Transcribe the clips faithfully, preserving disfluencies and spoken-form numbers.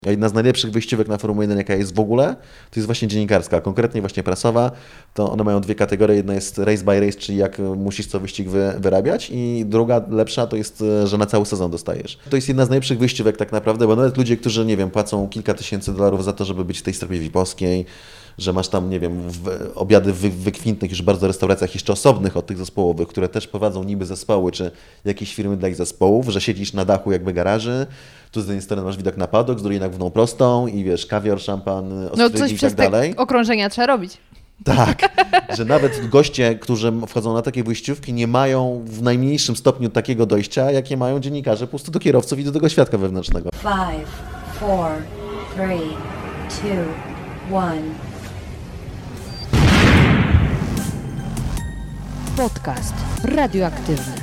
A jedna z najlepszych wyjściówek na Formułę jeden, jaka jest w ogóle, to jest właśnie dziennikarska, konkretnie właśnie prasowa. To one mają dwie kategorie. Jedna jest race by race, czyli jak musisz co wyścig wy, wyrabiać, i druga, lepsza, to jest, że na cały sezon dostajesz. To jest jedna z najlepszych wyjściówek tak naprawdę, bo nawet ludzie, którzy, nie wiem, płacą kilka tysięcy dolarów za to, żeby być w tej strefie V I P-owskiej, że masz tam, nie wiem, w, obiady wy, wykwintnych już bardzo restauracjach jeszcze osobnych od tych zespołowych, które też prowadzą niby zespoły, czy jakieś firmy dla ich zespołów, że siedzisz na dachu jakby garaży, tu z jednej strony masz widok na padok, z drugiej na główną prostą i wiesz, kawior, szampan, ostrygi, no coś i przez tak dalej. Te okrążenia trzeba robić. Tak, że nawet goście, którzy wchodzą na takie wyjściówki, nie mają w najmniejszym stopniu takiego dojścia, jakie mają dziennikarze po prostu do kierowców i do tego świadka wewnętrznego. Five, four, three, two, one. Podcast radioaktywny.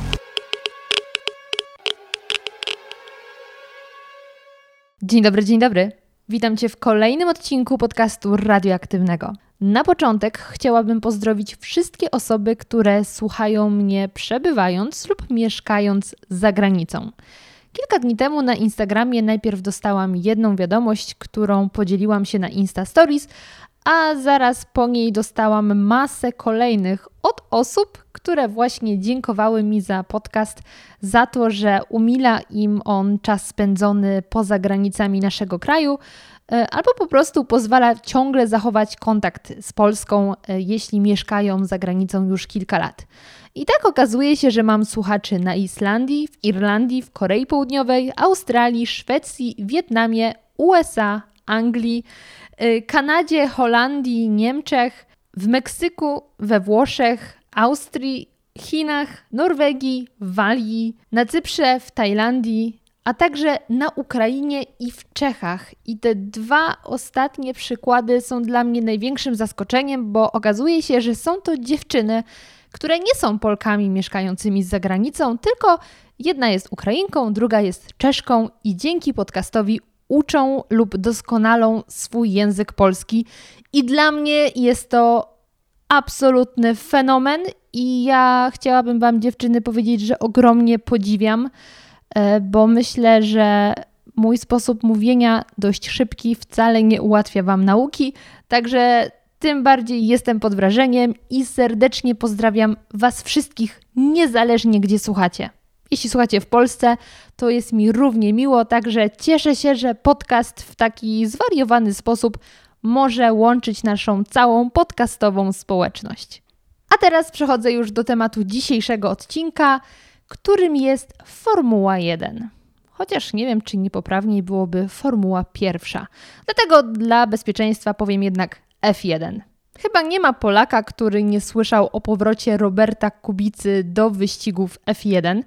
Dzień dobry, dzień dobry. Witam Cię w kolejnym odcinku podcastu radioaktywnego. Na początek chciałabym pozdrowić wszystkie osoby, które słuchają mnie przebywając lub mieszkając za granicą. Kilka dni temu na Instagramie najpierw dostałam jedną wiadomość, którą podzieliłam się na Insta Stories, a zaraz po niej dostałam masę kolejnych od osób, które właśnie dziękowały mi za podcast, za to, że umila im on czas spędzony poza granicami naszego kraju, albo po prostu pozwala ciągle zachować kontakt z Polską, jeśli mieszkają za granicą już kilka lat. I tak okazuje się, że mam słuchaczy na Islandii, w Irlandii, w Korei Południowej, Australii, Szwecji, Wietnamie, U S A, Anglii, Kanadzie, Holandii, Niemczech, w Meksyku, we Włoszech, Austrii, Chinach, Norwegii, Walii, na Cyprze, w Tajlandii, a także na Ukrainie i w Czechach. I te dwa ostatnie przykłady są dla mnie największym zaskoczeniem, bo okazuje się, że są to dziewczyny, które nie są Polkami mieszkającymi za granicą, tylko jedna jest Ukrainką, druga jest Czeszką i dzięki podcastowi uczą lub doskonalą swój język polski. I dla mnie jest to absolutny fenomen i ja chciałabym Wam, dziewczyny, powiedzieć, że ogromnie podziwiam, bo myślę, że mój sposób mówienia dość szybki wcale nie ułatwia Wam nauki, także tym bardziej jestem pod wrażeniem i serdecznie pozdrawiam Was wszystkich, niezależnie gdzie słuchacie. Jeśli słuchacie w Polsce, to jest mi równie miło, także cieszę się, że podcast w taki zwariowany sposób może łączyć naszą całą podcastową społeczność. A teraz przechodzę już do tematu dzisiejszego odcinka, którym jest Formuła jeden. Chociaż nie wiem, czy niepoprawniej byłoby Formuła pierwsza. Dlatego dla bezpieczeństwa powiem jednak F jeden. Chyba nie ma Polaka, który nie słyszał o powrocie Roberta Kubicy do wyścigów F jeden.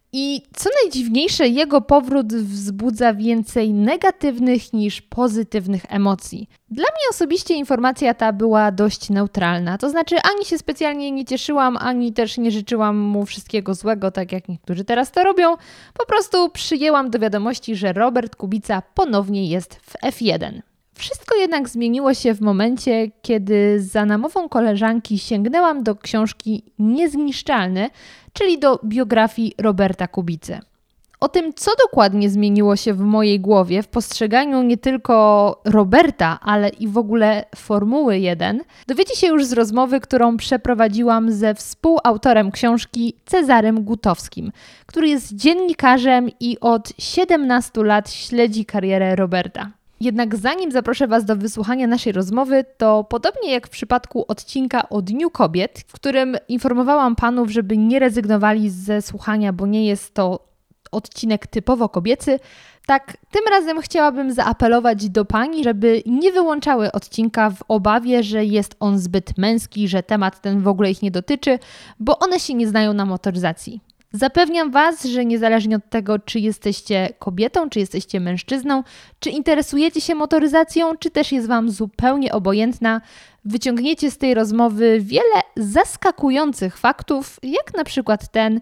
I co najdziwniejsze, jego powrót wzbudza więcej negatywnych niż pozytywnych emocji. Dla mnie osobiście informacja ta była dość neutralna. To znaczy ani się specjalnie nie cieszyłam, ani też nie życzyłam mu wszystkiego złego, tak jak niektórzy teraz to robią. Po prostu przyjęłam do wiadomości, że Robert Kubica ponownie jest w F jeden. Wszystko jednak zmieniło się w momencie, kiedy za namową koleżanki sięgnęłam do książki Niezniszczalny, czyli do biografii Roberta Kubicy. O tym, co dokładnie zmieniło się w mojej głowie w postrzeganiu nie tylko Roberta, ale i w ogóle Formuły jeden, dowiecie się już z rozmowy, którą przeprowadziłam ze współautorem książki Cezarym Gutowskim, który jest dziennikarzem i od siedemnastu lat śledzi karierę Roberta. Jednak zanim zaproszę Was do wysłuchania naszej rozmowy, to podobnie jak w przypadku odcinka o Dniu Kobiet, w którym informowałam panów, żeby nie rezygnowali ze słuchania, bo nie jest to odcinek typowo kobiecy, tak tym razem chciałabym zaapelować do pań, żeby nie wyłączały odcinka w obawie, że jest on zbyt męski, że temat ten w ogóle ich nie dotyczy, bo one się nie znają na motoryzacji. Zapewniam Was, że niezależnie od tego, czy jesteście kobietą, czy jesteście mężczyzną, czy interesujecie się motoryzacją, czy też jest Wam zupełnie obojętna, wyciągniecie z tej rozmowy wiele zaskakujących faktów, jak na przykład ten,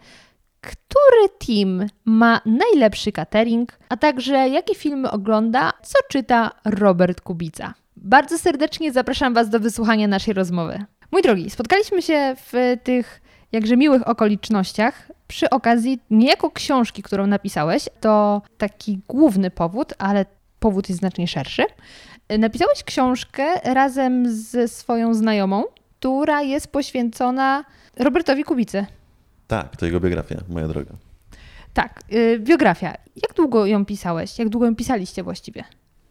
który team ma najlepszy catering, a także jakie filmy ogląda, co czyta Robert Kubica. Bardzo serdecznie zapraszam Was do wysłuchania naszej rozmowy. Mój drogi, spotkaliśmy się w tych jakże miłych okolicznościach przy okazji niejako książki, którą napisałeś. To taki główny powód, ale powód jest znacznie szerszy. Napisałeś książkę razem ze swoją znajomą, która jest poświęcona Robertowi Kubicy. Tak, to jego biografia, moja droga. Tak, yy, biografia. Jak długo ją pisałeś? Jak długo ją pisaliście właściwie?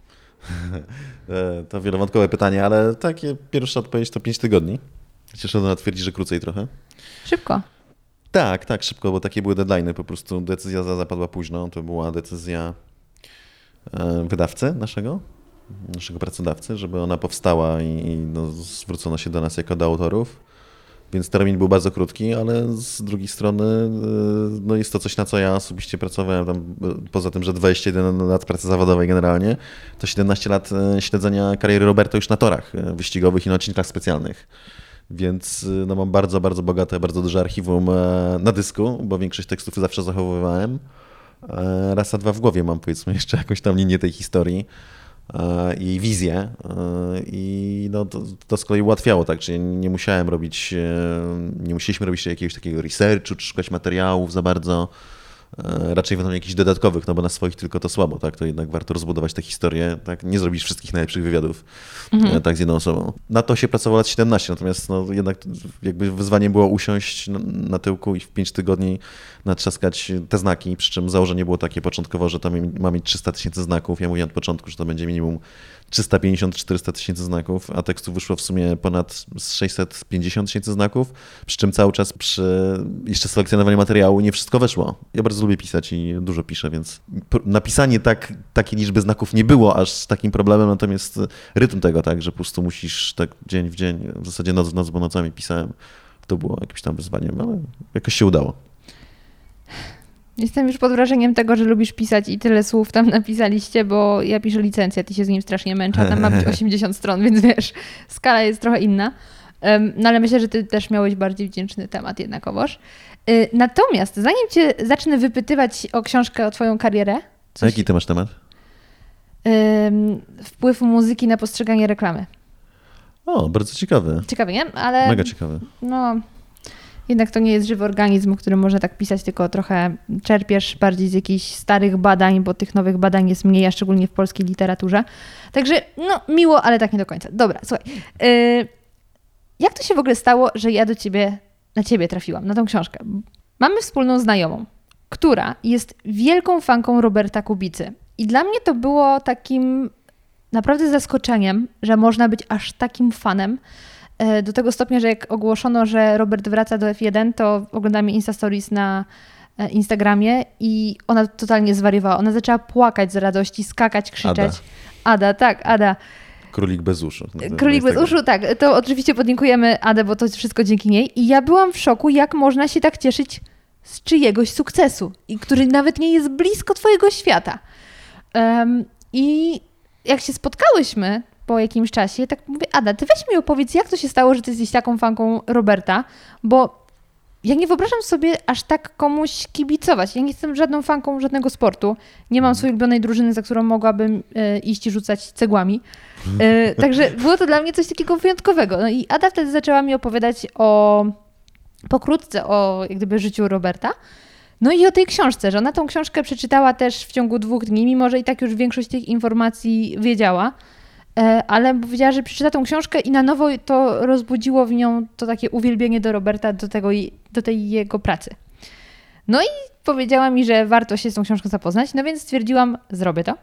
To wielowątkowe pytanie, ale takie pierwsza odpowiedź to pięć tygodni. Chociaż ona twierdzi, że krócej trochę. Szybko. Tak, tak, szybko, bo takie były deadline'y. Po prostu decyzja zapadła późno. To była decyzja wydawcy naszego, naszego pracodawcy, żeby ona powstała i no, zwrócono się do nas jako do autorów. Więc termin był bardzo krótki, ale z drugiej strony no jest to coś, na co ja osobiście pracowałem. Tam, poza tym, że dwadzieścia jeden lat pracy zawodowej generalnie, to siedemnaście lat śledzenia kariery Roberta już na torach wyścigowych i na odcinkach specjalnych. Więc no, mam bardzo, bardzo bogate, bardzo duże archiwum na dysku, bo większość tekstów zawsze zachowywałem. Raz a dwa w głowie mam, powiedzmy, jeszcze jakąś tam linię tej historii i wizję i no to, to z kolei ułatwiało, tak, czyli nie musiałem robić, nie musieliśmy robić jakiegoś takiego researchu, czy szukać materiałów za bardzo, raczej będą jakichś dodatkowych, no bo na swoich tylko to słabo, tak, to jednak warto rozbudować tę historię, tak, nie zrobić wszystkich najlepszych wywiadów, mhm. tak, z jedną osobą. Na to się pracowało lat siedemnaście, natomiast no jednak jakby wyzwaniem było usiąść na, na tyłku i w pięć tygodni natrzaskać te znaki, przy czym założenie było takie początkowo, że tam ma mieć trzysta tysięcy znaków, ja mówiłem od początku, że to będzie minimum trzysta pięćdziesiąt do czterysta tysięcy znaków, a tekstów wyszło w sumie ponad sześćset pięćdziesiąt tysięcy znaków, przy czym cały czas przy jeszcze selekcjonowaniu materiału nie wszystko weszło. Ja bardzo lubię pisać i dużo piszę, więc napisanie tak, takiej liczby znaków nie było aż z takim problemem, natomiast rytm tego, tak, że po prostu musisz tak dzień w dzień, w zasadzie noc w noc, bo nocami pisałem, to było jakimś tam wyzwaniem, ale jakoś się udało. Jestem już pod wrażeniem tego, że lubisz pisać i tyle słów tam napisaliście, bo ja piszę licencję, ty się z nim strasznie męczę, tam ma być osiemdziesiąt stron, więc wiesz, skala jest trochę inna. No ale myślę, że ty też miałeś bardziej wdzięczny temat jednakowoż. Natomiast zanim cię zacznę wypytywać o książkę, o twoją karierę... Coś... A jaki ty masz temat? Wpływ muzyki na postrzeganie reklamy. O, bardzo ciekawy. Ciekawy, nie? Ale... Mega ciekawy. No... Jednak to nie jest żywy organizm, który może tak pisać, tylko trochę czerpiesz bardziej z jakichś starych badań, bo tych nowych badań jest mniej, a szczególnie w polskiej literaturze. Także no miło, ale tak nie do końca. Dobra, słuchaj. Yy, jak to się w ogóle stało, że ja do ciebie, na ciebie trafiłam, na tą książkę? Mamy wspólną znajomą, która jest wielką fanką Roberta Kubicy. I dla mnie to było takim naprawdę zaskoczeniem, że można być aż takim fanem. Do tego stopnia, że jak ogłoszono, że Robert wraca do F jeden, to oglądamy Insta Stories na Instagramie i ona totalnie zwariowała. Ona zaczęła płakać z radości, skakać, krzyczeć. Ada, Ada tak, Ada. Królik bez uszu. Królik bez uszu, tak. To oczywiście podziękujemy Adę, bo to jest wszystko dzięki niej. I ja byłam w szoku, jak można się tak cieszyć z czyjegoś sukcesu, i który nawet nie jest blisko twojego świata. Um, I jak się spotkałyśmy po jakimś czasie, tak mówię, Ada, ty weź mi opowiedz, jak to się stało, że ty jesteś taką fanką Roberta, bo ja nie wyobrażam sobie aż tak komuś kibicować. Ja nie jestem żadną fanką żadnego sportu. Nie mam swojej ulubionej drużyny, za którą mogłabym e, iść i rzucać cegłami. E, także było to dla mnie coś takiego wyjątkowego. No i Ada wtedy zaczęła mi opowiadać o, pokrótce o jak gdyby życiu Roberta. No i o tej książce, że ona tą książkę przeczytała też w ciągu dwóch dni, mimo że i tak już większość tych informacji wiedziała. Ale powiedziała, że przeczyta tą książkę i na nowo to rozbudziło w nią to takie uwielbienie do Roberta, do, tego, do tej jego pracy. No i powiedziała mi, że warto się z tą książką zapoznać, no więc stwierdziłam, zrobię to.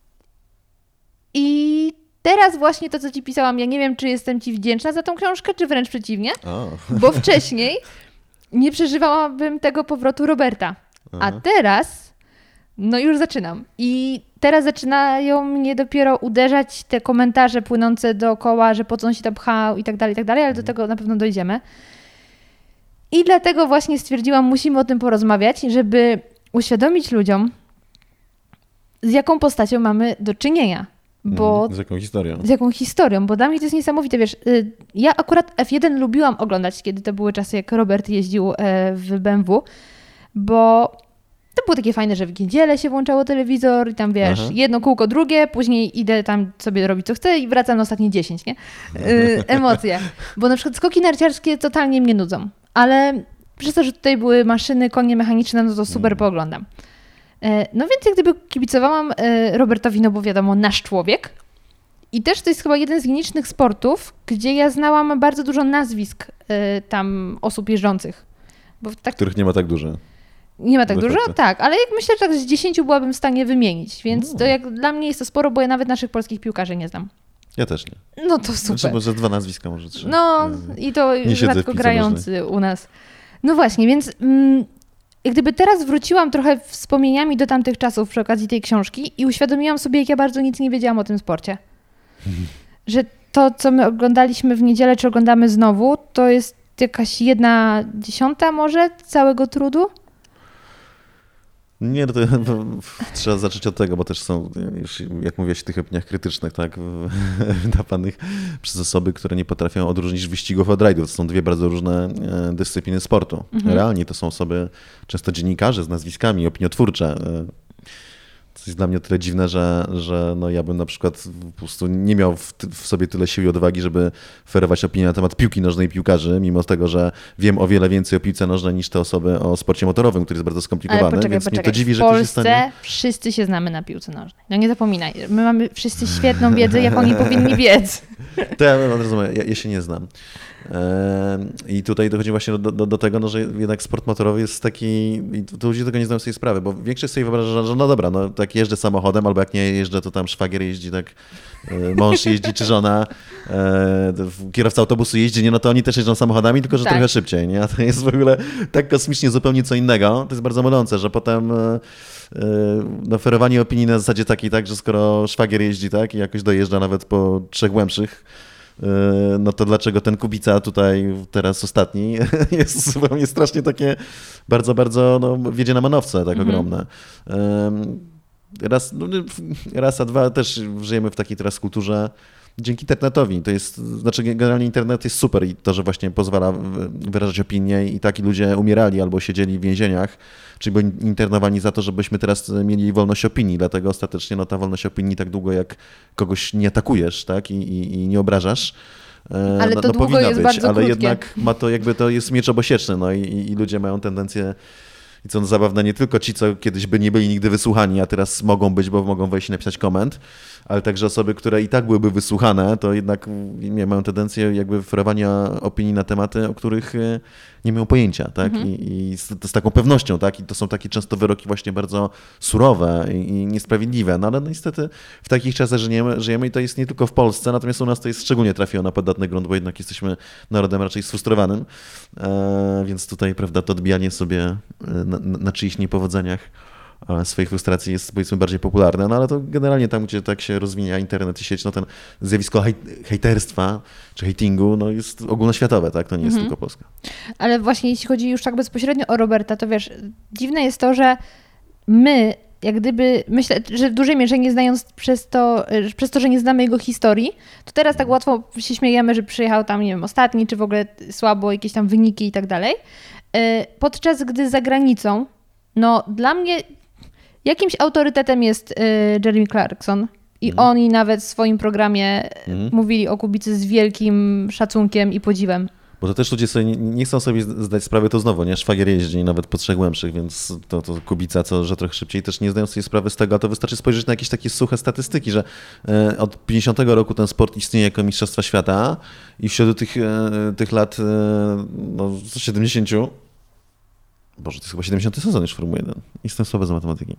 I teraz właśnie to, co ci pisałam, ja nie wiem, czy jestem ci wdzięczna za tą książkę, czy wręcz przeciwnie, oh. bo wcześniej nie przeżywałabym tego powrotu Roberta. A teraz, no już zaczynam. I teraz zaczynają mnie dopiero uderzać te komentarze płynące dookoła, że po co on się tam pchał i tak dalej, i tak dalej, ale do tego na pewno dojdziemy. I dlatego właśnie stwierdziłam, musimy o tym porozmawiać, żeby uświadomić ludziom, z jaką postacią mamy do czynienia. Bo, z jaką historią. Z jaką historią, bo dla mnie to jest niesamowite. Wiesz, ja akurat F jeden lubiłam oglądać, kiedy to były czasy, jak Robert jeździł w B M W, bo to było takie fajne, że w niedzielę się włączało telewizor i tam wiesz, Aha. jedno kółko, drugie, później idę tam sobie robić co chcę i wracam na ostatnie dziesięć, nie? Yy, emocje. Bo na przykład skoki narciarskie totalnie mnie nudzą, ale przez to, że tutaj były maszyny, konie mechaniczne, no to super pooglądam. No więc jak gdyby kibicowałam Robertowi, no bo wiadomo, nasz człowiek. I też to jest chyba jeden z nielicznych sportów, gdzie ja znałam bardzo dużo nazwisk tam osób jeżdżących. Bo tak... Których nie ma tak dużo. Nie ma tak dużo? Tak, ale jak myślę, że tak z dziesięciu byłabym w stanie wymienić, więc no. to jak dla mnie jest to sporo, bo ja nawet naszych polskich piłkarzy nie znam. Ja też nie. No to super. Znaczy może dwa nazwiska, może trzy. No i to rzadko grający nożnej. U nas. No właśnie, więc mm, jak gdyby teraz wróciłam trochę wspomnieniami do tamtych czasów przy okazji tej książki i uświadomiłam sobie, jak ja bardzo nic nie wiedziałam o tym sporcie. Że to, co my oglądaliśmy w niedzielę, czy oglądamy znowu, to jest jakaś jedna dziesiąta może całego trudu? Nie, no to trzeba zacząć od tego, bo też są, już jak mówiłeś, w tych opiniach krytycznych, tak, wydawanych przez osoby, które nie potrafią odróżnić wyścigów od rajdów. To są dwie bardzo różne dyscypliny sportu. Mhm. Realnie to są osoby, często dziennikarze z nazwiskami, opiniotwórcze. To jest dla mnie o tyle dziwne, że, że no ja bym na przykład po prostu nie miał w, w sobie tyle siły i odwagi, żeby ferować opinię na temat piłki nożnej i piłkarzy, mimo tego, że wiem o wiele więcej o piłce nożnej niż te osoby o sporcie motorowym, który jest bardzo skomplikowany. Ale poczekaj, więc poczekaj. mnie to dziwi, w że to się Polsce stanie. Wszyscy się znamy na piłce nożnej. No nie zapominaj, my mamy wszyscy świetną wiedzę, jak oni powinni wiedzieć. To ja rozumiem, ja, ja się nie znam. I tutaj dochodzi właśnie do, do, do tego, no, że jednak sport motorowy jest taki, i to ludzie tego nie zdają sobie sprawy, bo większość sobie wyobraża, że, że no dobra, no tak jeżdżę samochodem, albo jak nie jeżdżę, to tam szwagier jeździ, tak mąż jeździ, czy żona, kierowca autobusu jeździ, nie, no to oni też jeżdżą samochodami, tylko że tak. trochę szybciej, nie? A to jest w ogóle tak kosmicznie zupełnie co innego. To jest bardzo mylące, że potem no, ferowanie opinii na zasadzie takiej, tak, że skoro szwagier jeździ, tak, i jakoś dojeżdża nawet po trzech głębszych, no to dlaczego ten Kubica tutaj teraz ostatni jest zupełnie strasznie takie bardzo, bardzo, no, wiedzie na manowce tak mhm. ogromne. Raz, no, raz, a dwa też żyjemy w takiej teraz kulturze dzięki internetowi. To jest, znaczy generalnie internet jest super i to, że właśnie pozwala wyrażać opinie i taki ludzie umierali albo siedzieli w więzieniach, czyli byli internowani za to, żebyśmy teraz mieli wolność opinii, dlatego ostatecznie no, ta wolność opinii tak długo jak kogoś nie atakujesz, tak, i, i, i nie obrażasz, ale no, to no, długo powinna jest być, bardzo ale krótkie. jednak ma to jakby to jest miecz obosieczny, no i, i ludzie mają tendencję. I co no, zabawne, nie tylko ci, co kiedyś by nie byli nigdy wysłuchani, a teraz mogą być, bo mogą wejść i napisać koment, ale także osoby, które i tak byłyby wysłuchane, to jednak nie mają tendencję jakby ferowania opinii na tematy, o których nie mają pojęcia, tak? Mhm. I, i z, z taką pewnością, tak? I to są takie często wyroki właśnie bardzo surowe i, i niesprawiedliwe, no ale no, niestety w takich czasach żyjemy, żyjemy i to jest nie tylko w Polsce, natomiast u nas to jest szczególnie trafiło na podatny grunt, bo jednak jesteśmy narodem raczej sfrustrowanym, e, więc tutaj, prawda, to odbijanie sobie na, na, na czyichś niepowodzeniach swoich frustracji jest, powiedzmy, bardziej popularne, no ale to generalnie tam, gdzie tak się rozwinia internet i sieć, no ten zjawisko hej, hejterstwa czy hejtingu, no jest ogólnoświatowe, tak? To nie jest mhm. tylko Polska. Ale właśnie jeśli chodzi już tak bezpośrednio o Roberta, to wiesz, dziwne jest to, że my, jak gdyby, myślę, że w dużej mierze nie znając przez to, przez to, że nie znamy jego historii, to teraz tak łatwo się śmiejemy, że przyjechał tam, nie wiem, ostatni, czy w ogóle słabo, jakieś tam wyniki i tak dalej. Podczas gdy za granicą, no dla mnie jakimś autorytetem jest y, Jeremy Clarkson i mm. oni nawet w swoim programie mm. mówili o Kubicy z wielkim szacunkiem i podziwem. Bo to też ludzie sobie nie, nie chcą sobie zdać sprawy, to znowu, nie? Szwagier jeździ nawet po trzech głębszych, więc to, to Kubica, co, że trochę szybciej, też nie zdają sobie sprawy z tego, a to wystarczy spojrzeć na jakieś takie suche statystyki, że e, od pięćdziesiątego roku ten sport istnieje jako Mistrzostwa Świata i wśród tych, e, tych lat e, no, siedemdziesięciu Boże, to jest chyba siedemdziesiąty sezon już Formuły jeden. Jestem słaby z matematyki.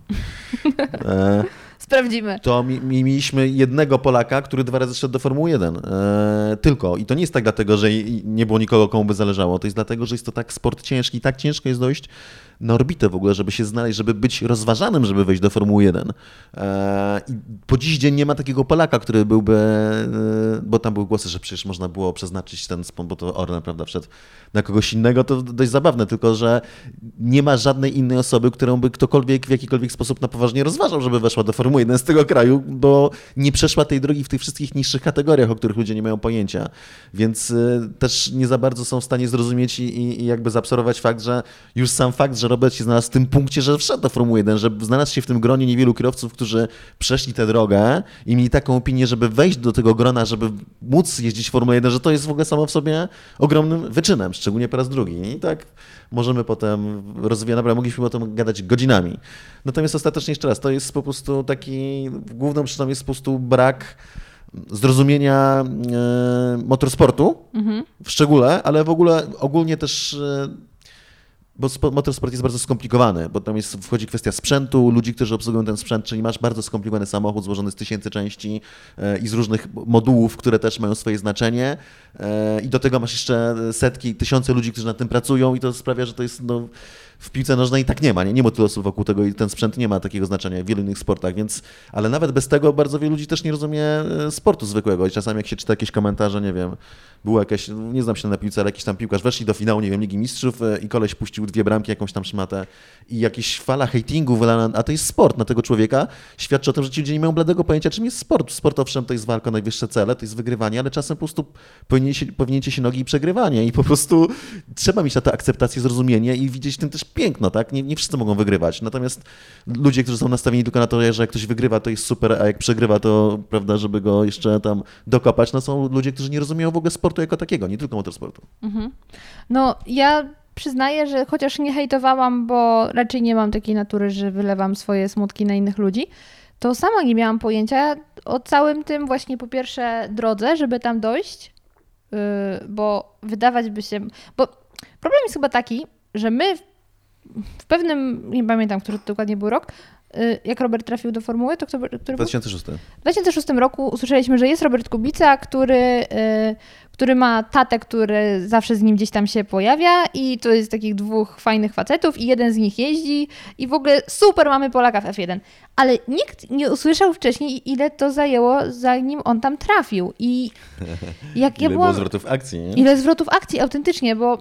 E, Sprawdzimy. To mi, mi, mieliśmy jednego Polaka, który dwa razy szedł do Formuły jeden. E, tylko. I to nie jest tak dlatego, że nie było nikogo, komu by zależało. To jest dlatego, że jest to tak sport ciężki i tak ciężko jest dojść na orbitę w ogóle, żeby się znaleźć, żeby być rozważanym, żeby wejść do Formuły jeden. E, I po dziś dzień nie ma takiego Polaka, który byłby, e, bo tam były głosy, że przecież można było przeznaczyć ten, bo to Orlen, prawda, wszedł na kogoś innego, to dość zabawne, tylko że nie ma żadnej innej osoby, którą by ktokolwiek w jakikolwiek sposób na poważnie rozważał, żeby weszła do Formuły Formuły jeden z tego kraju, bo nie przeszła tej drogi w tych wszystkich niższych kategoriach, o których ludzie nie mają pojęcia. Więc y, też nie za bardzo są w stanie zrozumieć i, i jakby zaabsorbować fakt, że już sam fakt, że Robert się znalazł w tym punkcie, że wszedł do Formuły jeden, że znalazł się w tym gronie niewielu kierowców, którzy przeszli tę drogę i mieli taką opinię, żeby wejść do tego grona, żeby móc jeździć w Formule jeden, że to jest w ogóle samo w sobie ogromnym wyczynem, szczególnie po raz drugi. I tak możemy potem rozwijać, naprawdę mogliśmy o tym gadać godzinami. Natomiast ostatecznie jeszcze raz, to jest po prostu taki, główną przyczyną jest po prostu brak zrozumienia e, motorsportu mhm. w szczególe, ale w ogóle ogólnie też e, bo motorsport jest bardzo skomplikowany, bo tam jest, wchodzi kwestia sprzętu, ludzi, którzy obsługują ten sprzęt, czyli masz bardzo skomplikowany samochód złożony z tysięcy części e, i z różnych modułów, które też mają swoje znaczenie e, i do tego masz jeszcze setki, tysiące ludzi, którzy nad tym pracują i to sprawia, że to jest no, w piłce nożnej tak nie ma, nie, nie ma tylu osób wokół tego i ten sprzęt nie ma takiego znaczenia jak w wielu innych sportach, więc, ale nawet bez tego bardzo wielu ludzi też nie rozumie sportu zwykłego i czasami jak się czyta jakieś komentarze, nie wiem, było jakieś, nie znam się na piłce, ale jakiś tam piłkarz, weszli do finału, nie wiem, Ligi Mistrzów i koleś puścił dwie bramki, jakąś tam szmatę i jakaś fala hatingu, a to jest sport na tego człowieka, świadczy o tym, że ci ludzie nie mają bladego pojęcia, czym jest sport. Sport owszem, to jest walka o najwyższe cele, to jest wygrywanie, ale czasem po prostu powinięcie, powinięcie się nogi i przegrywanie i po prostu trzeba mieć na to akceptację, zrozumienie i widzieć w tym też piękno, tak? Nie, nie wszyscy mogą wygrywać, natomiast ludzie, którzy są nastawieni tylko na to, że jak ktoś wygrywa, to jest super, a jak przegrywa, to prawda, żeby go jeszcze tam dokopać, no są ludzie, którzy nie rozumieją w ogóle sportu jako takiego, nie tylko motorsportu. Mhm. No ja przyznaję, że chociaż nie hejtowałam, bo raczej nie mam takiej natury, że wylewam swoje smutki na innych ludzi, to sama nie miałam pojęcia o całym tym właśnie po pierwsze drodze, żeby tam dojść, yy, bo wydawać by się... Bo problem jest chyba taki, że my w pewnym, nie pamiętam, który to dokładnie był rok, jak Robert trafił do formuły, to kto, który dwa tysiące szósty. W dwa tysiące szóstym roku usłyszeliśmy, że jest Robert Kubica, który, który ma tatę, który zawsze z nim gdzieś tam się pojawia i to jest takich dwóch fajnych facetów i jeden z nich jeździ i w ogóle super, mamy Polaka w F jeden. Ale nikt nie usłyszał wcześniej, ile to zajęło, zanim on tam trafił. I jak ile ja byłam, było zwrotów akcji, nie? Ile zwrotów akcji, autentycznie, bo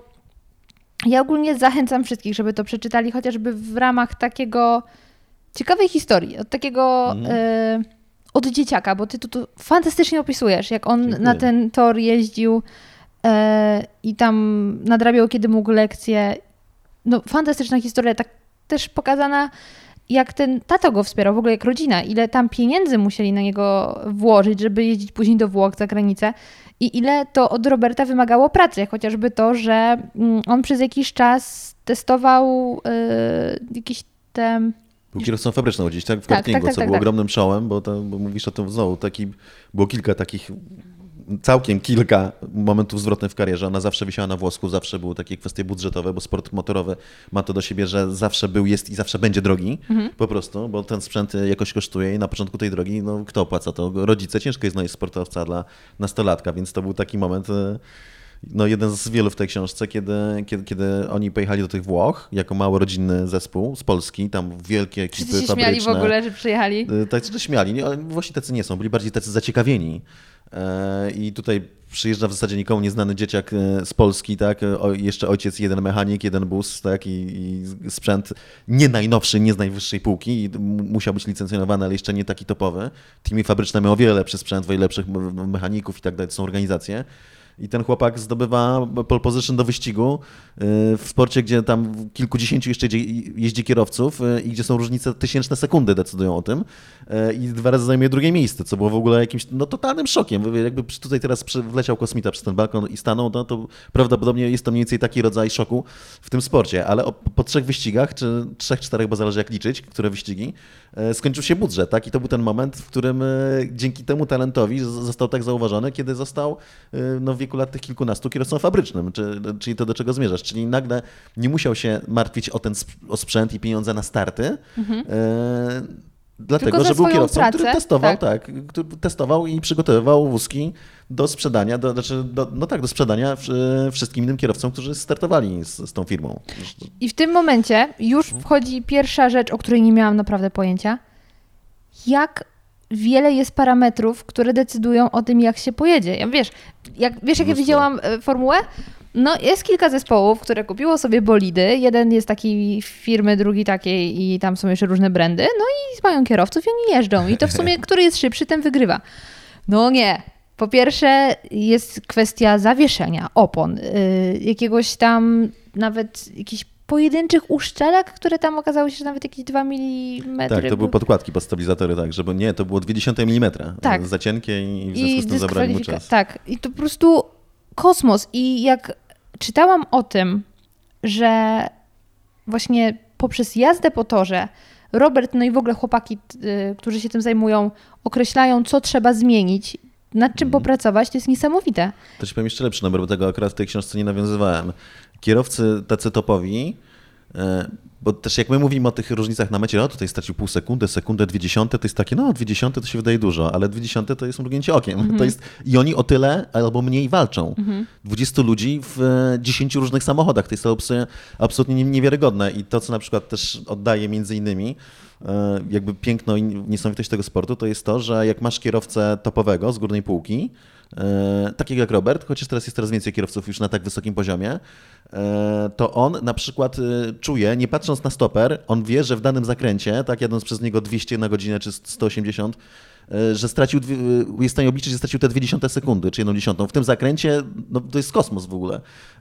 ja ogólnie zachęcam wszystkich, żeby to przeczytali, chociażby w ramach takiego ciekawej historii, od takiego mhm. y, od dzieciaka, bo ty tu, tu fantastycznie opisujesz, jak on Dziękuję. na ten tor jeździł y, i tam nadrabiał, kiedy mógł lekcje. No fantastyczna historia, tak też pokazana, jak ten tato go wspierał, w ogóle jak rodzina, ile tam pieniędzy musieli na niego włożyć, żeby jeździć później do Włoch za granicę i ile to od Roberta wymagało pracy, chociażby to, że on przez jakiś czas testował y, jakieś te... Był kierowcą fabryczną gdzieś, tak? W tak, kartingu, tak, tak, co tak, było tak. ogromnym czołem, bo, to, bo mówisz o tym znowu, taki, było kilka takich, całkiem kilka momentów zwrotnych w karierze. Ona zawsze wisiała na włosku, zawsze były takie kwestie budżetowe, bo sport motorowy ma to do siebie, że zawsze był, jest i zawsze będzie drogi, mhm. po prostu, bo ten sprzęt jakoś kosztuje i na początku tej drogi, no kto opłaca to? Rodzice, ciężko jest znaleźć sportowca dla nastolatka, więc to był taki moment... No jeden z wielu w tej książce, kiedy, kiedy, kiedy oni pojechali do tych Włoch jako mało rodzinny zespół z Polski, tam wielkie ekipy fabryczne. Wszyscy się śmiali w ogóle, że przyjechali? Tak, że śmiali. Nie, właśnie tacy nie są, byli bardziej tacy zaciekawieni. I tutaj przyjeżdża w zasadzie nikomu nieznany dzieciak z Polski, tak? O, jeszcze ojciec, jeden mechanik, jeden bus, tak? I, i sprzęt nie najnowszy, nie z najwyższej półki. I musiał być licencjonowany, ale jeszcze nie taki topowy. Teamy fabryczne miały o wiele lepszy sprzęt, o wiele lepszych mechaników i tak dalej, to są organizacje. I ten chłopak zdobywa pole position do wyścigu w sporcie, gdzie tam kilkudziesięciu jeszcze jeździ kierowców i gdzie są różnice tysięczne sekundy decydują o tym i dwa razy zajmuje drugie miejsce, co było w ogóle jakimś no, totalnym szokiem. Jakby tutaj teraz wleciał kosmita przez ten balkon i stanął, no, to prawdopodobnie jest to mniej więcej taki rodzaj szoku w tym sporcie, ale po trzech wyścigach, czy trzech, czterech, bo zależy jak liczyć, które wyścigi, skończył się budżet, tak? I to był ten moment, w którym dzięki temu talentowi został tak zauważony, kiedy został no, w wieku lat tych kilkunastu kierowcą fabrycznym, czy, czyli to do czego zmierzasz, czyli nagle nie musiał się martwić o ten o sprzęt i pieniądze na starty, mhm. e, dlatego, że był kierowcą, pracę, który testował, tak. tak, który testował i przygotowywał wózki do sprzedania, do, znaczy do, no tak, do sprzedania wszystkim innym kierowcom, którzy startowali z, z tą firmą. I w tym momencie już wchodzi pierwsza rzecz, o której nie miałam naprawdę pojęcia. Jak wiele jest parametrów, które decydują o tym, jak się pojedzie. Ja, wiesz, jak, wiesz, jak ja widziałam formułę, No jest kilka zespołów, które kupiło sobie bolidy. Jeden jest takiej firmy, drugi takiej i tam są jeszcze różne brandy. No i mają kierowców i oni jeżdżą. I to w sumie, który jest szybszy, ten wygrywa. No nie. Po pierwsze jest kwestia zawieszenia opon, yy, jakiegoś tam nawet jakichś pojedynczych uszczelek, które tam okazały się, że nawet jakieś dwa milimetry. Tak, to były podkładki pod stabilizatory, tak, żeby nie, to było dwie dziesiąte milimetra. Tak. Za cienkie i w związku I z tym zabrali mu czas. Tak, i to po prostu kosmos. I jak czytałam o tym, że właśnie poprzez jazdę po torze Robert, no i w ogóle chłopaki, y, którzy się tym zajmują, określają, co trzeba zmienić, nad czym popracować, to jest niesamowite. To ci powiem jeszcze lepszy numer, bo tego akurat w tej książce nie nawiązywałem. Kierowcy tacy topowi, bo też jak my mówimy o tych różnicach na mecie, no tutaj stracił pół sekundy, sekundę, dwie dziesiąte, to jest takie, no dwie dziesiąte to się wydaje dużo, ale dwie dziesiąte to jest mrugnięcie okiem. Mm-hmm. To jest, i oni o tyle albo mniej walczą. Mm-hmm. dwudziestu ludzi w dziesięciu różnych samochodach. To jest to absolutnie niewiarygodne i to, co na przykład też oddaje między innymi jakby piękno i niesamowitość tego sportu, to jest to, że jak masz kierowcę topowego z górnej półki, e, takiego jak Robert, chociaż teraz jest coraz więcej kierowców już na tak wysokim poziomie, e, to on na przykład e, czuje, nie patrząc na stoper, on wie, że w danym zakręcie, tak jadąc przez niego dwieście na godzinę czy sto osiemdziesiąt, że stracił, jest w stanie obliczyć, że stracił te dwie dziesiąte sekundy, czy jedną dziesiątą. W tym zakręcie, no to jest kosmos w ogóle,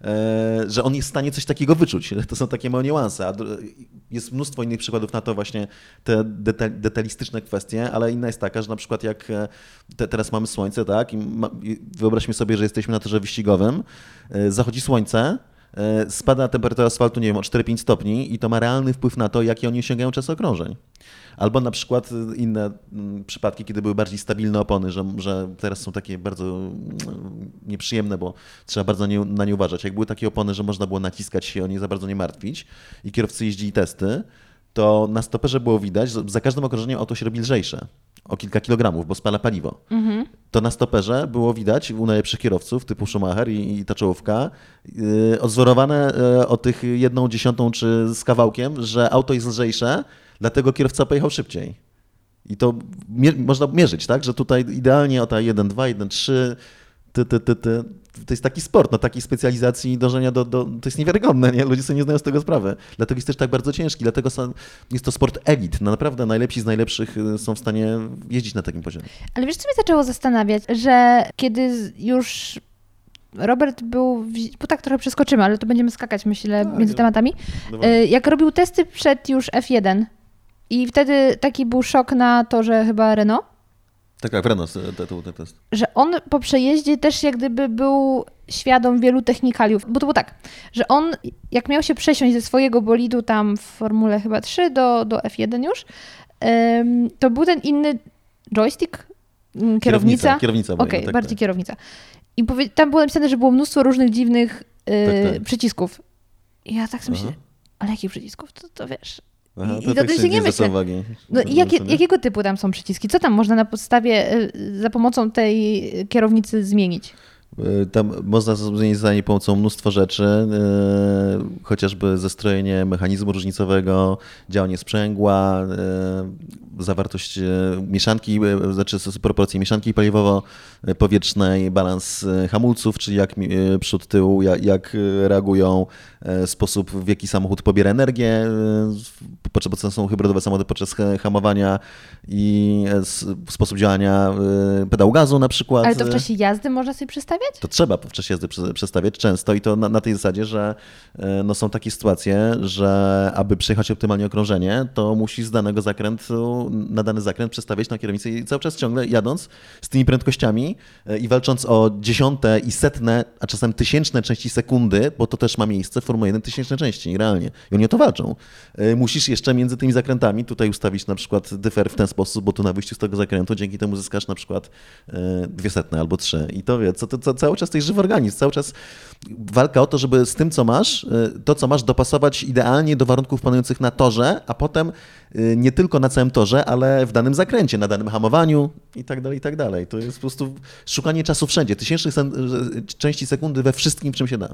że on jest w stanie coś takiego wyczuć. To są takie małe niuanse. Jest mnóstwo innych przykładów na to właśnie te detalistyczne kwestie, ale inna jest taka, że na przykład jak te, teraz mamy słońce, tak, i ma, wyobraźmy sobie, że jesteśmy na torze wyścigowym, zachodzi słońce, spada temperatura asfaltu, nie wiem, o cztery pięć stopni i to ma realny wpływ na to, jakie oni osiągają czas okrążeń. Albo na przykład inne przypadki, kiedy były bardziej stabilne opony, że, że teraz są takie bardzo nieprzyjemne, bo trzeba bardzo nie, na nie uważać. Jak były takie opony, że można było naciskać się, o nie za bardzo nie martwić i kierowcy jeździli testy, to na stoperze było widać, że za każdym okrążeniem auto się robi lżejsze. O kilka kilogramów, bo spala paliwo. Mhm. To na stoperze było widać u najlepszych kierowców typu Schumacher i, i ta czołówka yy, odzorowane yy, o tych jedną dziesiątą czy z kawałkiem, że auto jest lżejsze, dlatego kierowca pojechał szybciej. I to mie- można mierzyć, tak? Że tutaj idealnie o ta jeden dwa, jeden trzy, ty, ty, ty, ty. To jest taki sport, no takiej specjalizacji dążenia do, do... To jest niewiarygodne, nie? Ludzie sobie nie zdają z tego sprawy. Dlatego jest też tak bardzo ciężki, dlatego są, jest to sport elit. No naprawdę najlepsi z najlepszych są w stanie jeździć na takim poziomie. Ale wiesz, co mnie zaczęło zastanawiać, że kiedy już Robert był, w... bo tak trochę przeskoczymy, ale to będziemy skakać, myślę, A, między ja. tematami. Dobra. Jak robił testy przed już F jeden i wtedy taki był szok na torze chyba Renault, Tak, jak w Renault te, te, te test. Że on po przejeździe też jak gdyby był świadom wielu technikaliów. Bo to było tak, że on jak miał się przesiąść ze swojego bolidu tam w Formule chyba trzy do, do F jeden już, to był ten inny joystick, kierownica. Kierownica, kierownica Okej, okay, tak, bardziej tak. kierownica. I powie, tam było napisane, że było mnóstwo różnych dziwnych yy, tak, tak. przycisków. I ja tak sobie myślę, ale jakich przycisków? To, to wiesz... Aha, to I to tak się nie myślę. No, jakie, jakiego typu tam są przyciski? Co tam można na podstawie, za pomocą tej kierownicy zmienić? Tam można zmienić za pomocą mnóstwo rzeczy, yy, chociażby zestrojenie mechanizmu różnicowego, działanie sprzęgła, yy, zawartość mieszanki, yy, znaczy proporcje mieszanki paliwowo-powietrznej, balans hamulców, czyli jak yy, przód, tył, jak, jak reagują, yy, sposób w jaki samochód pobiera energię, yy, bo to są hybrydowe samochody podczas hamowania i yy, sposób działania yy, pedału gazu na przykład. Ale to w czasie jazdy można sobie przestawiać? To trzeba w czasie jazdy przestawiać często i to na, na tej zasadzie, że no, są takie sytuacje, że aby przejechać optymalnie okrążenie, to musisz z danego zakrętu na dany zakręt przestawiać na kierownicę i cały czas ciągle jadąc z tymi prędkościami i walcząc o dziesiąte i setne, a czasem tysięczne części sekundy, bo to też ma miejsce w Formule jeden, tysięczne części, realnie. I oni o to walczą. Musisz jeszcze między tymi zakrętami tutaj ustawić na przykład dyfer w ten sposób, bo tu na wyjściu z tego zakrętu dzięki temu zyskasz na przykład dwie setne albo trzy. I to wie, co to, to cały czas to jest żywy organizm, cały czas walka o to, żeby z tym, co masz, to, co masz, dopasować idealnie do warunków panujących na torze, a potem nie tylko na całym torze, ale w danym zakręcie, na danym hamowaniu i tak dalej, i tak dalej. To jest po prostu szukanie czasu wszędzie, tysięcznych części sekundy we wszystkim, czym się da.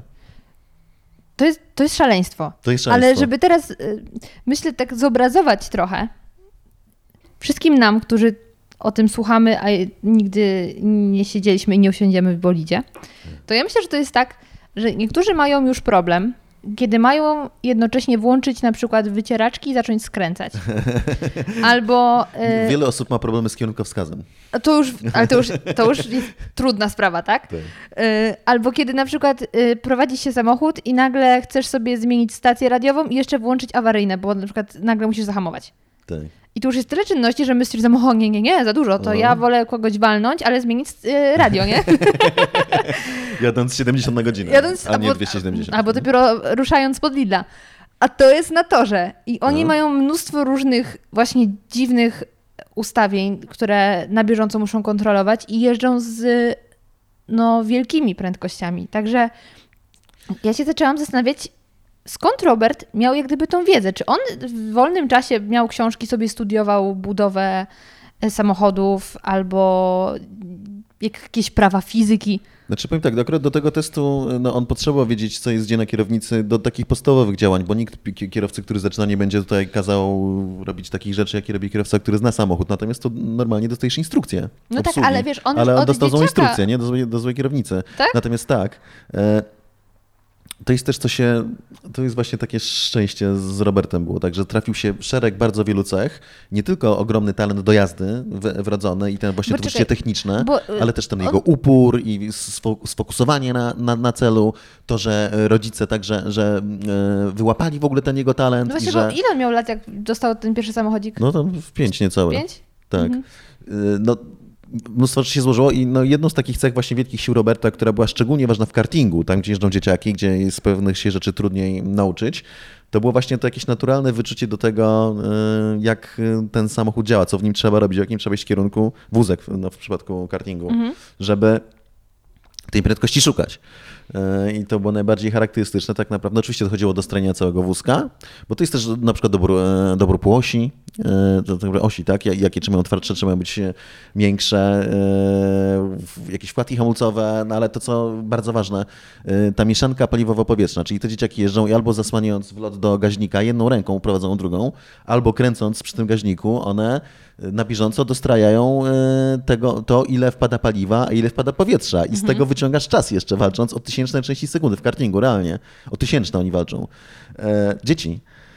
To jest, to jest szaleństwo. To jest szaleństwo. Ale żeby teraz, myślę, tak zobrazować trochę wszystkim nam, którzy o tym słuchamy, a nigdy nie siedzieliśmy i nie usiądziemy w bolidzie, to ja myślę, że to jest tak, że niektórzy mają już problem, kiedy mają jednocześnie włączyć na przykład wycieraczki i zacząć skręcać. Albo... Yy, Wiele osób ma problemy z kierunkowskazem. To już, ale to już, to już jest trudna sprawa, tak? tak. Yy, albo kiedy na przykład yy, prowadzi się samochód i nagle chcesz sobie zmienić stację radiową i jeszcze włączyć awaryjne, bo na przykład nagle musisz zahamować. Tak. I tu już jest tyle czynności, że my stwierdzamy, o nie, nie, nie, za dużo, to no. ja wolę kogoś walnąć, ale zmienić yy, radio, nie? Jadąc siedemdziesiąt na godzinę, Jadąc, a nie albo, dwieście siedemdziesiąt. Albo dopiero ruszając pod Lidla. A to jest na torze. I oni no. mają mnóstwo różnych właśnie dziwnych ustawień, które na bieżąco muszą kontrolować i jeżdżą z no, wielkimi prędkościami. Także ja się zaczęłam zastanawiać, skąd Robert miał jak gdyby tą wiedzę? Czy on w wolnym czasie miał książki, sobie studiował budowę samochodów albo jakieś prawa fizyki? Znaczy powiem tak, akurat do tego testu no, on potrzebował wiedzieć, co jest gdzie na kierownicy do takich podstawowych działań, bo nikt kierowcy, który zaczyna, nie będzie tutaj kazał robić takich rzeczy, jakie robi kierowca, który zna samochód. Natomiast to normalnie dostajesz instrukcję. No obsługi, tak, ale wiesz, on ale on od dostał złą dzieciaka... instrukcję, nie? Do złej, do złej kierownicy. Tak? Natomiast tak... E, To jest też, co się, to jest właśnie takie szczęście z Robertem było, także trafił się szereg bardzo wielu cech, nie tylko ogromny talent do jazdy wrodzony i ten właśnie to uczucie techniczne, bo, ale też ten on... jego upór i sfokusowanie na, na, na celu, to, że rodzice także, że wyłapali w ogóle ten jego talent. No właśnie, i że... bo ile on miał lat, jak dostał ten pierwszy samochodzik? No tam w pięć niecałe. Pięć? Tak. Mhm. No, mnóstwo rzeczy się złożyło i no jedną z takich cech właśnie wielkich sił Roberta, która była szczególnie ważna w kartingu, tam gdzie jeżdżą dzieciaki, gdzie jest pewnych się rzeczy trudniej nauczyć, to było właśnie to jakieś naturalne wyczucie do tego, jak ten samochód działa, co w nim trzeba robić, w jakim trzeba iść kierunku, wózek no, w przypadku kartingu, mhm. żeby tej prędkości szukać. I to było najbardziej charakterystyczne tak naprawdę. Oczywiście chodziło o dostrojenie całego wózka, bo to jest też na przykład dobór, dobór półosi, osi, tak? Jakie czy mają twardsze, czy mają być miększe, jakieś wkładki hamulcowe, no ale to co bardzo ważne, ta mieszanka paliwowo-powietrzna, czyli te dzieciaki jeżdżą i albo zasłaniając wlot do gaźnika jedną ręką prowadzą drugą, albo kręcąc przy tym gaźniku, one na bieżąco dostrajają tego, to, ile wpada paliwa, a ile wpada powietrza i z mhm. tego wyciągasz czas jeszcze walcząc o tysięczne części sekundy w kartingu, realnie. O tysięczne oni walczą. E, dzieci.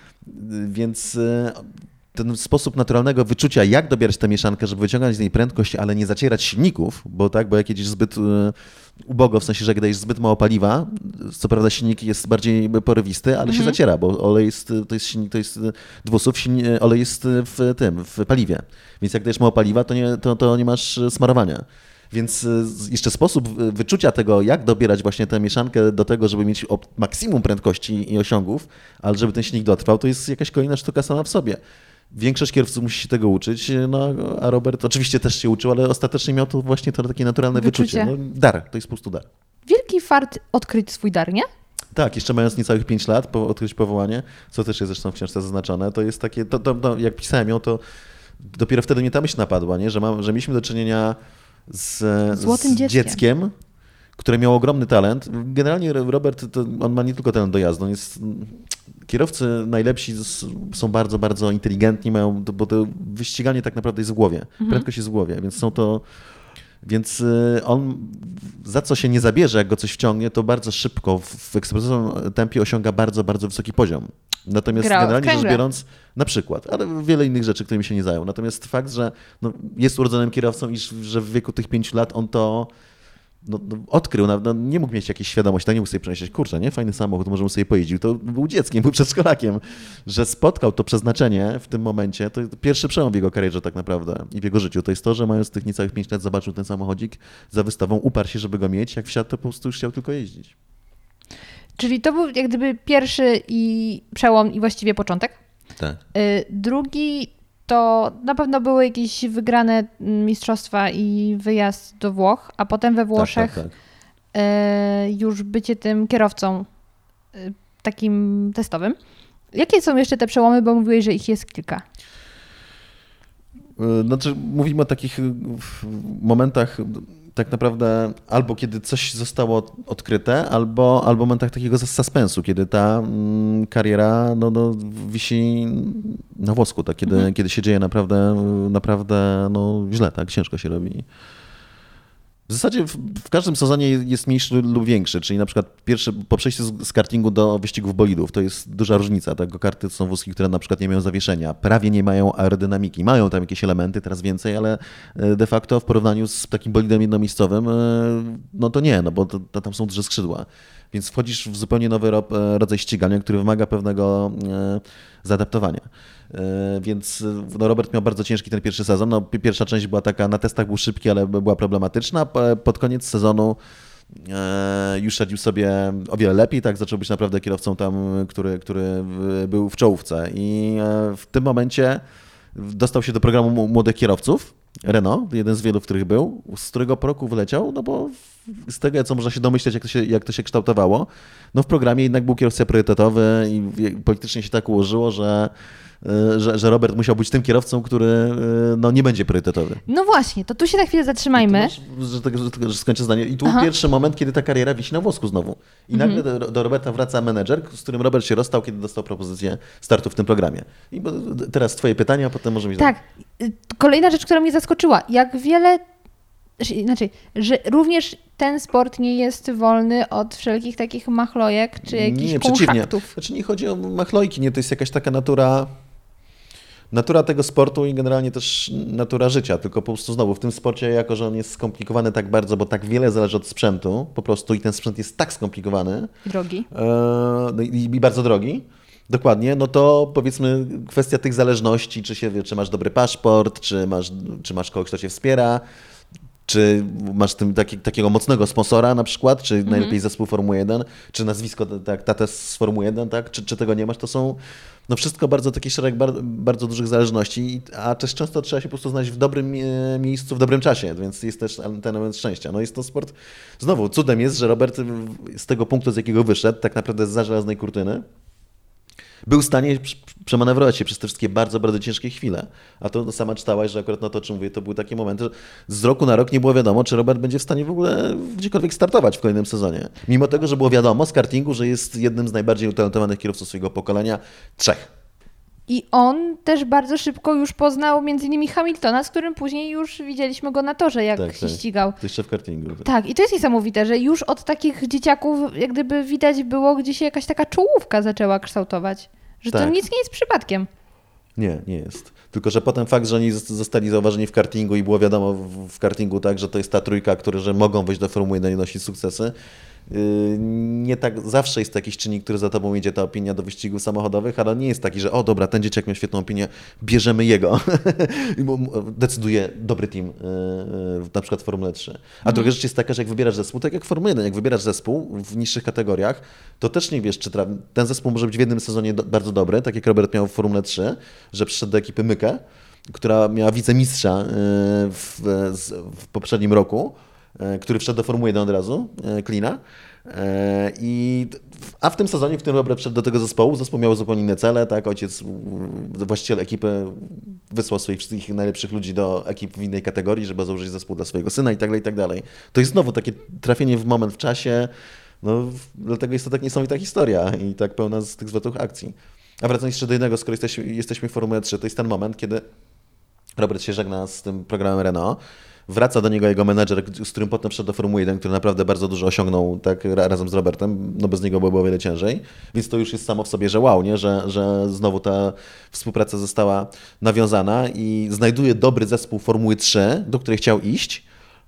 Więc e, ten sposób naturalnego wyczucia, jak dobierać tę mieszankę, żeby wyciągać z niej prędkość, ale nie zacierać silników, bo tak, bo jak jedziesz zbyt e, ubogo, w sensie, że jak dajesz zbyt mało paliwa, co prawda silnik jest bardziej porywisty, ale mhm. się zaciera, bo olej jest, to jest silnik, to jest dwusów, silnik, olej jest w tym, w paliwie. Więc jak dajesz mało paliwa, to nie, to, to nie masz smarowania. Więc jeszcze sposób wyczucia tego, jak dobierać właśnie tę mieszankę do tego, żeby mieć maksimum prędkości i osiągów, ale żeby ten silnik dotrwał, to jest jakaś kolejna sztuka sama w sobie. Większość kierowców musi się tego uczyć, no, a Robert oczywiście też się uczył, ale ostatecznie miał to właśnie to takie naturalne wyczucie. wyczucie. No, dar, to jest po prostu dar. Wielki fart odkryć swój dar, nie? Tak, jeszcze mając niecałych pięć lat, po, odkryć powołanie, co też jest zresztą w książce zaznaczone, to jest takie, to, to, to, jak pisałem ją, to dopiero wtedy mnie ta myśl napadła, nie? Że, mam, że mieliśmy do czynienia z, Złotym z dzieckiem. dzieckiem, które miało ogromny talent. Generalnie Robert, to on ma nie tylko talent do jazdy, on jest... Kierowcy najlepsi są bardzo, bardzo inteligentni, mają, bo to wyściganie tak naprawdę jest w głowie. Mhm. Prędkość jest w głowie, więc są to... Więc on za co się nie zabierze, jak go coś wciągnie, to bardzo szybko w ekspresowym tempie osiąga bardzo, bardzo wysoki poziom. Natomiast Grał generalnie rzecz biorąc, na przykład, ale wiele innych rzeczy, którymi się nie zajął. Natomiast fakt, że no, jest urodzonym kierowcą i że w wieku tych pięciu lat on to no, no, odkrył, no, nie mógł mieć jakiejś świadomości, tak nie mógł sobie przemyśleć, kurczę, nie, fajny samochód, może mu sobie pojeździł. To był dzieckiem, był przedszkolakiem, że spotkał to przeznaczenie w tym momencie, to pierwszy przełom w jego karierze tak naprawdę i w jego życiu. To jest to, że mając tych niecałych pięć lat zobaczył ten samochodzik za wystawą, uparł się, żeby go mieć, jak wsiadł, to po prostu już chciał tylko jeździć. Czyli to był jak gdyby pierwszy i przełom i właściwie początek. Tak. Drugi to na pewno były jakieś wygrane mistrzostwa i wyjazd do Włoch, a potem we Włoszech tak, tak, tak. już bycie tym kierowcą takim testowym. Jakie są jeszcze te przełomy, bo mówiłeś, że ich jest kilka? Znaczy, mówimy o takich momentach tak naprawdę albo kiedy coś zostało odkryte, albo, albo momentach takiego suspensu, kiedy ta mm, kariera no, no, wisi na włosku, tak? Kiedy, mhm. kiedy się dzieje naprawdę, naprawdę no, źle, tak? Ciężko się robi. W zasadzie w, w każdym sezonie jest mniejszy lub większy, czyli na przykład pierwszy, po przejściu z, z kartingu do wyścigów bolidów, to jest duża różnica. Tak? Go-karty są wózki, które na przykład nie mają zawieszenia, prawie nie mają aerodynamiki, mają tam jakieś elementy, teraz więcej, ale de facto w porównaniu z takim bolidem jednomiejscowym, no to nie, no bo to, to tam są duże skrzydła. Więc wchodzisz w zupełnie nowy rodzaj ścigania, który wymaga pewnego zaadaptowania. Więc no Robert miał bardzo ciężki ten pierwszy sezon. No, pierwsza część była taka, na testach był szybki, ale była problematyczna. Pod koniec sezonu już radził sobie o wiele lepiej, tak, zaczął być naprawdę kierowcą tam, który, który był w czołówce. I w tym momencie dostał się do programu młodych kierowców, Renault, jeden z wielu, w których był, z którego po roku wyleciał, no bo z tego, co można się domyśleć, jak to się, jak to się kształtowało, no w programie jednak był kierowca priorytetowy i politycznie się tak ułożyło, że Że, że Robert musiał być tym kierowcą, który no, nie będzie priorytetowy. No właśnie, to tu się na chwilę zatrzymajmy. Masz, że, że, że skończę zdanie. I tu Aha. pierwszy moment, kiedy ta kariera wisi na włosku znowu. I Mhm. nagle do, do Roberta wraca menedżer, z którym Robert się rozstał, kiedy dostał propozycję startu w tym programie. I bo, teraz twoje pytania, a potem możemy iść Tak. Kolejna rzecz, która mnie zaskoczyła. Jak wiele... Znaczy, że również ten sport nie jest wolny od wszelkich takich machlojek czy jakichś Nie, przeciwnie. konszaktów. Znaczy nie chodzi o machlojki, nie, to jest jakaś taka natura, natura tego sportu i generalnie też natura życia, tylko po prostu znowu w tym sporcie, jako że on jest skomplikowany tak bardzo, bo tak wiele zależy od sprzętu po prostu i ten sprzęt jest tak skomplikowany. Drogi. E, no i, i bardzo drogi. Dokładnie, no to powiedzmy kwestia tych zależności, czy, się, czy masz dobry paszport, czy masz, czy masz kogoś, kto cię wspiera, czy masz tym taki, takiego mocnego sponsora na przykład, czy Mhm. najlepiej zespół Formuły jeden, czy nazwisko tak, tatę z Formuły jeden, tak? czy, czy tego nie masz, to są no wszystko bardzo taki szereg bar, bardzo dużych zależności, a też często trzeba się po prostu znaleźć w dobrym e, miejscu, w dobrym czasie, więc jest też ten element szczęścia. No jest to sport, znowu cudem jest, że Robert z tego punktu, z jakiego wyszedł, tak naprawdę zza żelaznej kurtyny, był w stanie przemanewrować się przez te wszystkie bardzo, bardzo ciężkie chwile. A to sama czytałaś, że akurat na to, o czym mówię, to były takie momenty, że z roku na rok nie było wiadomo, czy Robert będzie w stanie w ogóle gdziekolwiek startować w kolejnym sezonie. Mimo tego, że było wiadomo z kartingu, że jest jednym z najbardziej utalentowanych kierowców swojego pokolenia, trzech. I on też bardzo szybko już poznał między innymi Hamiltona, z którym później już widzieliśmy go na torze, jak Tak, się tak. ścigał. To jeszcze w kartingu. Tak. Tak, i to jest niesamowite, że już od takich dzieciaków jak gdyby widać było, gdzie się jakaś taka czołówka zaczęła kształtować. Że to Tak. nic nie jest przypadkiem. Nie, nie jest. Tylko, że potem fakt, że oni zostali zauważeni w kartingu i było wiadomo w, w kartingu tak, że to jest ta trójka, którzy że mogą wejść do Formuły jeden i nosić sukcesy. Yy, nie tak zawsze jest to jakiś czynnik, który za tobą jedzie ta opinia do wyścigów samochodowych, ale nie jest taki, że o dobra, ten dzieciak miał świetną opinię, bierzemy jego. Decyduje dobry team, yy, na przykład w Formule trzy. A Mhm. druga rzecz jest taka, że jak wybierasz zespół, tak jak w Formule jeden, jak wybierasz zespół w niższych kategoriach, to też nie wiesz, czy tra- ten zespół może być w jednym sezonie do- bardzo dobry, tak jak Robert miał w Formule trzy, że przyszedł do ekipy Mykę, która miała wicemistrza yy, w, z- w poprzednim roku, który wszedł do Formuły jeden od razu, Klina. I, a w tym sezonie, w którym Robert wszedł do tego zespołu, zespół miał zupełnie inne cele, tak? Ojciec, właściciel ekipy wysłał swoich wszystkich najlepszych ludzi do ekip w innej kategorii, żeby założyć zespół dla swojego syna i tak dalej, i tak dalej. To jest znowu takie trafienie w moment w czasie, no dlatego jest to tak niesamowita historia i tak pełna z tych zwrotów akcji. A wracając jeszcze do jednego, skoro jesteśmy, jesteśmy w Formule trzy, to jest ten moment, kiedy Robert się żegna z tym programem Renault. Wraca do niego jego menedżer, z którym potem wszedł do Formuły jeden, który naprawdę bardzo dużo osiągnął tak razem z Robertem, no bez niego było o wiele ciężej, więc to już jest samo w sobie, że wow, nie? Że, że znowu ta współpraca została nawiązana i znajduje dobry zespół Formuły trzy, do której chciał iść.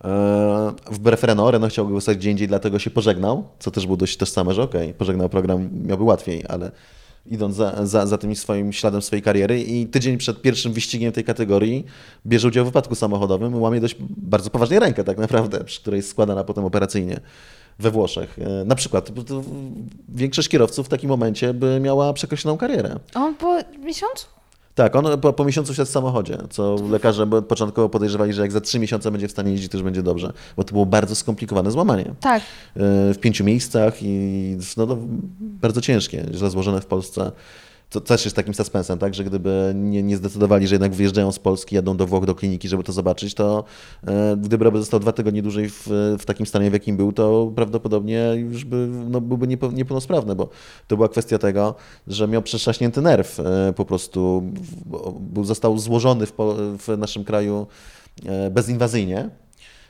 Wbrew Renault, Renault chciał go wysłać gdzie indziej, dlatego się pożegnał, co też było dość tożsame, że okej, okay, pożegnał program, miałby łatwiej, ale idąc za, za, za tym swoim śladem swojej kariery i tydzień przed pierwszym wyścigiem tej kategorii bierze udział w wypadku samochodowym, łamie dość bardzo poważnie rękę tak naprawdę, przy której jest składana potem operacyjnie we Włoszech. Na przykład większość kierowców w takim momencie by miała przekreśloną karierę. On po miesiącu? Tak, on po, po miesiącu siadł w samochodzie, co lekarze początkowo podejrzewali, że jak za trzy miesiące będzie w stanie jeździć, to już będzie dobrze, bo to było bardzo skomplikowane złamanie. Tak. W pięciu miejscach i no, no, bardzo ciężkie, źle złożone w Polsce. To też jest takim suspensem, tak, że gdyby nie, nie zdecydowali, że jednak wyjeżdżają z Polski, jadą do Włoch, do kliniki, żeby to zobaczyć, to e, gdyby Robert został dwa tygodnie dłużej w, w takim stanie, w jakim był, to prawdopodobnie już by, no, byłby niepo, niepełnosprawny, bo to była kwestia tego, że miał przetrzaśnięty nerw e, po prostu, był, został złożony w, w naszym kraju e, bezinwazyjnie.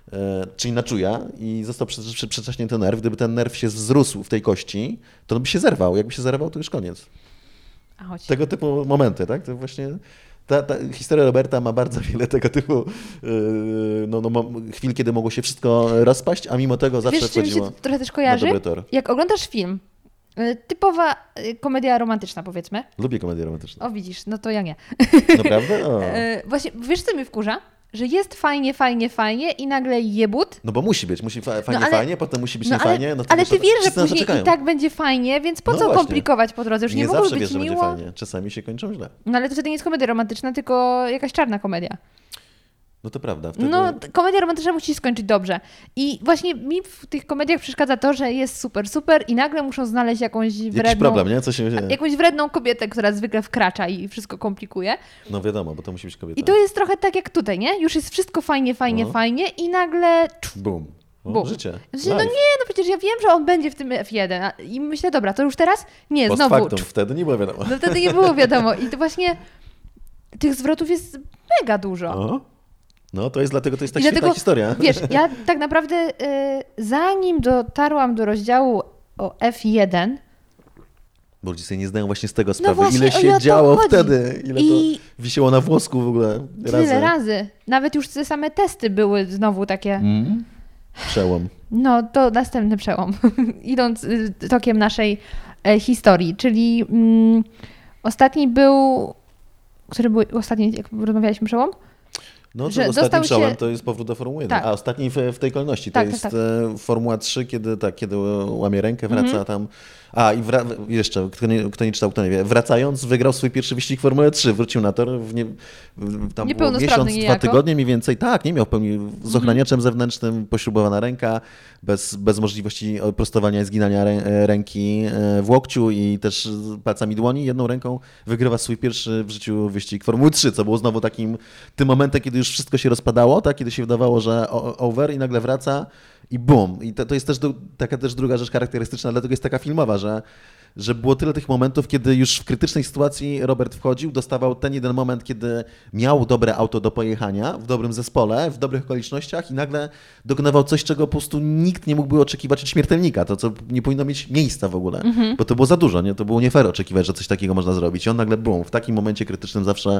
czyli na czuja i został przeciśnięty nerw. Gdyby ten nerw się wzrósł w tej kości, to on by się zerwał. Jakby się zerwał, to już koniec. A chodź. Tego typu momenty, tak? To właśnie ta, ta historia Roberta ma bardzo wiele tego typu yy, no, no, chwil, kiedy mogło się wszystko rozpaść, a mimo tego zawsze Wiesz, czym wchodziło się to trochę też kojarzy? na dobry tor. Jak oglądasz film, typowa komedia romantyczna, powiedzmy. Lubię komedię romantyczną. O, widzisz, no to ja nie. Naprawdę? O. Właśnie, wiesz, co mnie wkurza? Że jest fajnie, fajnie, fajnie i nagle jebut. No bo musi być, musi fa- fajnie, ale, fajnie, potem musi być no niefajnie. Ale, no to ale wiesz, ty wiesz, że wszyscy na to później czekają. i tak będzie fajnie, więc po No co właśnie. komplikować po drodze? Już nie, Nie mogło zawsze być wiesz, że będzie miło. fajnie. Czasami się kończą źle. No ale to wtedy nie jest komedia romantyczna, tylko jakaś czarna komedia. No to prawda. Wtedy... No, komedia romantyczna musi się skończyć dobrze. I właśnie mi w tych komediach przeszkadza to, że jest super, super i nagle muszą znaleźć jakąś wredną... Jakiś problem, nie? Co się dzieje? Jakąś wredną kobietę, która zwykle wkracza i wszystko komplikuje. No wiadomo, bo to musi być kobieta. I to jest trochę tak jak tutaj, nie? Już jest wszystko fajnie, fajnie, No. fajnie i nagle... Bum. O, Bum. życie. Znaczy, no nie, no przecież ja wiem, że on będzie w tym F jeden. a- I myślę, dobra, to już teraz? Nie, Post znowu. factum, wtedy nie było wiadomo. No wtedy nie było wiadomo. I to właśnie tych zwrotów jest mega dużo. O. No to jest dlatego, to jest tak I świetna dlatego, historia. Wiesz, ja tak naprawdę y, zanim dotarłam do rozdziału o F jeden, Bo ludzie sobie nie zdają właśnie z tego sprawy, właśnie, ile o się to działo chodzi. wtedy, ile I- to wisiało na włosku w ogóle razy. tyle razy. Nawet już te same testy były znowu takie. Mm. Przełom. No to następny przełom. Idąc y, tokiem naszej e, historii, czyli mm, ostatni był, który był ostatni, jak rozmawialiśmy, przełom? No Że to dostał ostatnim się- przełom to jest powrót do Formuły jeden, Tak. a ostatni w, w tej kolejności Tak, to tak, jest tak. e, Formuła trzy, kiedy, tak, kiedy łamie rękę, wraca Mhm. tam. A i wra- jeszcze, kto nie, kto nie czytał, kto nie wie, wracając wygrał swój pierwszy wyścig w Formule trzy, wrócił na tor, w nie, w, tam było Niepełnosprawny miesiąc, dwa niejako. tygodnie mniej więcej, tak, nie miał w pełni, z Mhm. ochraniaczem zewnętrznym, pośrubowana ręka, bez, bez możliwości prostowania i zginania rę, ręki e, w łokciu i też palcami dłoni, jedną ręką wygrywa swój pierwszy w życiu wyścig Formuły trzy, co było znowu takim tym momentem, kiedy już wszystko się rozpadało, tak, kiedy się wydawało, że o- over i nagle wraca i bum. I to, to jest też do, taka też druga rzecz charakterystyczna, dlatego jest taka filmowa, że, że było tyle tych momentów, kiedy już w krytycznej sytuacji Robert wchodził, dostawał ten jeden moment, kiedy miał dobre auto do pojechania, w dobrym zespole, w dobrych okolicznościach i nagle dokonywał coś, czego po prostu nikt nie mógłby oczekiwać od śmiertelnika, to co nie powinno mieć miejsca w ogóle, Mhm. bo to było za dużo, nie? To było nie fair oczekiwać, że coś takiego można zrobić. I on nagle bum, w takim momencie krytycznym zawsze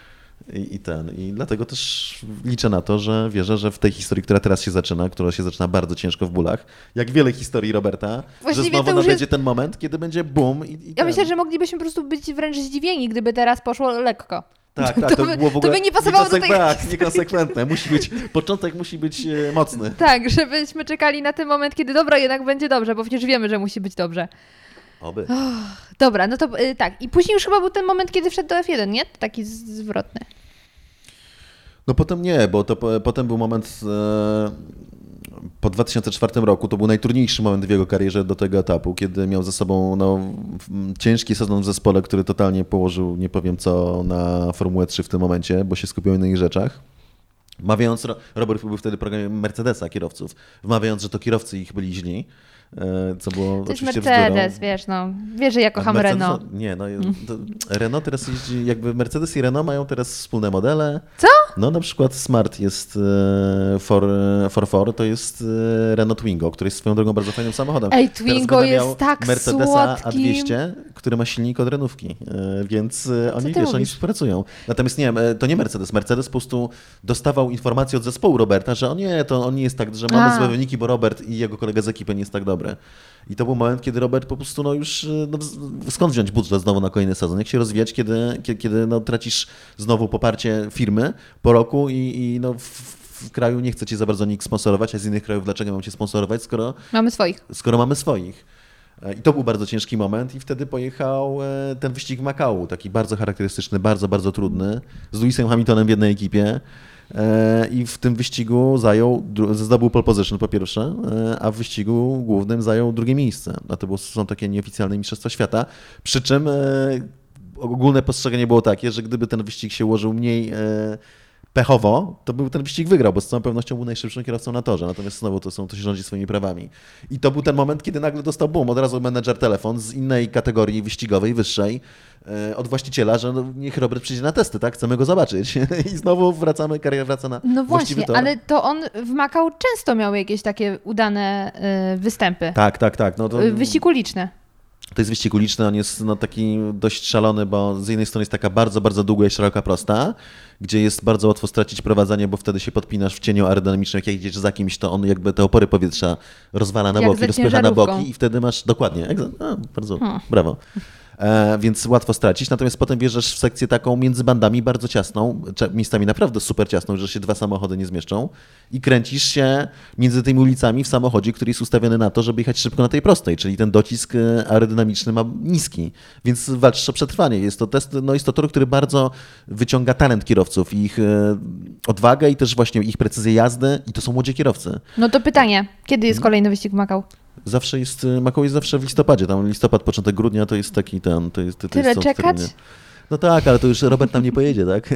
I, I ten. I dlatego też liczę na to, że wierzę, że w tej historii, która teraz się zaczyna, która się zaczyna bardzo ciężko w bólach, jak wiele historii Roberta, Właściwie że znowu to już nadejdzie jest- ten moment, kiedy będzie boom i, i Ja ten. myślę, że moglibyśmy po prostu być wręcz zdziwieni, gdyby teraz poszło lekko. Tak, tak, to to, by- było w to ogóle by nie pasowało do niekonsek- tej Tak, niekonsekwentne. Musi być, początek musi być e, mocny. Tak, żebyśmy czekali na ten moment, kiedy dobra, jednak będzie dobrze, bo przecież wiemy, że musi być dobrze. Oby. Dobra, no to y, tak. I później już chyba był ten moment, kiedy wszedł do F jeden, nie? Taki z- zwrotny. No potem nie, bo to po, potem był moment e, po dwa tysiące czwartym roku, to był najtrudniejszy moment w jego karierze do tego etapu, kiedy miał ze sobą no, w- ciężki sezon w zespole, który totalnie położył, nie powiem co, na Formułę trzy w tym momencie, bo się skupiał na innych rzeczach. Wmawiając, Ro- Robert był wtedy w programie Mercedesa kierowców, wmawiając, że to kierowcy ich byli źli, e, co było To jest oczywiście Mercedes, bzdurą. wiesz, no. Wiesz, że ja kocham A Mercedes- Renault. Nie, no to Renault teraz jeździ, jakby Mercedes i Renault mają teraz wspólne modele. Co? No na przykład Smart jest e, for, for four, to jest e, Renault Twingo, który jest swoją drogą bardzo fajnym samochodem. Ej, Teraz Twingo będę jest miał tak Mercedesa słodkim. A dwieście, który ma silnik od Renówki, e, więc e, oni, ty wiesz, oni mówisz? współpracują. Natomiast nie wiem, e, to nie Mercedes. Mercedes po prostu dostawał informację od zespołu Roberta, że o nie, to on nie jest tak, że mamy A. złe wyniki, bo Robert i jego kolega z ekipy nie jest tak dobry. I to był moment, kiedy Robert po prostu, no już, no, z- skąd wziąć budżet znowu na kolejny sezon? Jak się rozwijać, kiedy, kiedy, kiedy no, tracisz znowu poparcie firmy po roku i, i no, w, w kraju nie chce cię za bardzo nikt sponsorować, a z innych krajów dlaczego mam cię sponsorować, skoro, Mamy swoich. skoro mamy swoich? E, I to był bardzo ciężki moment i wtedy pojechał e, ten wyścig w Makau, taki bardzo charakterystyczny, bardzo, bardzo trudny, z Lewisem Hamiltonem w jednej ekipie. E, I w tym wyścigu zajął, dru- zdobył pole position po pierwsze, e, a w wyścigu głównym zajął drugie miejsce. A to było, są takie nieoficjalne mistrzostwa świata. Przy czym e, ogólne postrzeganie było takie, że gdyby ten wyścig się ułożył mniej e, pechowo, to był ten wyścig wygrał, bo z całą pewnością był najszybszym kierowcą na torze. Natomiast znowu to, są, to się rządzi swoimi prawami. I to był ten moment, kiedy nagle dostał boom. Od razu menedżer telefon z innej kategorii wyścigowej, wyższej, e, od właściciela, że no, niech Robert przyjdzie na testy, tak? Chcemy go zobaczyć. I znowu wracamy, kariera wraca na No właściwy właśnie, tor. ale to on w Macau często miał jakieś takie udane y, występy. Tak, tak, tak. No to... Y, Wyścig uliczny. To jest wyścig uliczny, on jest no, taki dość szalony, bo z jednej strony jest taka bardzo, bardzo długa i szeroka prosta, gdzie jest bardzo łatwo stracić prowadzenie, bo wtedy się podpinasz w cieniu aerodynamicznym, jak jedziesz za kimś, to on jakby te opory powietrza rozwala na Jak boki, ze rozpycha na ciężarówką. boki i wtedy masz dokładnie, egza- a, bardzo, Hmm. brawo. E, więc łatwo stracić, natomiast potem wjeżdżasz w sekcję taką między bandami bardzo ciasną, cze- miejscami naprawdę super ciasną, że się dwa samochody nie zmieszczą i kręcisz się między tymi ulicami w samochodzie, który jest ustawiony na to, żeby jechać szybko na tej prostej, czyli ten docisk e, aerodynamiczny ma niski, więc walczysz o przetrwanie. Jest to test, no jest to tor, który bardzo wyciąga talent kierowców, ich e, odwagę i też właśnie ich precyzję jazdy i to są młodzi kierowcy. No to pytanie, kiedy jest kolejny wyścig w Macau? Zawsze jest, Macau jest zawsze w listopadzie, tam listopad, początek grudnia to jest taki ten, to jest, to Tyle jest są czekać? terminy. No tak, ale to już Robert tam nie pojedzie, tak?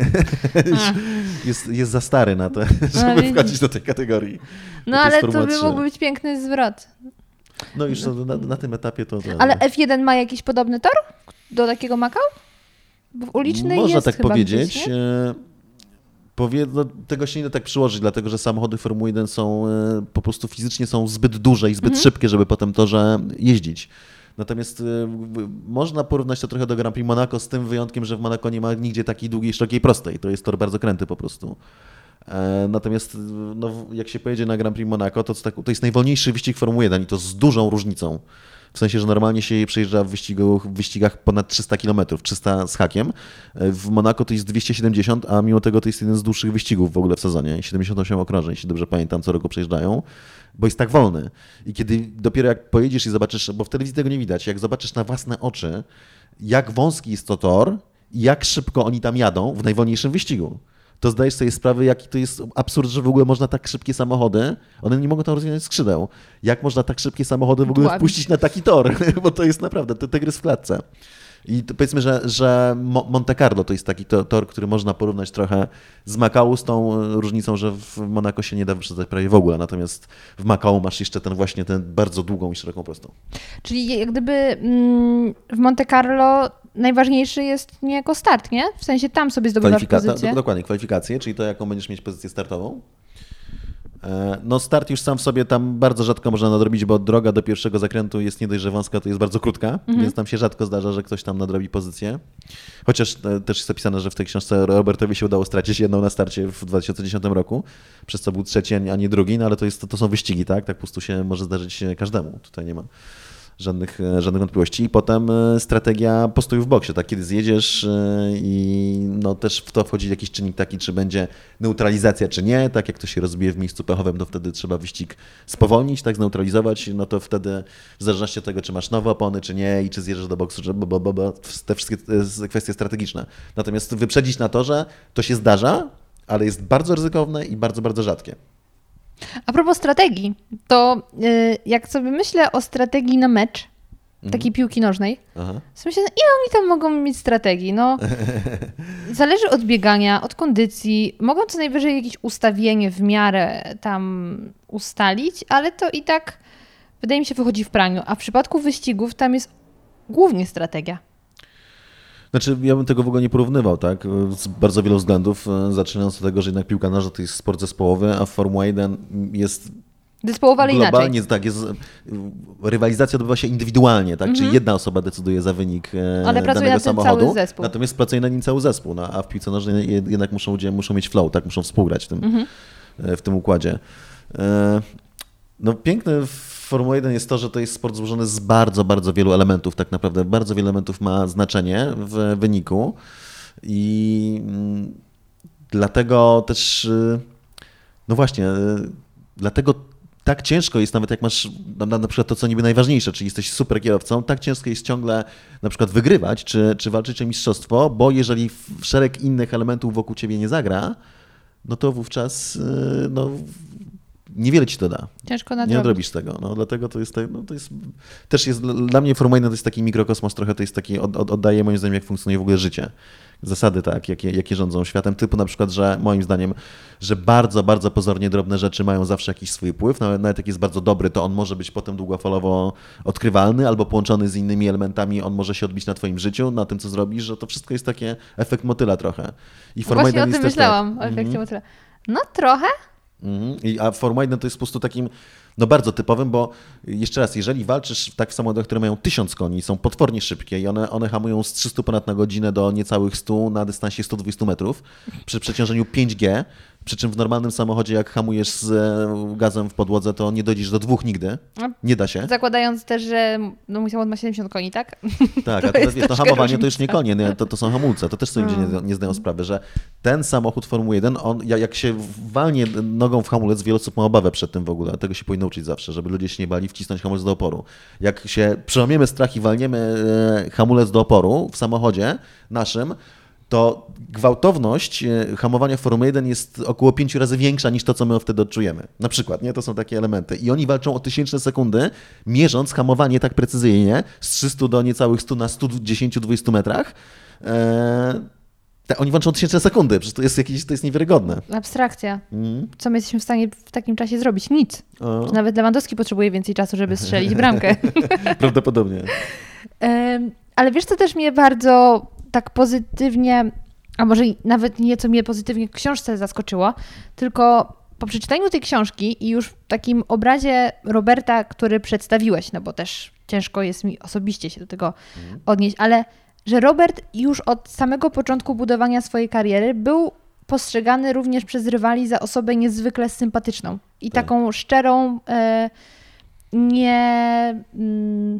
jest, jest za stary na to, żeby widzisz. wchodzić do tej kategorii. No to jest ale to Formuła by trzy. mógł być piękny zwrot. No już to, na, na tym etapie to... to Ale F jeden ma jakiś podobny tor do takiego Macau? Bo w uliczny Można jest tak chyba powiedzieć. gdzieś, nie? E, Powie, no, tego się nie da tak przyłożyć, dlatego że samochody Formuły jeden są e, po prostu fizycznie są zbyt duże i zbyt Mhm. szybkie, żeby po tym torze jeździć. Natomiast e, w- można porównać to trochę do Grand Prix Monaco z tym wyjątkiem, że w Monaco nie ma nigdzie takiej długiej, szerokiej, prostej. To jest tor bardzo kręty po prostu. E, Natomiast no, w- jak się pojedzie na Grand Prix Monaco, to, to jest najwolniejszy wyścig Formuły jeden i to z dużą różnicą. W sensie, że normalnie się je przejeżdża w, wyścigu, w wyścigach ponad trzysta kilometrów, trzysta z hakiem. W Monako to jest dwieście siedemdziesiąt, a mimo tego to jest jeden z dłuższych wyścigów w ogóle w sezonie. siedemdziesiąt osiem okrążeń, jeśli dobrze pamiętam, co roku przejeżdżają, bo jest tak wolny. I kiedy dopiero jak pojedziesz i zobaczysz, bo w telewizji tego nie widać, jak zobaczysz na własne oczy, jak wąski jest to tor i jak szybko oni tam jadą w najwolniejszym wyścigu, to zdajesz sobie sprawę, jaki to jest absurd, że w ogóle można tak szybkie samochody, one nie mogą tam rozwinąć skrzydeł. Jak można tak szybkie samochody w ogóle Dławić. wpuścić na taki tor? Bo to jest naprawdę, to tygrys w klatce. I to powiedzmy, że, że Mo- Monte Carlo to jest taki to, tor, który można porównać trochę z Macau, z tą e, różnicą, że w Monako się nie da wyprzedzać prawie w ogóle, natomiast w Macau masz jeszcze ten właśnie tę bardzo długą i szeroką prostą. Czyli jak gdyby mm, w Monte Carlo najważniejszy jest niejako start, nie? W sensie tam sobie zdobywasz Kwalifika- pozycję. do- Dokładnie, kwalifikacje, czyli to, jaką będziesz mieć pozycję startową. E, No start już sam w sobie tam bardzo rzadko można nadrobić, bo droga do pierwszego zakrętu jest nie dość, że wąska, to jest bardzo krótka, więc tam się rzadko zdarza, że ktoś tam nadrobi pozycję. Chociaż e, też jest napisane, że w tej książce Robertowi się udało stracić jedną na starcie w dwa tysiące dziesiątym roku, przez co był trzeci, a nie- a nie drugi, no ale to, jest, to, to są wyścigi, tak? Tak po prostu się może zdarzyć każdemu. Tutaj nie ma żadnych, e, żadnych wątpliwości. I potem e, strategia postoju w boksie, tak, kiedy zjedziesz e, i no też w to wchodzi jakiś czynnik taki, czy będzie neutralizacja, czy nie, tak jak to się rozbije w miejscu pechowym, to wtedy trzeba wyścig spowolnić, tak, zneutralizować, no to wtedy w zależności od tego, czy masz nowe opony, czy nie i czy zjeżdżasz do boksu, czy bo, bo, bo, bo te wszystkie e, kwestie strategiczne. Natomiast wyprzedzić na torze, to się zdarza, ale jest bardzo ryzykowne i bardzo, bardzo rzadkie. A propos strategii, to y, jak sobie myślę o strategii na mecz, takiej piłki nożnej, Aha. to myślę, ile oni tam mogą mieć strategii? No, zależy od biegania, od kondycji. Mogą co najwyżej jakieś ustawienie w miarę tam ustalić, ale to i tak wydaje mi się wychodzi w praniu. A w przypadku wyścigów tam jest głównie strategia. Znaczy, ja bym tego w ogóle nie porównywał, tak? Z bardzo wielu względów, e, zaczynając od tego, że jednak piłka nożna to jest sport zespołowy, a Formuła jeden jest Zespołowo, ale inaczej. globalnie, tak, jest, rywalizacja odbywa się indywidualnie, tak? Czyli jedna osoba decyduje za wynik e, Ale pracuje danego nad tym samochodu, cały zespół. natomiast pracuje nad nim cały zespół, no, a w piłce nożnej jed- jednak muszą, ludzie muszą mieć flow, tak? Muszą współgrać w tym, e, w tym układzie. E, No piękne w Formuła jeden jest to, że to jest sport złożony z bardzo, bardzo wielu elementów. Tak naprawdę bardzo wiele elementów ma znaczenie w wyniku i mm, dlatego też, y, no właśnie, y, dlatego tak ciężko jest, nawet jak masz na, na przykład to, co niby najważniejsze, czyli jesteś super kierowcą, tak ciężko jest ciągle na przykład wygrywać, czy, czy walczyć o mistrzostwo, bo jeżeli w- szereg innych elementów wokół ciebie nie zagra, no to wówczas y, no, niewiele ci to da. Ciężko Nie nadrobić. nadrobisz tego. No, dlatego to jest, no, to jest też jest, dla mnie Formuła jeden to jest taki mikrokosmos trochę, to jest taki, od, od, oddaje moim zdaniem, jak funkcjonuje w ogóle życie. Zasady, tak, jakie, jakie rządzą światem, typu na przykład, że moim zdaniem, że bardzo, bardzo pozornie drobne rzeczy mają zawsze jakiś swój wpływ, nawet, nawet jak jest bardzo dobry, to on może być potem długofalowo odkrywalny albo połączony z innymi elementami, on może się odbić na twoim życiu, na tym, co zrobisz, że to wszystko jest takie efekt motyla trochę. I Formuła Właśnie o jeden tym jest też myślałam, tak. o efekcie Mhm. motyla. No trochę. Mhm. I, a Formuła jeden to jest po prostu takim, no bardzo typowym, bo jeszcze raz, jeżeli walczysz tak w samochodach, które mają tysiąc koni, są potwornie szybkie i one, one hamują z trzysta ponad na godzinę do niecałych stu na dystansie sto dwadzieścia metrów przy przeciążeniu pięć G, przy czym w normalnym samochodzie jak hamujesz z e, gazem w podłodze, to nie dojdziesz do dwóch nigdy. Nie da się. Zakładając też, że no, mój samochód ma siedemdziesiąt koni, tak? Tak, To a to, jest wiesz, to troszkę hamowanie to już nie różnica. konie, nie? To, to są hamulce. To też sobie ludzie nie, nie zdają sprawy, że ten samochód Formuły jeden, on, ja- jak się walnie nogą w hamulec, wiele osób ma obawę przed tym w ogóle. Tego się powinno uczyć zawsze, żeby ludzie się nie bali wcisnąć hamulec do oporu. Jak się przełamiemy strach i walniemy e, hamulec do oporu w samochodzie naszym, to gwałtowność e, hamowania Formuły jeden jest około pięciu razy większa niż to, co my wtedy odczujemy. Na przykład, nie? To są takie elementy. I oni walczą o tysięczne sekundy, mierząc hamowanie tak precyzyjnie z trzystu do niecałych stu na stu dziesięciu do dwudziestu metrach. E, te, oni walczą o tysięczne sekundy, przecież to jest jakieś, to jest niewiarygodne. Abstrakcja. Mm. Co my jesteśmy w stanie w takim czasie zrobić? Nic. O, Że nawet Lewandowski potrzebuje więcej czasu, żeby strzelić bramkę. prawdopodobnie. Em, Ale wiesz, co też mnie bardzo tak pozytywnie, a może i nawet nieco mnie pozytywnie w książce zaskoczyło, tylko po przeczytaniu tej książki i już w takim obrazie Roberta, który przedstawiłeś, no bo też ciężko jest mi osobiście się do tego odnieść, ale że Robert już od samego początku budowania swojej kariery był postrzegany również przez rywali za osobę niezwykle sympatyczną i Tak. taką szczerą, e, nie... Mm,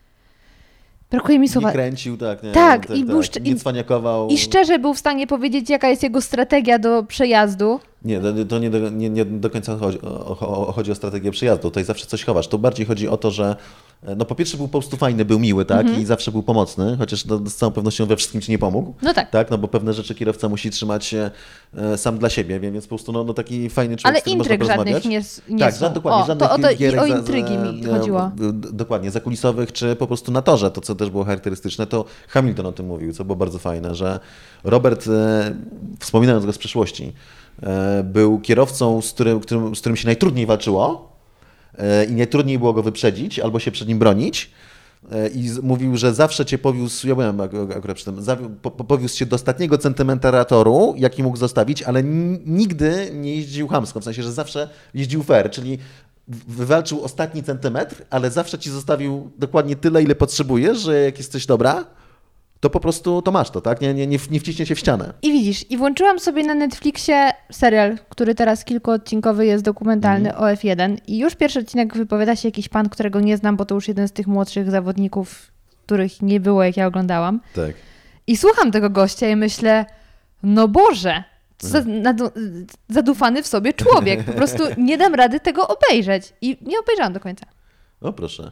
brakuje mi słowa. Nie kręcił, tak. Nie, Tak, tak, i był tak. szcz- Nie i- cwaniakował. I szczerze był w stanie powiedzieć, jaka jest jego strategia do przejazdu. Nie, to- to nie do, nie, nie do końca chodzi o, o, chodzi o strategię przyjazdu. Tutaj zawsze coś chowasz. Tu bardziej chodzi o to, że no po pierwsze był po prostu fajny, był miły, tak? Mhm. I zawsze był pomocny, chociaż no, z całą pewnością we wszystkim ci nie pomógł. No tak. Tak, no bo pewne rzeczy kierowca musi trzymać e, sam dla siebie, więc po prostu no, no taki fajny człowiek, Ale z którym można intryg żadnych porozmawiać. nie, s- nie Tak, są. ża- dokładnie, o, żadnych to, o to i gierek o za- intrygi za- mi e, chodziło. d- Dokładnie, zakulisowych, czy po prostu na torze, to co też było charakterystyczne, to Hamilton o tym mówił, co było bardzo fajne, że Robert, e, wspominając go z przeszłości, e, był kierowcą, z którym, którym, z którym się najtrudniej walczyło e, i najtrudniej było go wyprzedzić albo się przed nim bronić. E, I z- mówił, że zawsze cię powiózł, ja byłem ak- ak- akurat przy tym, zawi- po, po- powiózł cię do ostatniego centymetra toru, jaki mógł zostawić, ale n- nigdy nie jeździł chamsko, w sensie, że zawsze jeździł fair, czyli w- wywalczył ostatni centymetr, ale zawsze ci zostawił dokładnie tyle, ile potrzebujesz, że jak jesteś dobra, to po prostu to masz to, tak? Nie, nie, nie, w- nie wciśnie cię w ścianę. I widzisz, i włączyłam sobie na Netflixie serial, który teraz kilkuodcinkowy jest dokumentalny Mhm. o F jeden i już pierwszy odcinek wypowiada się jakiś pan, którego nie znam, bo to już jeden z tych młodszych zawodników, których nie było, jak ja oglądałam. Tak. I słucham tego gościa i myślę, no Boże, co za Mhm. nadu- zadufany w sobie człowiek. Po prostu nie dam rady tego obejrzeć. I nie obejrzałam do końca. O proszę.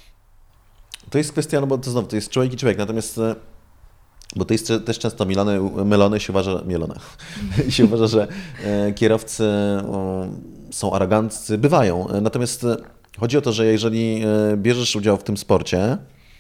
To jest kwestia, no bo to znowu, to jest człowiek i człowiek, natomiast e, bo to jest cze- też często mylone, mylone się uważa, mielone, się uważa, że e, kierowcy o, są aroganccy, bywają. E, Natomiast e, chodzi o to, że jeżeli e, bierzesz udział w tym sporcie,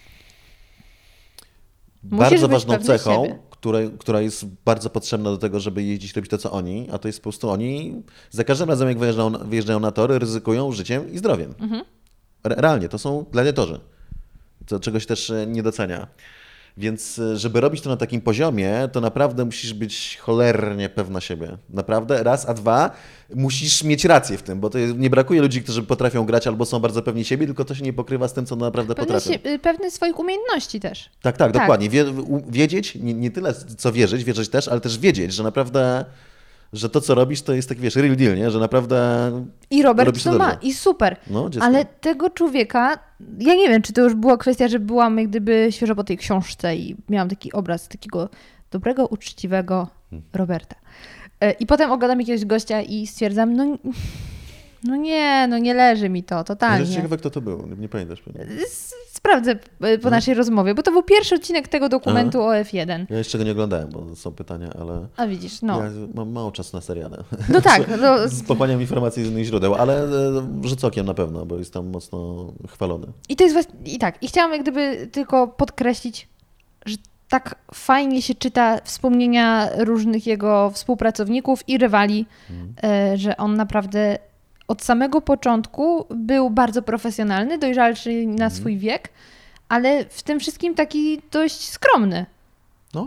Musisz bardzo być ważną pewny cechą, siebie. której, która jest bardzo potrzebna do tego, żeby jeździć, robić to, co oni, a to jest po prostu oni za każdym razem, jak wyjeżdżają, na- wyjeżdżają na tory, ryzykują życiem i zdrowiem. Mhm. Re- Realnie, to są gladiatorzy, co czegoś też e, nie docenia. Więc e, żeby robić to na takim poziomie, to naprawdę musisz być cholernie pewna siebie. Naprawdę, raz, a dwa, musisz mieć rację w tym, bo to jest, nie brakuje ludzi, którzy potrafią grać albo są bardzo pewni siebie, tylko to się nie pokrywa z tym, co naprawdę Pewny, potrafią. się, pewny swoich umiejętności też. Tak, tak, Tak. dokładnie. Wie, u- wiedzieć, nie, nie tyle co wierzyć, wierzyć też, ale też wiedzieć, że naprawdę, że to, co robisz, to jest tak, wiesz, real deal, nie? Że naprawdę I Robert robisz to to ma. dobrze. I super. No, dziecko. Ale tego człowieka, ja nie wiem, czy to już była kwestia, że byłam jak gdyby świeżo po tej książce i miałam taki obraz takiego dobrego, uczciwego Hmm. Roberta. E, I potem oglądam jakiegoś gościa i stwierdzam, no, no nie, no nie leży mi to Ale totalnie. ciekawe, kto to był, nie, nie pamiętasz pewnie. Z, z sprawdzę po naszej rozmowie, bo to był pierwszy odcinek tego dokumentu Aha. o F jeden. Ja jeszcze go nie oglądałem, bo są pytania, ale... A widzisz, no. Ja mam mało czasu na seriale. No tak. No... Pochłaniam informacje z innych źródeł, ale rzucę okiem na pewno, bo jest tam mocno chwalony. I to jest właśnie... I tak, i chciałam jak gdyby tylko podkreślić, że tak fajnie się czyta wspomnienia różnych jego współpracowników i rywali, hmm. że on naprawdę od samego początku był bardzo profesjonalny, dojrzalszy na hmm. swój wiek, ale w tym wszystkim taki dość skromny. No.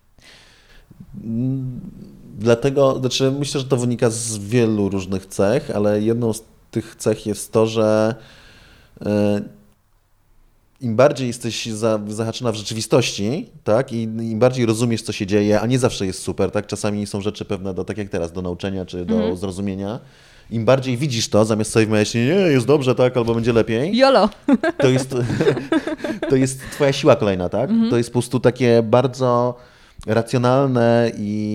Dlatego, znaczy myślę, że to wynika z wielu różnych cech, ale jedną z tych cech jest to, że im bardziej jesteś za, zahaczona w rzeczywistości, tak, i im bardziej rozumiesz, co się dzieje, a nie zawsze jest super, tak, czasami są rzeczy pewne, do, tak jak teraz, do nauczenia czy do mm. zrozumienia. Im bardziej widzisz to, zamiast sobie myśleć, nie, jest dobrze, tak, albo będzie lepiej. Jolo. To jest, to jest twoja siła kolejna, tak? Mm-hmm. To jest po prostu takie bardzo racjonalne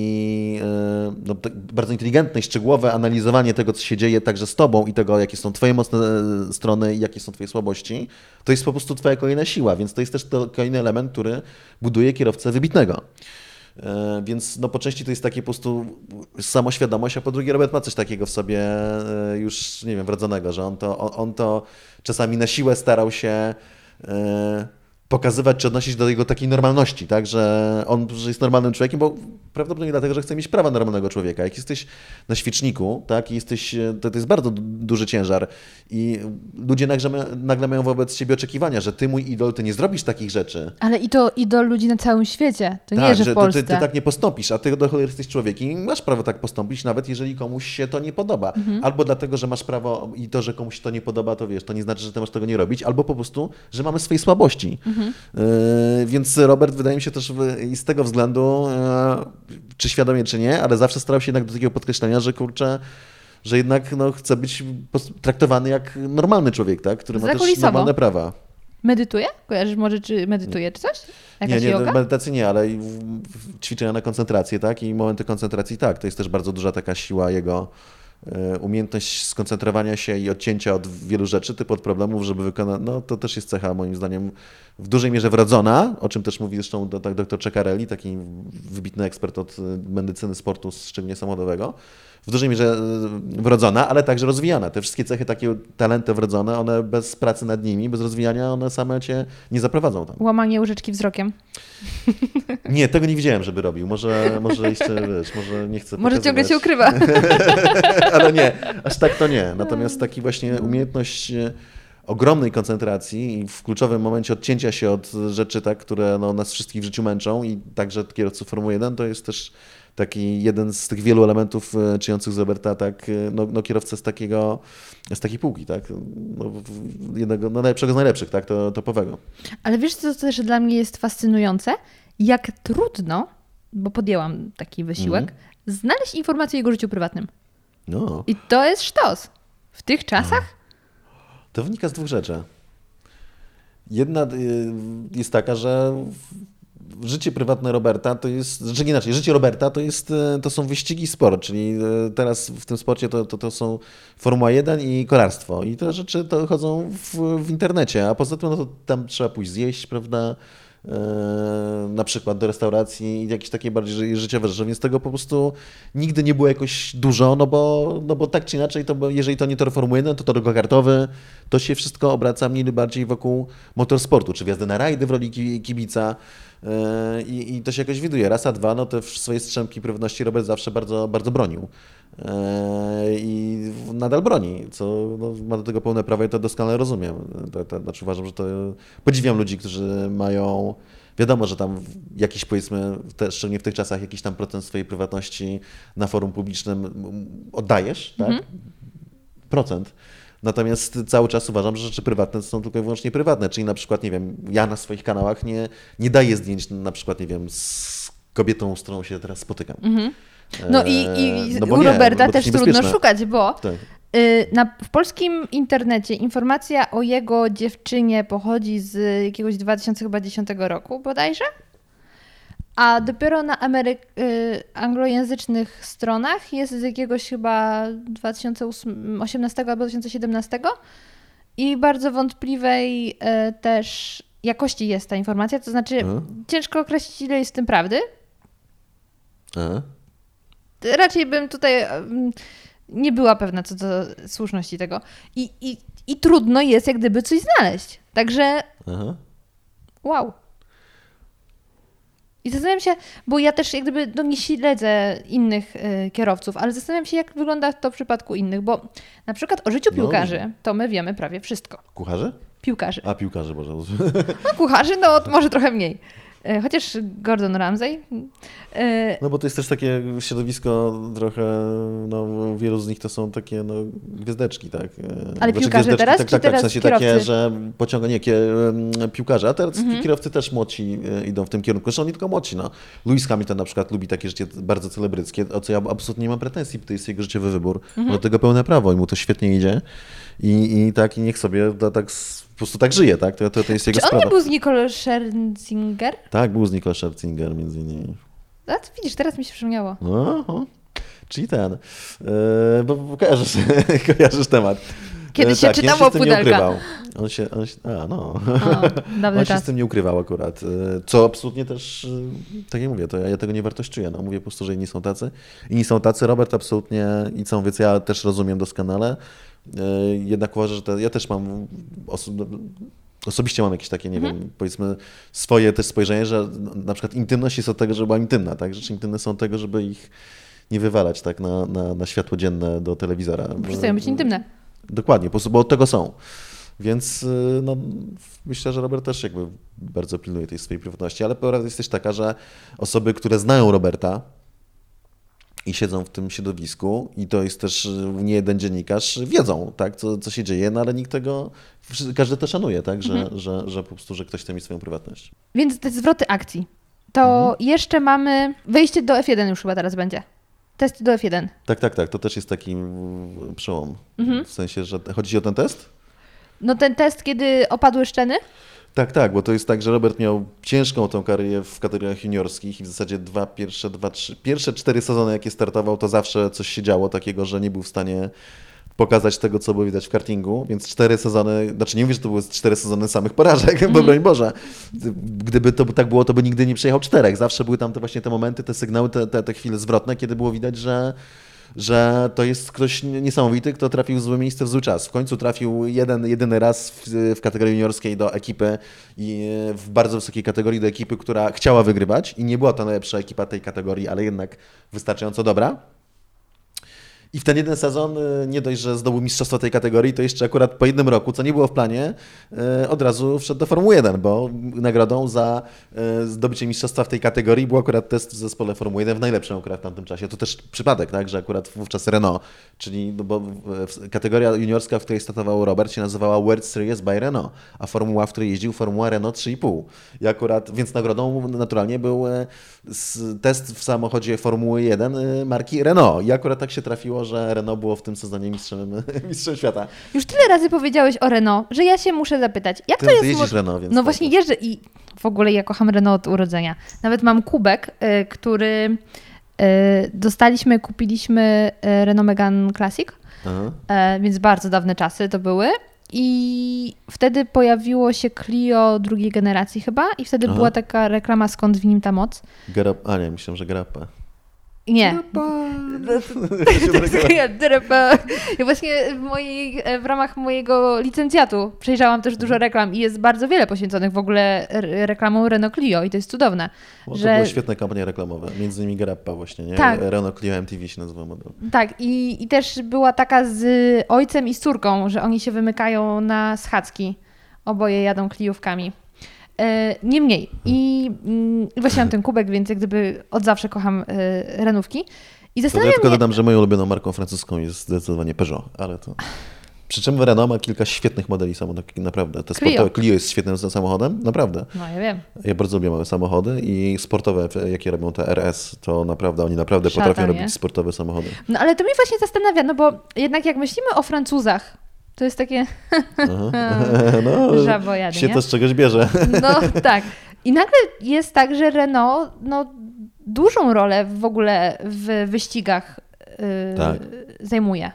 i no, bardzo inteligentne i szczegółowe analizowanie tego, co się dzieje także z tobą i tego, jakie są twoje mocne strony i jakie są twoje słabości. To jest po prostu twoja kolejna siła, więc to jest też to kolejny element, który buduje kierowcę wybitnego. Więc no, po części to jest takie po prostu samoświadomość, a po drugie Robert ma coś takiego w sobie już, nie wiem, wrodzonego, że on to, on, on to czasami na siłę starał się pokazywać czy odnosić do jego takiej normalności, tak, że on że jest normalnym człowiekiem, bo prawdopodobnie dlatego, że chce mieć prawa normalnego człowieka. Jak jesteś na świeczniku, tak, i jesteś, to, to jest bardzo duży ciężar i ludzie nagle, nagle mają wobec siebie oczekiwania, że ty, mój idol, ty nie zrobisz takich rzeczy. Ale i to idol ludzi na całym świecie, to tak, nie, że w że Polsce. Ty, ty, ty tak nie postąpisz, a ty do cholery jesteś człowiekiem i masz prawo tak postąpić, nawet jeżeli komuś się to nie podoba. Mhm. Albo dlatego, że masz prawo i to, że komuś to nie podoba, to wiesz, to nie znaczy, że ty masz tego nie robić, albo po prostu, że mamy swoje słabości. Mhm. Yy, więc Robert, wydaje mi się też i z tego względu, yy, czy świadomie, czy nie, ale zawsze starał się jednak do takiego podkreślenia, że kurczę, że jednak no, chce być traktowany jak normalny człowiek, tak, który ma też normalne prawa. Medytuje? Kojarzysz może, czy medytuje, czy coś? Jakaś nie, nie, joga? medytacji nie, ale ćwiczenia na koncentrację, tak, i momenty koncentracji, tak, to jest też bardzo duża taka siła jego, umiejętność skoncentrowania się i odcięcia od wielu rzeczy, typu od problemów, żeby wykonać, no to też jest cecha moim zdaniem w dużej mierze wrodzona, o czym też mówi zresztą dr Ceccarelli, taki wybitny ekspert od medycyny sportu, szczególnie samochodowego, w dużej mierze wrodzona, ale także rozwijana. Te wszystkie cechy, takie talenty wrodzone, one bez pracy nad nimi, bez rozwijania, one same cię nie zaprowadzą tam. Łamanie łyżeczki wzrokiem. Nie, tego nie widziałem, żeby robił. Może, może jeszcze, wiesz, może nie chcę Może pokazywać. ciągle się ukrywa. Ale nie, aż tak to nie. Natomiast taki właśnie umiejętność ogromnej koncentracji i w kluczowym momencie odcięcia się od rzeczy, tak, które no, nas wszystkich w życiu męczą i także kierowców Formuły jeden, to jest też taki jeden z tych wielu elementów czyniących z Roberta tak, no, no kierowcę z takiego, z takiej półki, tak, no, jednego no, najlepszego z najlepszych, tak, to, topowego. Ale wiesz, co też dla mnie jest fascynujące? Jak trudno, bo podjęłam taki wysiłek, mm. znaleźć informacje o jego życiu prywatnym. No. I to jest sztos. W tych czasach? To wynika z dwóch rzeczy. Jedna jest taka, że życie prywatne Roberta to jest, znaczy inaczej, życie Roberta to jest, to są wyścigi i sport, czyli teraz w tym sporcie to, to, to są Formuła jeden i kolarstwo i te rzeczy to chodzą w, w internecie, a poza tym no to tam trzeba pójść zjeść, prawda, na przykład do restauracji i jakieś takie bardziej życiowe rzeczy, więc tego po prostu nigdy nie było jakoś dużo, no bo, no bo tak czy inaczej, to bo jeżeli to nie tor Formuły jeden, to tor go-kartowy, to się wszystko obraca mniej lub bardziej wokół motorsportu, czy wjazdy na rajdy w roli kibica i, i to się jakoś widuje. Raz, a dwa, no te swoje strzępki prywatności Robert zawsze bardzo, bardzo bronił. I nadal broni, co no, ma do tego pełne prawo i to doskonale rozumiem. To, to, znaczy uważam, że to podziwiam ludzi, którzy mają, wiadomo, że tam jakiś, powiedzmy, te, szczególnie w tych czasach, jakiś tam procent swojej prywatności na forum publicznym oddajesz, tak? Mhm. Procent. Natomiast cały czas uważam, że rzeczy prywatne są tylko i wyłącznie prywatne, czyli na przykład, nie wiem, ja na swoich kanałach nie, nie daję zdjęć na przykład, nie wiem, z kobietą, z którą się teraz spotykam. Mhm. No i, i no u nie, Roberta też trudno szukać, bo tak. na, w polskim internecie informacja o jego dziewczynie pochodzi z jakiegoś dwa tysiące dziesiątego roku bodajże, a dopiero na Ameryk- y, anglojęzycznych stronach jest z jakiegoś chyba dwa tysiące osiemnastego albo dwa tysiące siedemnastego i bardzo wątpliwej e, też jakości jest ta informacja, to znaczy Aha. ciężko określić, ile jest w tym prawdy. Aha. Raczej bym tutaj um, nie była pewna co do słuszności tego. I, i, i trudno jest jak gdyby coś znaleźć. Także Aha. wow. I zastanawiam się, bo ja też jak gdyby no, nie śledzę innych y, kierowców, ale zastanawiam się, jak wygląda to w przypadku innych, bo na przykład o życiu No. piłkarzy to my wiemy prawie wszystko. Kucharze? Piłkarzy. A, piłkarze, Boże. No kucharzy, no może trochę mniej. Y, chociaż Gordon Ramsay. Y, No bo to jest też takie środowisko trochę, no wielu z nich to są takie no gwiazdeczki, tak? Ale piłkarze teraz, tak, czy tak, teraz tak, w sensie kierowcy? takie, że pociąga nie kie, piłkarze, a teraz Mhm. kierowcy też młodsi e, idą w tym kierunku, zresztą nie tylko młodsi, no. Lewis Hamilton na przykład lubi takie życie bardzo celebryckie, o co ja absolutnie nie mam pretensji, bo to jest jego życiowy wybór, Mhm. ma do tego pełne prawo i mu to świetnie idzie i, i tak i niech sobie to, tak s- po prostu tak żyje, tak? To, to, to jest jego czy on sprawa. nie był z Nicole Scherzinger? Tak, był z Nicole Scherzinger między innymi. A, to widzisz, teraz mi się przypomniało. No, o, czyli ten, e, bo, bo kojarzysz, kojarzysz temat. Kiedyś E, się tak, i on czytało się z tym nie pudelka. ukrywał. On się, on się, a no, O, dawny on się czas. z tym nie ukrywał akurat, e, co absolutnie też, e, tak jak mówię, to ja, ja tego nie wartościuję, no mówię po prostu, że inni są tacy, inni są tacy, Robert absolutnie i co mówię, co ja też rozumiem doskonale, e, jednak uważam, że te, ja też mam oso- Osobiście mam jakieś takie, nie Mhm. wiem, powiedzmy swoje też spojrzenie, że na przykład intymność jest od tego, żeby była intymna, tak? Rzeczy intymne są od tego, żeby ich nie wywalać tak na, na, na światło dzienne do telewizora. Przestają być intymne. Dokładnie, po prostu, bo od tego są. Więc y, no, myślę, że Robert też jakby bardzo pilnuje tej swojej prywatności, ale prawda jest też taka, że osoby, które znają Roberta i siedzą w tym środowisku i to jest też nie jeden dziennikarz, wiedzą, tak, co, co się dzieje, no ale nikt tego, każdy to szanuje, tak, że, Mhm. że, że po prostu, że ktoś chce mieć swoją prywatność. Więc te zwroty akcji. To jeszcze mamy wejście do F jeden już chyba teraz będzie. Test do F jeden. Tak, tak, tak, to też jest taki mm, przełom, Mhm. w sensie, że chodzi ci o ten test? No ten test, kiedy opadły szczeny? Tak, tak, bo to jest tak, że Robert miał ciężką tą karierę w kategoriach juniorskich i w zasadzie dwa pierwsze, dwa, trzy, pierwsze cztery sezony, jakie startował, to zawsze coś się działo takiego, że nie był w stanie pokazać tego, co było widać w kartingu, więc cztery sezony, znaczy nie mówię, że to były cztery sezony samych porażek, Mhm. bo broń Boże, gdyby to tak było, to by nigdy nie przejechał czterech, zawsze były tam te właśnie te momenty, te sygnały, te, te, te chwile zwrotne, kiedy było widać, że że to jest ktoś niesamowity, kto trafił w złe miejsce w zły czas. W końcu trafił jeden, jedyny raz w, w kategorii juniorskiej do ekipy i w bardzo wysokiej kategorii do ekipy, która chciała wygrywać i nie była to najlepsza ekipa tej kategorii, ale jednak wystarczająco dobra. I w ten jeden sezon nie dość, że zdobył mistrzostwo tej kategorii, to jeszcze akurat po jednym roku, co nie było w planie, od razu wszedł do Formuły jeden, bo nagrodą za zdobycie mistrzostwa w tej kategorii był akurat test w zespole Formuły jeden w najlepszym akurat w tamtym czasie. To też przypadek, tak, że akurat wówczas Renault, czyli no bo kategoria juniorska, w której startował Robert, się nazywała World Series by Renault, a formuła, w której jeździł, formuła Renault trzy i pół. I akurat, więc nagrodą naturalnie był test w samochodzie Formuły jeden marki Renault. I akurat tak się trafiło, że Renault było w tym sezonie mistrzem, mistrzem świata. Już tyle razy powiedziałeś o Renault, że ja się muszę zapytać, jak Ty, to jest... ty jeździsz mo- Renault, więc No tak właśnie jest. jeżdżę i w ogóle ja kocham Renault od urodzenia. Nawet mam kubek, y, który y, dostaliśmy, kupiliśmy y, Renault Megane Classic, Aha. y, więc bardzo dawne czasy to były. I wtedy pojawiło się Clio drugiej generacji chyba i wtedy Aha. była taka reklama Skąd w nim ta moc. Garap... A nie, myślałem, że Grappa. Nie. Ja właśnie w, mojej, w ramach mojego licencjatu przejrzałam też dużo reklam i jest bardzo wiele poświęconych w ogóle re- reklamom Renault Clio i to jest cudowne. Bo to że... były świetne kampanie reklamowe, między innymi Grappa właśnie, nie? Tak. Renault Clio M T V się nazywa model. Tak, i, i też była taka z ojcem i z córką, że oni się wymykają na schadzki. Oboje jadą Cliówkami. E, Niemniej, i mm, właśnie mam ten kubek, więc jak gdyby od zawsze kocham e, Renówki. I To ja zastanawiam tylko mnie... dodam, że moją ulubioną marką francuską jest zdecydowanie Peugeot, ale to... Przy czym Renault ma kilka świetnych modeli samochodów, naprawdę. Te Clio. sportowe Clio jest świetnym samochodem, naprawdę. No ja wiem. Ja bardzo lubię małe samochody i sportowe, jakie robią te R S, to naprawdę, oni naprawdę Szata, potrafią nie? robić sportowe samochody. No ale to mnie właśnie zastanawia, no bo jednak jak myślimy o Francuzach, to jest takie Aha. No, żabojady, się nie? to z czegoś bierze. No tak. I nagle jest tak, że Renault no, dużą rolę w ogóle w wyścigach yy, Tak. zajmuje.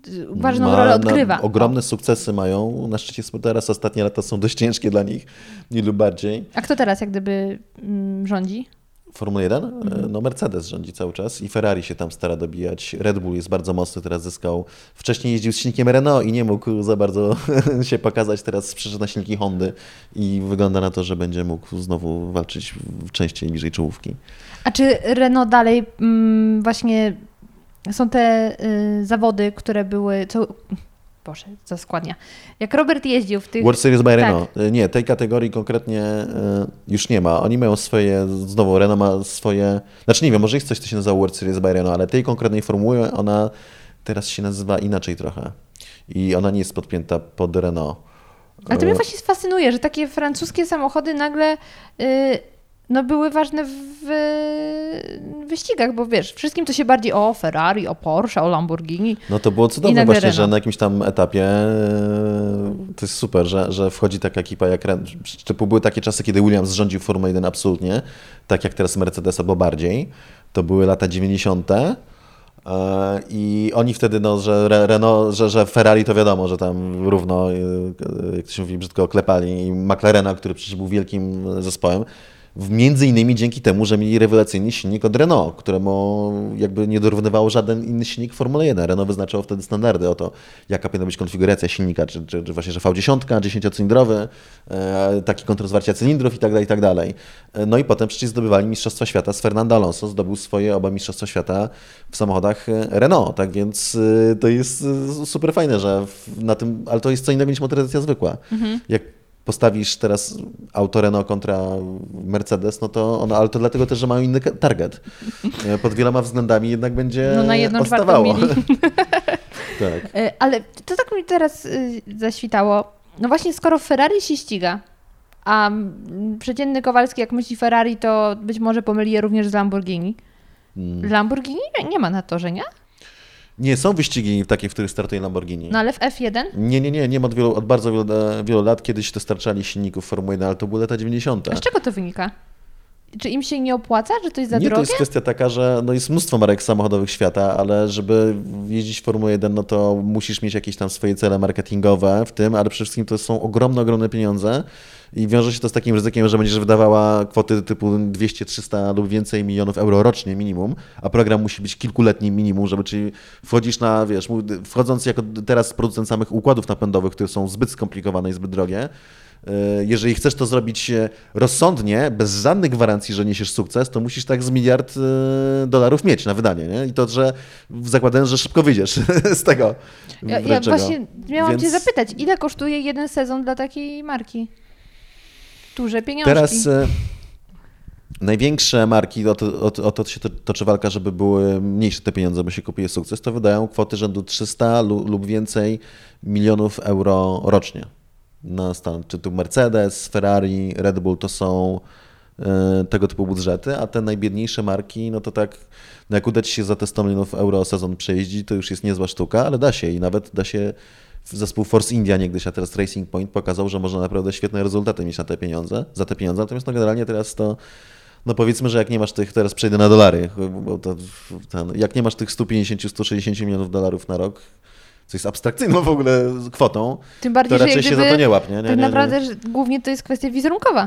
ważną Ma, rolę odgrywa. Na, ogromne sukcesy mają na szczycie sportu. Teraz ostatnie lata są dość ciężkie dla nich, mniej lub bardziej. A kto teraz jak gdyby mm, rządzi? Formuła jeden? Mhm. No Mercedes rządzi cały czas i Ferrari się tam stara dobijać. Red Bull jest bardzo mocny, teraz zyskał. Wcześniej jeździł z silnikiem Renault i nie mógł za bardzo się pokazać. Teraz przyszedł na silniki Hondy i wygląda na to, że będzie mógł znowu walczyć częściej bliżej czołówki. A czy Renault dalej mm, właśnie są te y, zawody, które były... Co... Boże, co składnia. Jak Robert jeździł w tych... World Series by tak. Renault. Nie, tej kategorii konkretnie już nie ma. Oni mają swoje, znowu Renault ma swoje, znaczy nie wiem, może jest coś, co się nazywa World Series by Renault, ale tej konkretnej formuły ona teraz się nazywa inaczej trochę. I ona nie jest podpięta pod Renault. Ale to mnie właśnie fascynuje, że takie francuskie samochody nagle yy, no były ważne w wyścigach, bo wiesz, wszystkim to się bardziej o Ferrari, o Porsche, o Lamborghini. No to było cudowne właśnie, Renault. Że na jakimś tam etapie to jest super, że, że wchodzi taka ekipa jak Renault. Typu były takie czasy, kiedy Williams rządził Formułę jeden absolutnie, tak jak teraz Mercedes albo bardziej. To były lata dziewięćdziesiąte. I oni wtedy, no, że Renault, że, że Ferrari to wiadomo, że tam równo, jak to się mówi, brzydko klepali i McLarena, który przecież był wielkim zespołem. Między innymi dzięki temu, że mieli rewelacyjny silnik od Renault, któremu jakby nie dorównywało żaden inny silnik w Formule jeden. Renault wyznaczało wtedy standardy o to, jaka powinna być konfiguracja silnika, czy, czy, czy właśnie, że V dziesięć, dziesięciocylindrowy, e, taki kontrrozwarcia cylindrów i tak dalej, i tak dalej. No i potem przecież zdobywali Mistrzostwa Świata z Fernando Alonso, zdobył swoje oba Mistrzostwa Świata w samochodach Renault, tak więc to jest super fajne, że na tym, ale to jest co innego niż motoryzacja zwykła. Mhm. Jak postawisz teraz auto Renault kontra Mercedes, no to ono, ale to dlatego też, że mają inny target. Pod wieloma względami jednak będzie no na jedną odstawało. Tak. Ale to tak mi teraz zaświtało. No właśnie, skoro Ferrari się ściga, a przeciętny Kowalski jak myśli Ferrari, to być może pomyli je również z Lamborghini. Hmm. Lamborghini nie ma na torze, nie? Nie, są wyścigi takie, w których startuje Lamborghini. No ale w F jeden? Nie, nie, nie, nie ma od, wielu, od bardzo wielu, wielu lat, kiedyś dostarczali silników Formuły jeden, ale to były lata dziewięćdziesiąte. A z czego to wynika? Czy im się nie opłaca, że to jest za nie, drogie? To jest kwestia taka, że no jest mnóstwo marek samochodowych świata, ale żeby jeździć w Formule jeden, no to musisz mieć jakieś tam swoje cele marketingowe w tym, ale przede wszystkim to są ogromne, ogromne pieniądze i wiąże się to z takim ryzykiem, że będziesz wydawała kwoty typu dwieście, trzysta lub więcej milionów euro rocznie minimum, a program musi być kilkuletni minimum, żeby czyli wchodzisz na, wiesz, wchodząc jako teraz producent samych układów napędowych, które są zbyt skomplikowane i zbyt drogie. Jeżeli chcesz to zrobić rozsądnie, bez żadnych gwarancji, że niesiesz sukces, to musisz tak z miliard dolarów mieć na wydanie. Nie? I to, że zakładając, że szybko wyjdziesz z tego. Ja, ja właśnie miałam Więc... Cię zapytać, ile kosztuje jeden sezon dla takiej marki? Duże pieniążki. Teraz e, największe marki, o to, o, o to się toczy walka, żeby były mniejsze te pieniądze, bo się kupuje sukces, to wydają kwoty rzędu trzysta lub, lub więcej milionów euro rocznie. Na stan, czy to Mercedes, Ferrari, Red Bull to są y, tego typu budżety, a te najbiedniejsze marki, no to tak, no jak uda Ci się za te sto milionów euro sezon przejeździć, to już jest niezła sztuka, ale da się i nawet da się, zespół Force India niegdyś, a teraz Racing Point pokazał, że można naprawdę świetne rezultaty mieć na te pieniądze, za te pieniądze, natomiast no generalnie teraz to, no powiedzmy, że jak nie masz tych, teraz przejdę na dolary, bo to, ten, jak nie masz tych sto pięćdziesiąt do stu sześćdziesięciu milionów dolarów na rok, co jest abstrakcyjną w ogóle kwotą, tym bardziej, to raczej że się za to nie łapnie. Nie, tak nie, nie. naprawdę że głównie to jest kwestia wizerunkowa.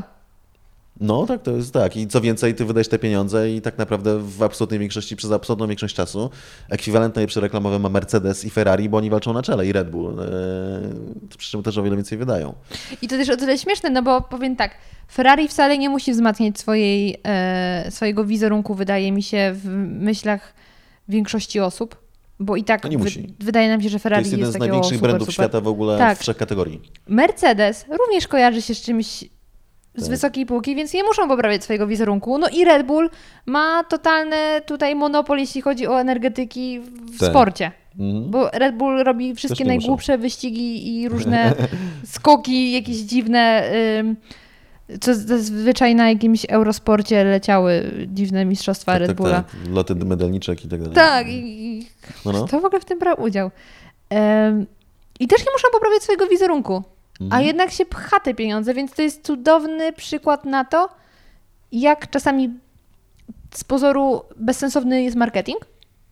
No tak, to jest tak. I co więcej, ty wydajesz te pieniądze i tak naprawdę w absolutnej większości, przez absolutną większość czasu ekwiwalent najlepszy reklamowy ma Mercedes i Ferrari, bo oni walczą na czele i Red Bull, yy, przy czym też o wiele więcej wydają. I to też o tyle śmieszne, no bo powiem tak, Ferrari wcale nie musi wzmacniać swojej, e, swojego wizerunku, wydaje mi się, w myślach większości osób. Bo i tak no wy, wydaje nam się, że Ferrari jest jeden jest z takiego największych super, brandów super. świata w ogóle tak. w trzech kategorii. Mercedes również kojarzy się z czymś z tak. wysokiej półki, więc nie muszą poprawiać swojego wizerunku. No i Red Bull ma totalny tutaj monopol, jeśli chodzi o energetyki w tak. sporcie. Mhm. Bo Red Bull robi wszystkie najgłupsze muszą. wyścigi i różne skoki, jakieś dziwne... Ym, co zazwyczaj na jakimś Eurosporcie leciały dziwne mistrzostwa tak, Red tak, Bulla. Tak, loty medalniczek i tak dalej. Tak, i, i no, no. kto w ogóle w tym brał udział? Um, I też nie muszą poprawiać swojego wizerunku, mhm. a jednak się pcha te pieniądze, więc to jest cudowny przykład na to, jak czasami z pozoru bezsensowny jest marketing,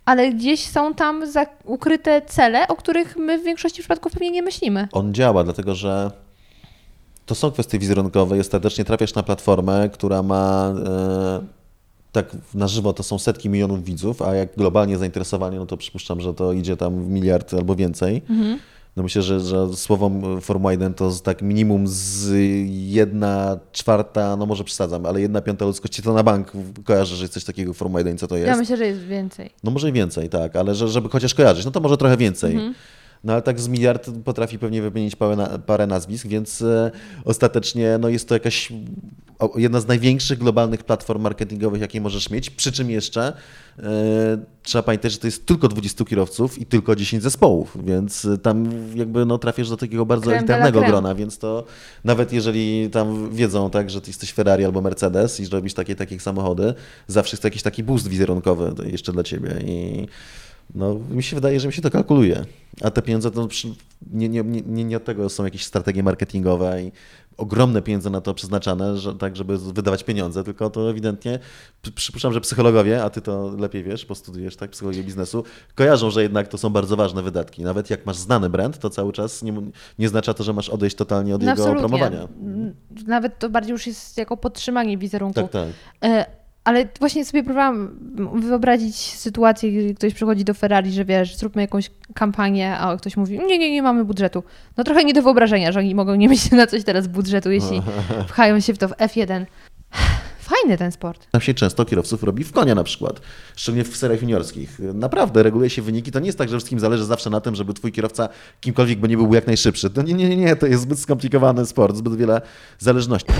ale gdzieś są tam za- ukryte cele, o których my w większości przypadków pewnie nie myślimy. On działa, dlatego że to są kwestie wizerunkowe i ostatecznie trafiasz na platformę, która ma e, tak na żywo to są setki milionów widzów, a jak globalnie zainteresowanie, no to przypuszczam, że to idzie tam w miliard albo więcej. Mhm. No myślę, że, że słowo Formuła jeden to z tak minimum z jedna czwarta, no może przesadzam, ale jedna piąta ludzkości to na bank kojarzy, że jest coś takiego Formuła jeden, co to jest. Ja myślę, że jest więcej. No może i więcej, tak, ale że, żeby chociaż kojarzyć, no to może trochę więcej. Mhm. No ale tak z miliard potrafi pewnie wymienić parę, na, parę nazwisk, więc e, ostatecznie no jest to jakaś o, jedna z największych globalnych platform marketingowych, jakie możesz mieć, przy czym jeszcze e, trzeba pamiętać, że to jest tylko dwudziestu kierowców i tylko dziesięć zespołów, więc tam jakby no trafisz do takiego bardzo Crème elitarnego de la crème. grona, więc to nawet jeżeli tam wiedzą tak, że ty jesteś Ferrari albo Mercedes i że robisz takie, takie samochody, zawsze jest to jakiś taki boost wizerunkowy jeszcze dla ciebie i no, mi się wydaje, że mi się to kalkuluje. A te pieniądze to przy, nie, nie, nie, nie od tego są jakieś strategie marketingowe i ogromne pieniądze na to przeznaczane, że, tak, żeby wydawać pieniądze, tylko to ewidentnie, przypuszczam, że psychologowie, a ty to lepiej wiesz, bo studiujesz tak, psychologię biznesu, kojarzą, że jednak to są bardzo ważne wydatki. Nawet jak masz znany brand, to cały czas nie, nie oznacza to, że masz odejść totalnie od No jego absolutnie. promowania. Nawet to bardziej już jest jako podtrzymanie wizerunku. Tak, tak. E, Ale właśnie sobie próbowałam wyobrazić sytuację, gdy ktoś przychodzi do Ferrari, że wiesz, zróbmy jakąś kampanię, a ktoś mówi, nie, nie, nie mamy budżetu. No trochę nie do wyobrażenia, że oni mogą nie mieć na coś teraz budżetu, jeśli pchają się w to w F jeden. Fajny ten sport. Tam się często kierowców robi w konia na przykład, szczególnie w seriach juniorskich. Naprawdę reguluje się wyniki. To nie jest tak, że wszystkim zależy zawsze na tym, żeby twój kierowca kimkolwiek by nie był jak najszybszy. To nie, nie, nie, nie, to jest zbyt skomplikowany sport, zbyt wiele zależności.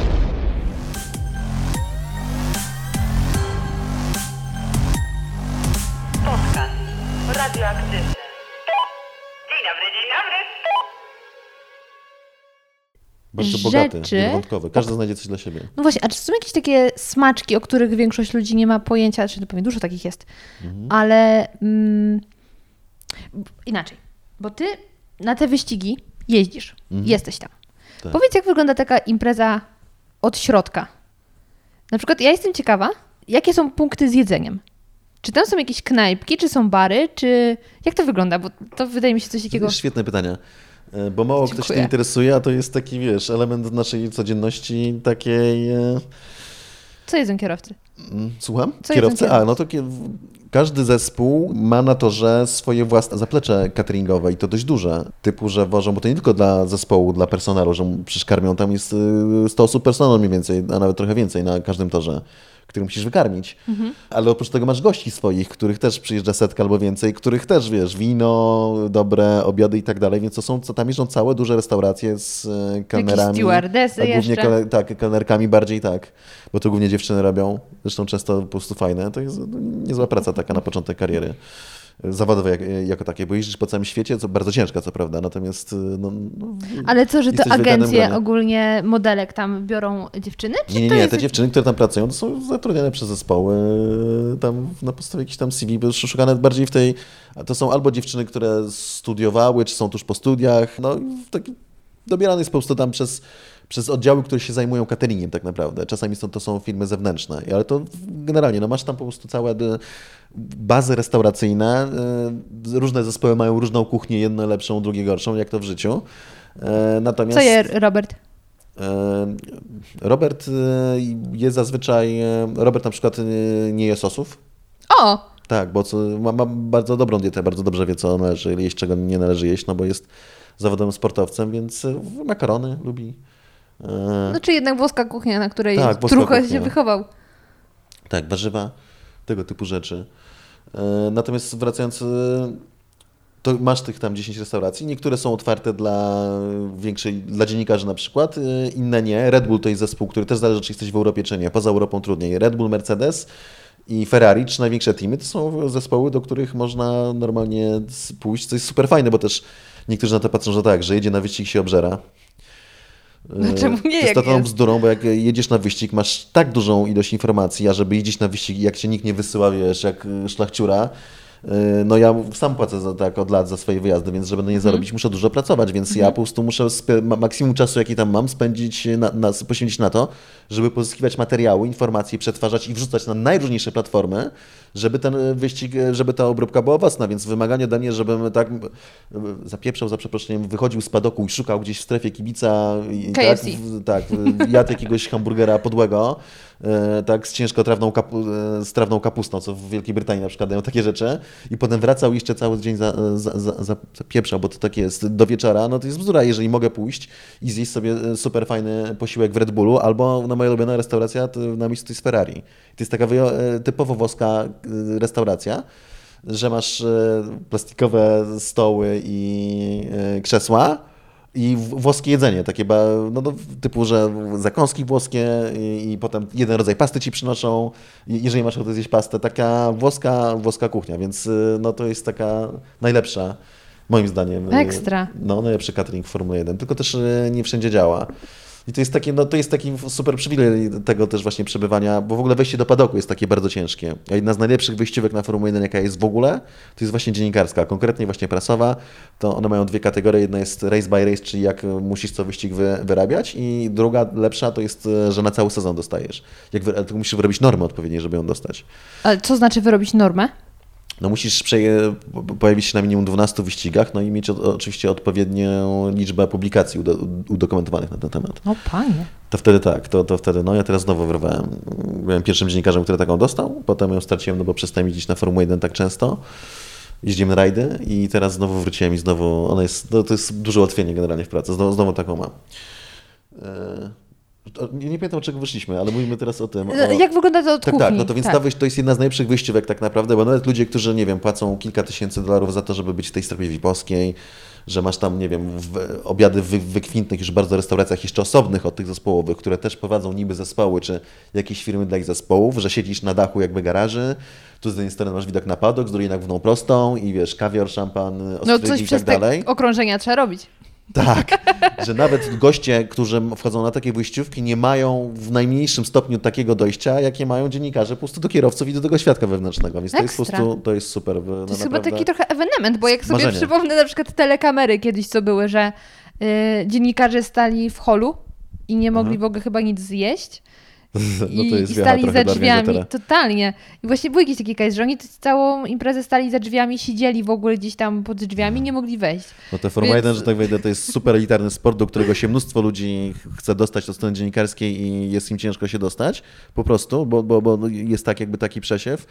Radioaktywny. Dzień dobry, dzień dobry. Bardzo bogaty, Rzeczy- wielowątkowy. Każdy znajdzie coś dla siebie. No właśnie, a czy są jakieś takie smaczki, o których większość ludzi nie ma pojęcia, czy to pewnie dużo takich jest, Mhm. ale mm, inaczej, bo ty na te wyścigi jeździsz, Mhm. jesteś tam. Tak. Powiedz, jak wygląda taka impreza od środka. Na przykład ja jestem ciekawa, jakie są punkty z jedzeniem. Czy tam są jakieś knajpki, czy są bary, czy jak to wygląda? Bo to wydaje mi się coś To takiego... jest świetne pytania, e, bo mało ktoś się Dziękuję. tym interesuje, a to jest taki, wiesz, element naszej codzienności takiej... e, Co jedzą kierowcy? mm, Słucham? Co Kierowcy? jedzą A, no to kie- każdy zespół ma na torze swoje własne zaplecze cateringowe i to dość duże. Typu, że wożą, bo to nie tylko dla zespołu, dla personelu, że przecież karmią, tam jest y, sto osób personelu mniej więcej, a nawet trochę więcej na każdym torze, których musisz wykarmić. Mhm. Ale oprócz tego masz gości swoich, których też przyjeżdża setka albo więcej, których też, wiesz, wino, dobre obiady i tak dalej, więc to są, co tam jeżdżą całe duże restauracje z y, kelnerami. stewardesy a głównie jeszcze. kele, tak, kelnerkami bardziej tak, bo to głównie dziewczyny robią, zresztą często po prostu fajne. To jest no, niezła praca taka na początek kariery zawodowej jak, jako takiej, bo jeździsz po całym świecie, co bardzo ciężka, co prawda, natomiast no, no, Ale co, że te jesteś w wygranym agencje gronie. ogólnie modelek tam biorą dziewczyny? Czy Nie, nie, to nie, jest... te dziewczyny, które tam pracują, to są zatrudniane przez zespoły, tam na podstawie jakichś tam C V, bo szukane bardziej w tej, to są albo dziewczyny, które studiowały, czy są tuż po studiach, no i taki dobierany jest po prostu tam przez, przez oddziały, które się zajmują cateringiem tak naprawdę. Czasami są, to są firmy zewnętrzne, ale to generalnie, no masz tam po prostu całe de, bazy restauracyjne, y, różne zespoły mają różną kuchnię, jedne lepszą, drugie gorszą, jak to w życiu. Y, natomiast... Co je Robert? Robert jest zazwyczaj, Robert na przykład nie je sosów. O! Tak, bo co, ma, ma bardzo dobrą dietę, bardzo dobrze wie, co należy jeść, czego nie należy jeść, no bo jest zawodowym sportowcem, więc makarony lubi. No czy jednak włoska kuchnia, na której Tak, włoska trochę kuchnia. się wychował. Tak, warzywa, tego typu rzeczy. Natomiast wracając, to masz tych tam dziesięć restauracji. Niektóre są otwarte dla większej, dla dziennikarzy na przykład, inne nie. Red Bull to jest zespół, który też zależy, czy jesteś w Europie, czy nie. Poza Europą trudniej. Red Bull, Mercedes i Ferrari, trzy największe teamy, to są zespoły, do których można normalnie pójść, co jest super fajne, bo też niektórzy na to patrzą, że tak, że jedzie na wyścig, się obżera. No czemu nie, To jest jak totalną jest? bzdurą, bo jak jedziesz na wyścig, masz tak dużą ilość informacji, a żeby jeździć na wyścig, jak cię nikt nie wysyła, wiesz, jak szlachciura, no ja sam płacę za, tak od lat za swoje wyjazdy, więc żeby na nie zarobić, muszę dużo pracować, więc ja po prostu muszę spe- maksimum czasu, jaki tam mam, spędzić, na, na, poświęcić na to, żeby pozyskiwać materiały, informacje, przetwarzać i wrzucać na najróżniejsze platformy, żeby ten wyścig, żeby ta obróbka była owocna, więc wymaganie ode mnie, żebym tak zapieprzał, za przeproszeniem, wychodził z padoku i szukał gdzieś w strefie kibica i K tak, F C. w, tak, jadł jakiegoś hamburgera podłego, tak, z ciężko trawną, kapu, z trawną kapustą, co w Wielkiej Brytanii na przykład dają takie rzeczy i potem wracał i jeszcze cały dzień za, za, za, za pieprzał, bo to tak jest, do wieczora, no to jest bzdura, jeżeli mogę pójść i zjeść sobie super fajny posiłek w Red Bullu, albo na moja ulubiona restauracja to na miejscu to jest Ferrari. To jest taka typowo włoska restauracja, że masz plastikowe stoły i krzesła, i włoskie jedzenie, takie no, no, typu, że zakąski włoskie i, i potem jeden rodzaj pasty ci przynoszą, jeżeli masz ochotę zjeść pastę, taka włoska, włoska kuchnia, więc no, to jest taka najlepsza, moim zdaniem, Ekstra. No, najlepszy catering w Formule jeden, tylko też nie wszędzie działa. I to jest, takie, no, to jest taki super przywilej tego też właśnie przebywania, bo w ogóle wejście do padoku jest takie bardzo ciężkie. A jedna z najlepszych wyjściówek na Formułę jeden, jaka jest w ogóle, to jest właśnie dziennikarska, konkretnie właśnie prasowa. To one mają dwie kategorie. Jedna jest race by race, czyli jak musisz co wyścig wy, wyrabiać, i druga, lepsza, to jest, że na cały sezon dostajesz. Jak wy, tylko musisz wyrobić normę odpowiedniej, żeby ją dostać. Ale co znaczy wyrobić normę? No musisz przeje, pojawić się na minimum dwunastu wyścigach, no i mieć o, oczywiście odpowiednią liczbę publikacji udo, udokumentowanych na ten temat. O panie. To wtedy tak, to, to wtedy, no ja teraz znowu wyrwałem. Byłem pierwszym dziennikarzem, który taką dostał, potem ją straciłem, no bo przestałem jeździć na Formułę jeden tak często. Jeździłem na rajdy i teraz znowu wróciłem i znowu, ona jest, no to jest duże ułatwienie generalnie w pracy, znowu, znowu taką mam. Nie, nie pamiętam, od czego wyszliśmy, ale mówimy teraz o tym. O... Jak wygląda to od tak, kuchni? Tak, no to więc tak. ta wyjść, to jest jedna z najlepszych wyjściówek tak naprawdę, bo nawet ludzie, którzy, nie wiem, płacą kilka tysięcy dolarów za to, żeby być w tej strefie V I P-owskiej, że masz tam, nie wiem, w, obiady wy, wykwintnych już bardzo restauracjach jeszcze osobnych od tych zespołowych, które też prowadzą niby zespoły, czy jakieś firmy dla ich zespołów, że siedzisz na dachu jakby garaży, tu z jednej strony masz widok na padok, z drugiej na główną prostą i wiesz, kawior, szampan, ostrygi No coś i przez tak dalej. te okrążenia trzeba robić. Tak, że nawet goście, którzy wchodzą na takie wyjściówki, nie mają w najmniejszym stopniu takiego dojścia, jakie mają dziennikarze po prostu do kierowców i do tego świadka wewnętrznego, więc to jest po prostu, to jest super. No to jest naprawdę... chyba taki trochę ewenement, bo jak sobie Marzenie. przypomnę na przykład telekamery kiedyś, co były, że y, dziennikarze stali w holu i nie mogli Aha. w ogóle chyba nic zjeść. No to I, jest i wiara stali trochę za do drzwiami, organizatora. totalnie. I właśnie był jakiś taki case, że oni całą imprezę stali za drzwiami, siedzieli w ogóle gdzieś tam pod drzwiami, nie mogli wejść. No to Formuła Więc- jeden, że tak wejdę, to jest super elitarny sport, do którego się mnóstwo ludzi chce dostać od strony dziennikarskiej i jest im ciężko się dostać, po prostu, bo, bo, bo jest tak jakby taki przesiew,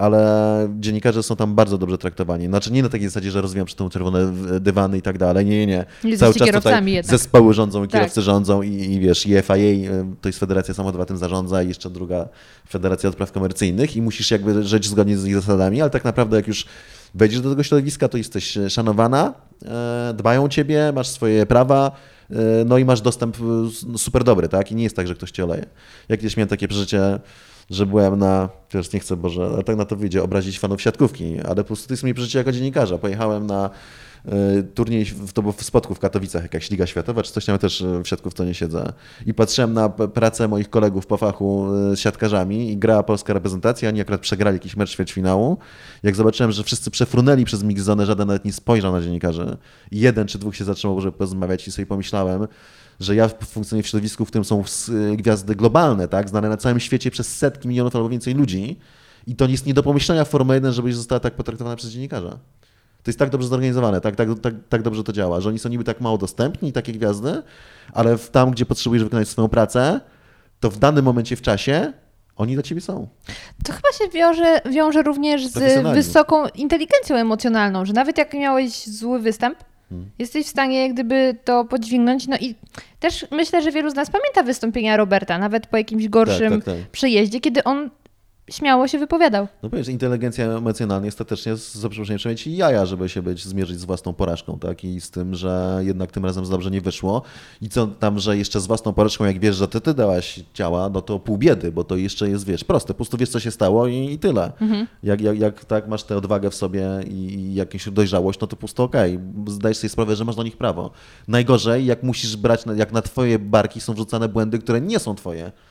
ale dziennikarze są tam bardzo dobrze traktowani. Znaczy nie na takiej zasadzie, że rozwijam przy tym czerwone dywany i tak dalej, nie, nie, nie. Jesteście Cały czas kierowcami tutaj jednak. zespoły rządzą i Tak. kierowcy rządzą i, i wiesz, i F I A, to jest Federacja Samochodowa, tym zarządza i jeszcze druga Federacja Odpraw Komercyjnych i musisz jakby żyć zgodnie z ich zasadami, ale tak naprawdę jak już wejdziesz do tego środowiska, to jesteś szanowana, e, dbają o ciebie, masz swoje prawa, e, no i masz dostęp e, super dobry, tak? I nie jest tak, że ktoś cię oleje. Ja kiedyś miałem takie przeżycie, że byłem na, teraz nie chcę, Boże, ale tak na to wyjdzie, obrazić fanów siatkówki, ale po prostu to jest moje przeżycie jako dziennikarza. Pojechałem na y, turniej, w- to było w Spodku w Katowicach, jakaś Liga Światowa, czy coś tam, ja też y, w siatkówce nie siedzę. I patrzyłem na p- pracę moich kolegów po fachu y, z siatkarzami i grała polska reprezentacja, oni akurat przegrali jakiś mecz ćwierćfinału. Jak zobaczyłem, że wszyscy przefrunęli przez mixzonę, żaden nawet nie spojrzał na dziennikarzy. I jeden czy dwóch się zatrzymał, żeby porozmawiać i sobie pomyślałem, że ja funkcjonuję w środowisku, w którym są s- gwiazdy globalne, tak, znane na całym świecie przez setki milionów albo więcej ludzi i to jest nie do pomyślenia w Formule jeden, żebyś została tak potraktowana przez dziennikarza. To jest tak dobrze zorganizowane, tak, tak, tak, tak dobrze to działa, że oni są niby tak mało dostępni, takie gwiazdy, ale w tam, gdzie potrzebujesz wykonać swoją pracę, to w danym momencie w czasie oni dla ciebie są. To chyba się wiąże, wiąże również z Profesjonalizm. wysoką inteligencją emocjonalną, że nawet jak miałeś zły występ, Hmm. jesteś w stanie jak gdyby to podźwignąć. No i też myślę, że wielu z nas pamięta wystąpienia Roberta, nawet po jakimś gorszym Tak, tak, tak. przejeździe, kiedy on śmiało się wypowiadał. No powiesz, inteligencja emocjonalna ostatecznie z za przeproszeniem trzeba mieć jaja, żeby się być, zmierzyć z własną porażką, tak? I z tym, że jednak tym razem dobrze nie wyszło. I co tam, że jeszcze z własną porażką, jak wiesz, że ty, ty dałaś ciała, no to pół biedy, bo to jeszcze jest, wiesz, proste. Po prostu wiesz, co się stało i, i tyle. Mhm. Jak, jak, jak tak masz tę odwagę w sobie i, i jakąś dojrzałość, no to po prostu okej. Zdajesz sobie sprawę, że masz do nich prawo. Najgorzej, jak musisz brać, na- jak na twoje barki są wrzucane błędy, które nie są twoje.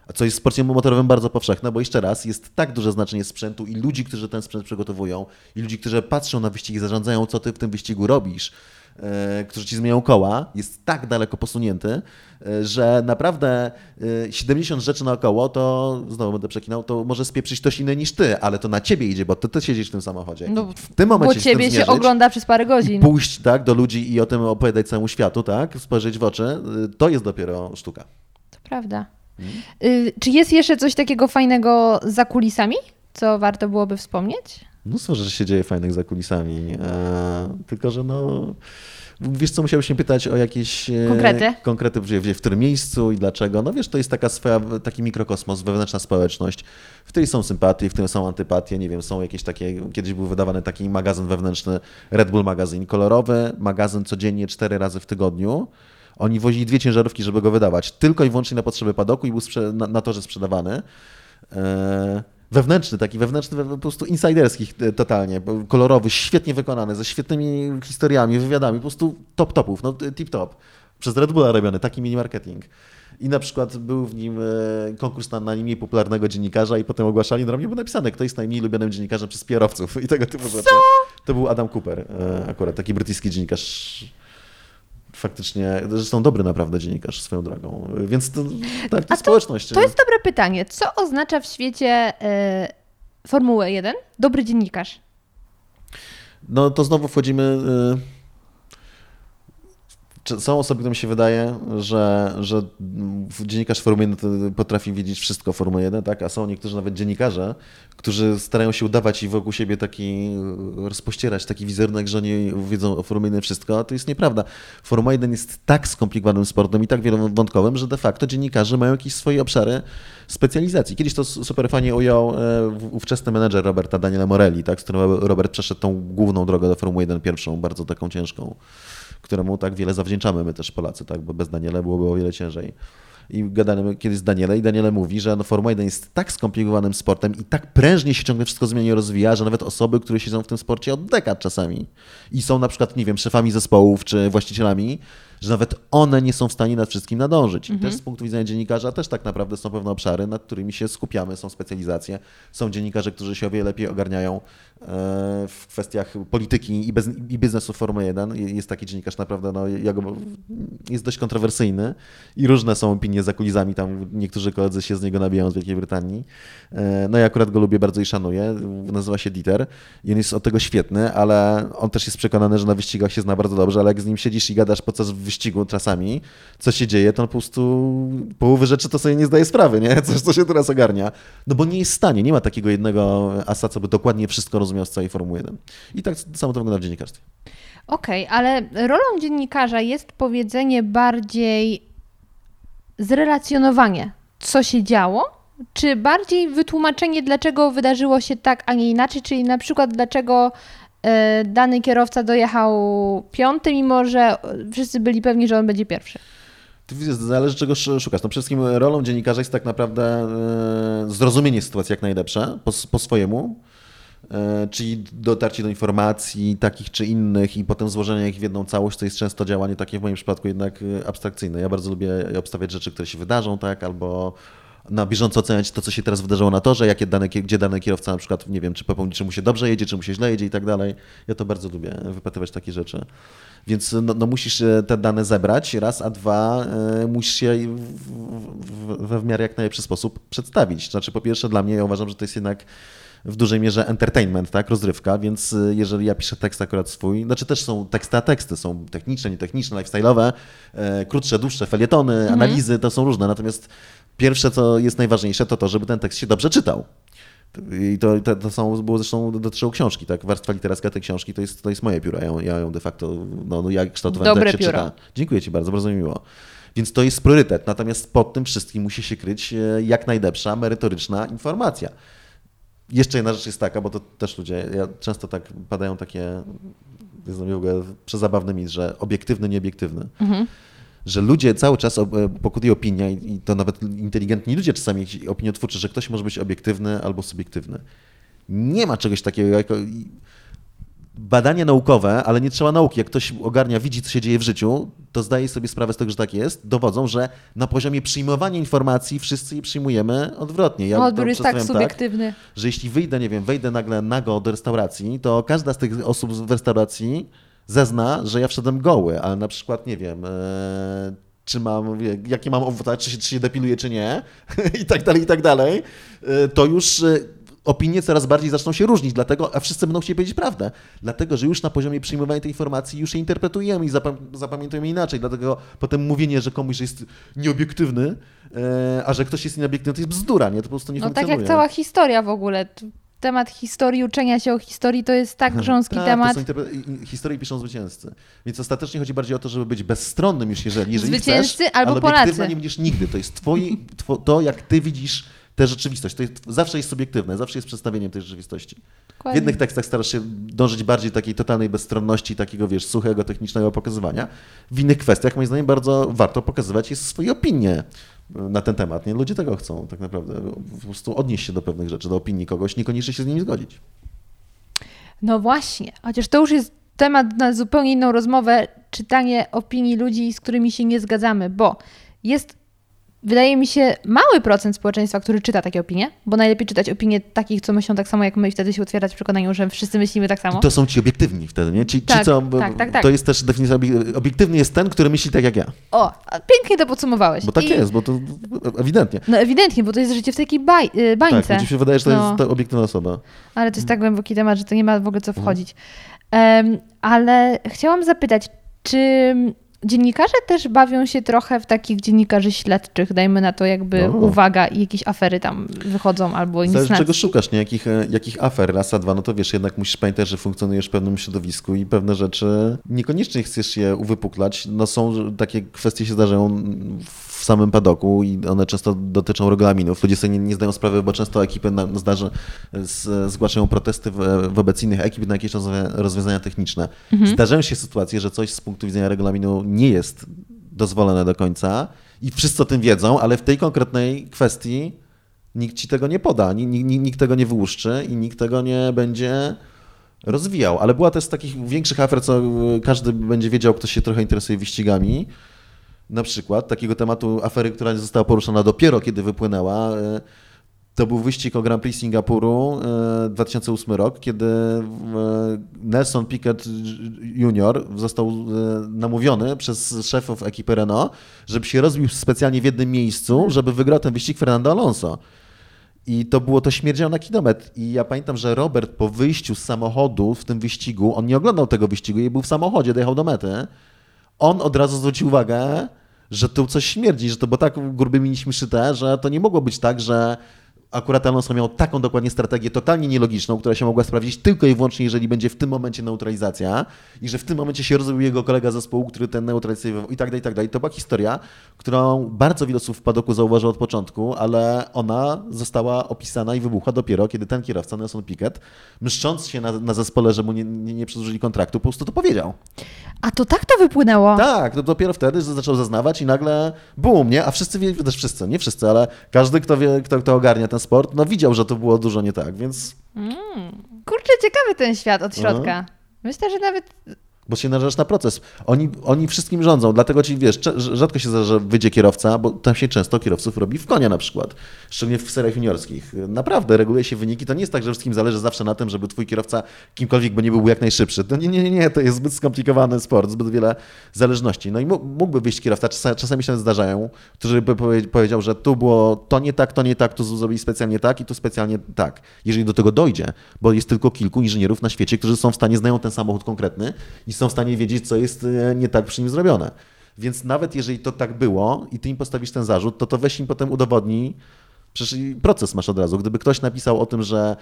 co jest w sporcie motorowym bardzo powszechne, bo jeszcze raz, jest tak duże znaczenie sprzętu i ludzi, którzy ten sprzęt przygotowują i ludzi, którzy patrzą na wyścig i zarządzają, co ty w tym wyścigu robisz, e, którzy ci zmieniają koła, jest tak daleko posunięty, e, że naprawdę e, siedemdziesiąt rzeczy naokoło, to znowu będę przekinał, to może spieprzyć ktoś inny niż ty, ale to na ciebie idzie, bo ty, ty siedzisz w tym samochodzie. No, w tym momencie bo ciebie się, się ogląda przez parę godzin. I pójść tak, do ludzi i o tym opowiadać całemu światu, tak, spojrzeć w oczy, to jest dopiero sztuka. To prawda. Hmm. Y, czy jest jeszcze coś takiego fajnego za kulisami, co warto byłoby wspomnieć? Mnóstwo rzeczy się dzieje fajnych za kulisami, e, tylko że no... Wiesz co, musiałbyś mnie pytać o jakieś konkrety, konkrety w, w którym miejscu i dlaczego. No wiesz, to jest taka swoja, taki mikrokosmos, wewnętrzna społeczność, w której są sympatie, w której są antypatie, nie wiem, są jakieś takie, kiedyś był wydawany taki magazyn wewnętrzny, Red Bull Magazine, kolorowy magazyn codziennie cztery razy w tygodniu. Oni wozili dwie ciężarówki, żeby go wydawać, tylko i wyłącznie na potrzeby padoku i był sprze- na, na torze sprzedawany. E- Wewnętrzny, taki wewnętrzny, po prostu insiderski totalnie, kolorowy, świetnie wykonany, ze świetnymi historiami, wywiadami, po prostu top topów, no tip top. Przez Red Bulla robiony, taki mini marketing. I na przykład był w nim konkurs na najmniej popularnego dziennikarza i potem ogłaszali, no mnie było napisane, kto jest najmniej lubianym dziennikarzem przez P R-owców i tego typu rzeczy. To był Adam Cooper, akurat taki brytyjski dziennikarz. Faktycznie, zresztą dobry naprawdę dziennikarz swoją drogą, więc to, tak, to, to społeczność. To jest dobre pytanie. Co oznacza w świecie y, Formuły jeden dobry dziennikarz? No to znowu wchodzimy... Y, są osoby, którym się wydaje, że, że dziennikarz Formuły jeden potrafi wiedzieć wszystko o Formule jeden, tak? A są niektórzy nawet dziennikarze, którzy starają się udawać i wokół siebie taki, rozpościerać taki wizerunek, że oni wiedzą o Formule jeden wszystko, a to jest nieprawda. Formuła jeden jest tak skomplikowanym sportem i tak wielowątkowym, że de facto dziennikarze mają jakieś swoje obszary specjalizacji. Kiedyś to super fajnie ujął ówczesny menedżer Roberta, Daniele Morelli, tak? Z którym Robert przeszedł tą główną drogę do Formuły jeden, pierwszą, bardzo taką ciężką, któremu tak wiele zawdzięczamy my też Polacy, tak? Bo bez Daniela byłoby o wiele ciężej. I gadamy kiedyś z Danielem i Daniele mówi, że no Formuła jeden jest tak skomplikowanym sportem i tak prężnie się ciągle wszystko zmienia i rozwija, że nawet osoby, które siedzą w tym sporcie od dekad czasami i są na przykład, nie wiem, szefami zespołów czy właścicielami, że nawet one nie są w stanie nad wszystkim nadążyć. I mhm. też z punktu widzenia dziennikarza też tak naprawdę są pewne obszary, nad którymi się skupiamy, są specjalizacje. Są dziennikarze, którzy się o wiele lepiej ogarniają w kwestiach polityki i, bez, i biznesu Formuły jeden. Jest taki dziennikarz naprawdę, no, ja go, jest dość kontrowersyjny i różne są opinie za kulisami, tam niektórzy koledzy się z niego nabijają z Wielkiej Brytanii. No ja akurat go lubię bardzo i szanuję, nazywa się Dieter i on jest od tego świetny, ale on też jest przekonany, że na wyścigach się zna bardzo dobrze, ale jak z nim siedzisz i gadasz podczas wyścigu czasami, co się dzieje, to on po prostu połowy rzeczy to sobie nie zdaje sprawy, nie? Coś, co się teraz ogarnia. No bo nie jest w stanie, nie ma takiego jednego asa, co by dokładnie wszystko rozumiał z całej Formuły jeden. I tak samo to wygląda w dziennikarstwie. Okej, okay, ale rolą dziennikarza jest powiedzenie bardziej zrelacjonowanie, co się działo, czy bardziej wytłumaczenie, dlaczego wydarzyło się tak, a nie inaczej, czyli na przykład dlaczego dany kierowca dojechał piąty, mimo że wszyscy byli pewni, że on będzie pierwszy. To zależy, czego szukasz. No przede wszystkim rolą dziennikarza jest tak naprawdę zrozumienie sytuacji jak najlepsze, po, po swojemu, czyli dotarcie do informacji takich czy innych i potem złożenie ich w jedną całość, to jest często działanie takie w moim przypadku jednak abstrakcyjne. Ja bardzo lubię obstawiać rzeczy, które się wydarzą, tak, albo na bieżąco oceniać to, co się teraz wydarzyło na torze, jakie dane, gdzie dany kierowca na przykład, nie wiem, czy popełni, czy mu się dobrze jedzie, czy mu się źle jedzie i tak dalej. Ja to bardzo lubię, wypytywać takie rzeczy. Więc no, no musisz te dane zebrać raz, a dwa y, musisz je w, w, we w miarę jak najlepszy sposób przedstawić. Znaczy po pierwsze dla mnie, ja uważam, że to jest jednak w dużej mierze entertainment, tak, rozrywka, więc jeżeli ja piszę tekst akurat swój, znaczy też są teksty a teksty, są techniczne, nietechniczne, lifestyle'owe, e, krótsze, dłuższe, felietony, mhm. analizy, to są różne, natomiast pierwsze, co jest najważniejsze, to to, żeby ten tekst się dobrze czytał. I to, to, to są, było zresztą dotyczyło książki, tak, warstwa literacka tej książki, to jest, to jest moje pióro, ja ją, ja ją de facto, no, no ja kształtowałem Dobre tak, się pióro. czyta. Dziękuję Ci bardzo, bardzo mi miło. Więc to jest priorytet, natomiast pod tym wszystkim musi się kryć jak najlepsza, merytoryczna informacja. Jeszcze jedna rzecz jest taka, bo to też ludzie, ja często tak padają takie, jest w ogóle przezabawny mit, że obiektywny, nieobiektywny. Mhm. Że ludzie cały czas pokutuje opinia i to nawet inteligentni ludzie czasami opiniotwórczy, że ktoś może być obiektywny albo subiektywny. Nie ma czegoś takiego jako... badania naukowe, ale nie trzeba nauki, jak ktoś ogarnia, widzi, co się dzieje w życiu, to zdaje sobie sprawę z tego, że tak jest, dowodzą, że na poziomie przyjmowania informacji wszyscy je przyjmujemy odwrotnie. Ja Odbiór to jest tak przedstawiam subiektywny. że jeśli wyjdę, nie wiem, wejdę nagle nago do restauracji, to każda z tych osób w restauracji zezna, że ja wszedłem goły, ale na przykład, nie wiem, e, czy mam, wie, jakie mam owocach, czy się, czy się depiluję, czy nie, i tak dalej, i tak dalej, e, to już e, opinie coraz bardziej zaczną się różnić, dlatego, a wszyscy będą chcieli powiedzieć prawdę, dlatego, że już na poziomie przyjmowania tej informacji już je interpretujemy i zapam- zapamiętujemy inaczej, dlatego potem mówienie, że komuś jest nieobiektywny, e, a że ktoś jest nieobiektywny, to jest bzdura, nie? To po prostu nie No tak funkcjonuje. jak cała historia w ogóle. Temat historii, uczenia się o historii to jest tak grząski tak, temat. To są interpre- historii piszą zwycięzcy. Więc ostatecznie chodzi bardziej o to, żeby być bezstronnym już jeżeli, jeżeli Zwycięzcy chcesz, albo ale Polacy. obiektywna nie będziesz nigdy. To jest twoi, two, to, jak ty widzisz tę rzeczywistość. To jest, zawsze jest subiektywne, zawsze jest przedstawieniem tej rzeczywistości. Dokładnie. W jednych tekstach starasz się dążyć bardziej do takiej totalnej bezstronności, takiego, wiesz, suchego, technicznego pokazywania. W innych kwestiach, moim zdaniem, bardzo warto pokazywać jest swoje opinie na ten temat. Nie? Ludzie tego chcą tak naprawdę. Po prostu odnieść się do pewnych rzeczy, do opinii kogoś, niekoniecznie się z nimi zgodzić. No właśnie, chociaż to już jest temat na zupełnie inną rozmowę, czytanie opinii ludzi, z którymi się nie zgadzamy, bo jest, wydaje mi się, mały procent społeczeństwa, który czyta takie opinie, bo najlepiej czytać opinie takich, co myślą tak samo jak my i wtedy się utwierdzać w przekonaniu, że wszyscy myślimy tak samo. I to są ci obiektywni wtedy, nie? Ci, Tak, ci co, tak, tak, tak. To jest też definicja, obiek- obiektywny jest ten, który myśli tak jak ja. O, a pięknie to podsumowałeś. Bo tak I, jest, bo to ewidentnie. No ewidentnie, bo to jest życie w takiej baj, y, bańce. Tak, bo ci się wydaje, że to No. jest ta obiektywna osoba. Ale to jest tak głęboki temat, że to nie ma w ogóle Mhm. co wchodzić. Um, ale chciałam zapytać, czy dziennikarze też bawią się trochę w takich dziennikarzy śledczych, dajmy na to jakby No. uwaga i jakieś afery tam wychodzą albo Zależy inscenacji. czego szukasz, nie? Jakich, e, jakich afer, raz, a dwa, no to wiesz, jednak musisz pamiętać, że funkcjonujesz w pewnym środowisku i pewne rzeczy niekoniecznie chcesz je uwypuklać. No są takie kwestie się zdarzają w samym padoku i one często dotyczą regulaminów. Ludzie sobie nie, nie zdają sprawy, bo często ekipy na, zdarzy, z, zgłaszają protesty wo- wobec innych ekip na jakieś rozwią- rozwiązania techniczne. Mhm. Zdarzają się sytuacje, że coś z punktu widzenia regulaminu nie jest dozwolone do końca i wszyscy o tym wiedzą, ale w tej konkretnej kwestii nikt ci tego nie poda, nikt, nikt, nikt tego nie wyłuszczy i nikt tego nie będzie rozwijał. Ale była też z takich większych afer, co każdy będzie wiedział, kto się trochę interesuje wyścigami. Na przykład takiego tematu afery, która została poruszona dopiero kiedy wypłynęła. To był wyścig o Grand Prix Singapuru, dwa tysiące ósmy rok, kiedy Nelson Piquet junior został namówiony przez szefów ekipy Renault, żeby się rozbił specjalnie w jednym miejscu, żeby wygrał ten wyścig Fernando Alonso. I to było, to śmierdziało na kilometr. I ja pamiętam, że Robert po wyjściu z samochodu w tym wyścigu, on nie oglądał tego wyścigu, i był w samochodzie, dojechał do mety, on od razu zwrócił uwagę, że tu coś śmierdzi, że to było tak grubymi nićmi szyte, że to nie mogło być tak, że akurat Alonso miał taką dokładnie strategię totalnie nielogiczną, która się mogła sprawdzić tylko i wyłącznie, jeżeli będzie w tym momencie neutralizacja i że w tym momencie się rozbił jego kolega zespołu, który ten neutralizował i tak dalej, i tak dalej. To była historia, którą bardzo wiele osób w padoku zauważyło od początku, ale ona została opisana i wybuchła dopiero, kiedy ten kierowca, Nelson Piquet, mszcząc się na, na zespole, że mu nie, nie, nie przedłużyli kontraktu, po prostu to powiedział. A to tak to wypłynęło? Tak, to dopiero wtedy że zaczął zaznawać i nagle bum, nie? A wszyscy wiedzieli, też wszyscy, nie wszyscy, ale każdy, kto wie, kto, kto ogarnia ten sport, no widział, że to było dużo nie tak, więc... Mm. Kurczę, ciekawy ten świat od środka. Aha. Myślę, że nawet... Bo się narażasz na proces. Oni, oni wszystkim rządzą, dlatego ci, wiesz, cze- rzadko się zdarza, że wyjdzie kierowca, bo tam się często kierowców robi w konia na przykład, szczególnie w seriach juniorskich. Naprawdę reguluje się wyniki. To nie jest tak, że wszystkim zależy zawsze na tym, żeby twój kierowca kimkolwiek by nie był jak najszybszy. To nie, nie, nie, nie, to jest zbyt skomplikowany sport, zbyt wiele zależności. No i mógłby wyjść kierowca, czasami, czasami się zdarzają, który by powie- powiedział, że tu było to nie tak, to nie tak, tu zrobili specjalnie tak i tu specjalnie tak. Jeżeli do tego dojdzie, bo jest tylko kilku inżynierów na świecie, którzy są w stanie, znają ten samochód konkretny i są w stanie wiedzieć, co jest nie tak przy nim zrobione. Więc nawet jeżeli to tak było i ty im postawisz ten zarzut, to to weź im potem udowodnij. Przecież proces masz od razu. Gdyby ktoś napisał o tym, że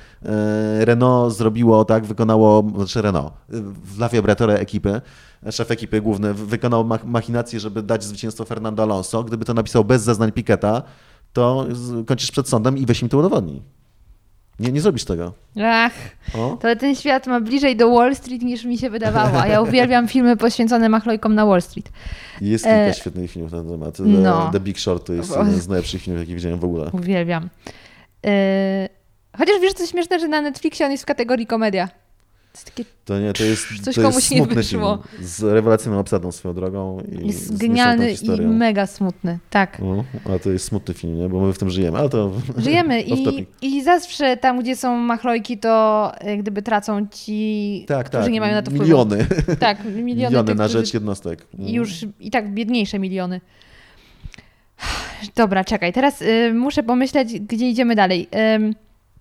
Renault zrobiło tak, wykonało, znaczy Renault, w Laviabratore ekipy, szef ekipy główny, wykonał machinację, żeby dać zwycięstwo Fernando Alonso, gdyby to napisał bez zeznań Piqueta, to kończysz przed sądem i weź im to udowodnij. Nie, nie zrobisz tego. Ach, O? to ten świat ma bliżej do Wall Street niż mi się wydawało, a ja uwielbiam filmy poświęcone machlojkom na Wall Street. Jest kilka E... świetnych filmów na ten temat. The, no. The Big Short to jest jeden z najlepszych filmów, jakie widziałem w ogóle. Uwielbiam. Yy... Chociaż wiesz, co śmieszne, że na Netflixie on jest w kategorii komedia. To jest takie... To nie, to jest, Coś to jest komuś nie smutny wyszło. film z rewelacyjną obsadą swoją drogą. I Jest z genialny niesamowitą i historią. mega smutny, tak. No, a to jest smutny film, nie? Bo my w tym żyjemy, ale to Żyjemy off i, topic. i zawsze tam, gdzie są machlojki, to jak gdyby tracą ci, Tak, którzy tak. nie mają na to wpływu. Miliony. Tak, miliony, Miliony tych, na którzy- rzecz jednostek. I już i tak biedniejsze miliony. Dobra, czekaj, teraz y, muszę pomyśleć, gdzie idziemy dalej. Ym,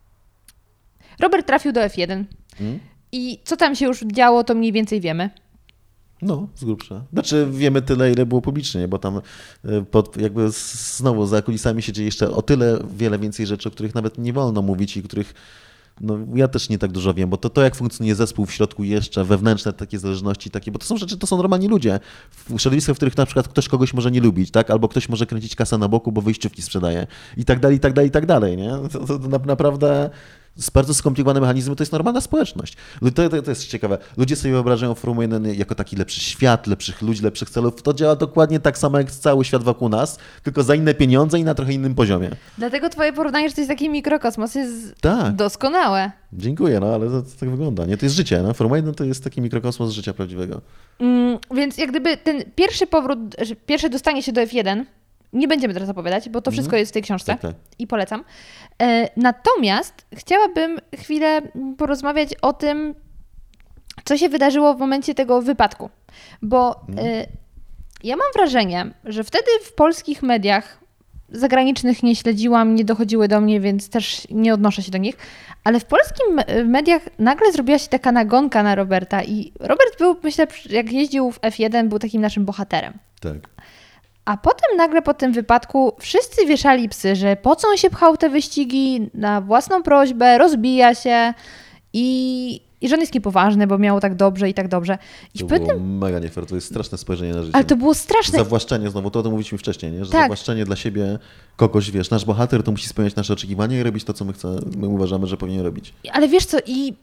Robert trafił do F jeden Mm? i co tam się już działo, to mniej więcej wiemy. No, z grubsza. Znaczy wiemy tyle, ile było publicznie, bo tam y, pod, jakby z- znowu za kulisami się dzieje jeszcze o tyle wiele więcej rzeczy, o których nawet nie wolno mówić i których no, ja też nie tak dużo wiem, bo to, to jak funkcjonuje zespół w środku jeszcze, wewnętrzne takie zależności, takie, bo to są rzeczy, to są normalni ludzie. W środowiskach, w których na przykład ktoś kogoś może nie lubić, tak? Albo ktoś może kręcić kasę na boku, bo wyjściówki sprzedaje i tak dalej, i tak dalej, i tak dalej, nie? To, to, to na- naprawdę z bardzo skomplikowane mechanizmy, to jest normalna społeczność. To, to, to jest ciekawe. Ludzie sobie wyobrażają Formułę jeden jako taki lepszy świat, lepszych ludzi, lepszych celów. To działa dokładnie tak samo jak cały świat wokół nas, tylko za inne pieniądze i na trochę innym poziomie. Dlatego twoje porównanie, że to jest taki mikrokosmos, jest Tak. doskonałe. Dziękuję, no ale to, to tak wygląda. Nie, to jest życie. No? Formuła jeden to jest taki mikrokosmos życia prawdziwego. Mm, więc jak gdyby ten pierwszy powrót, że pierwsze dostanie się do F jeden, nie będziemy teraz opowiadać, bo to wszystko jest w tej książce Tak, tak. i polecam. E, natomiast chciałabym chwilę porozmawiać o tym, co się wydarzyło w momencie tego wypadku. Bo e, ja mam wrażenie, że wtedy w polskich mediach zagranicznych nie śledziłam, nie dochodziły do mnie, więc też nie odnoszę się do nich, ale w polskim me- mediach nagle zrobiła się taka nagonka na Roberta i Robert był, myślę, jak jeździł w F jeden, był takim naszym bohaterem. Tak. A potem nagle po tym wypadku wszyscy wieszali psy, że po co on się pchał te wyścigi na własną prośbę, rozbija się i, i że on jest niepoważny, bo miał tak dobrze i tak dobrze. I To w pewnym... było mega nie fair. To jest straszne spojrzenie na życie. Ale to było straszne. Zawłaszczenie, znowu to o tym mówiliśmy wcześniej, nie? Że Tak. zawłaszczenie dla siebie kogoś, wiesz, nasz bohater to musi spełniać nasze oczekiwania i robić to, co my, chce, my uważamy, że powinien robić. Ale wiesz co, i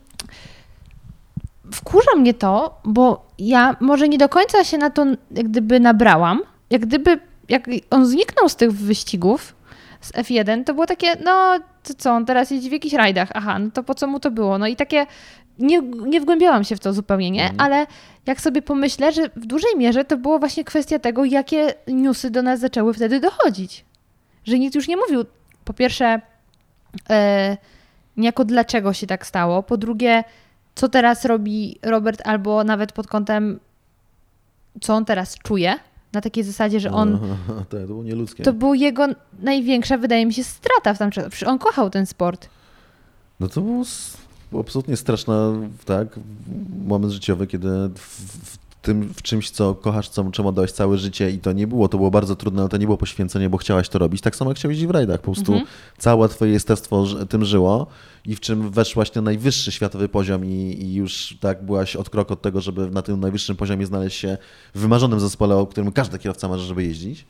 wkurza mnie to, bo ja może nie do końca się na to jak gdyby nabrałam. Jak gdyby, jak on zniknął z tych wyścigów z F jeden, to było takie, no to co, on teraz jeździ w jakichś rajdach, aha, no to po co mu to było? No i takie, nie, nie wgłębiałam się w to zupełnie, nie? Mhm. Ale jak sobie pomyślę, że w dużej mierze to było właśnie kwestia tego, jakie newsy do nas zaczęły wtedy dochodzić. Że nikt już nie mówił, po pierwsze, e, niejako dlaczego się tak stało, po drugie, co teraz robi Robert, albo nawet pod kątem, co on teraz czuje, na takiej zasadzie, że on, Tak, to było nieludzkie. to była jego największa, wydaje mi się, strata w tamtym czasie. Przecież on kochał ten sport. No to był s- absolutnie straszny, tak, moment życiowy, kiedy w, w tym, w czymś, co kochasz, co, czemu oddałeś całe życie i to nie było, to było bardzo trudne, ale to nie było poświęcenie, bo chciałaś to robić, tak samo jak chciałeś iść w rajdach, po prostu Mhm. całe twoje jestestwo ż- tym żyło i w czym weszłaś na najwyższy światowy poziom i, i już tak byłaś od kroku od tego, żeby na tym najwyższym poziomie znaleźć się w wymarzonym zespole, o którym każdy kierowca marzy, żeby jeździć.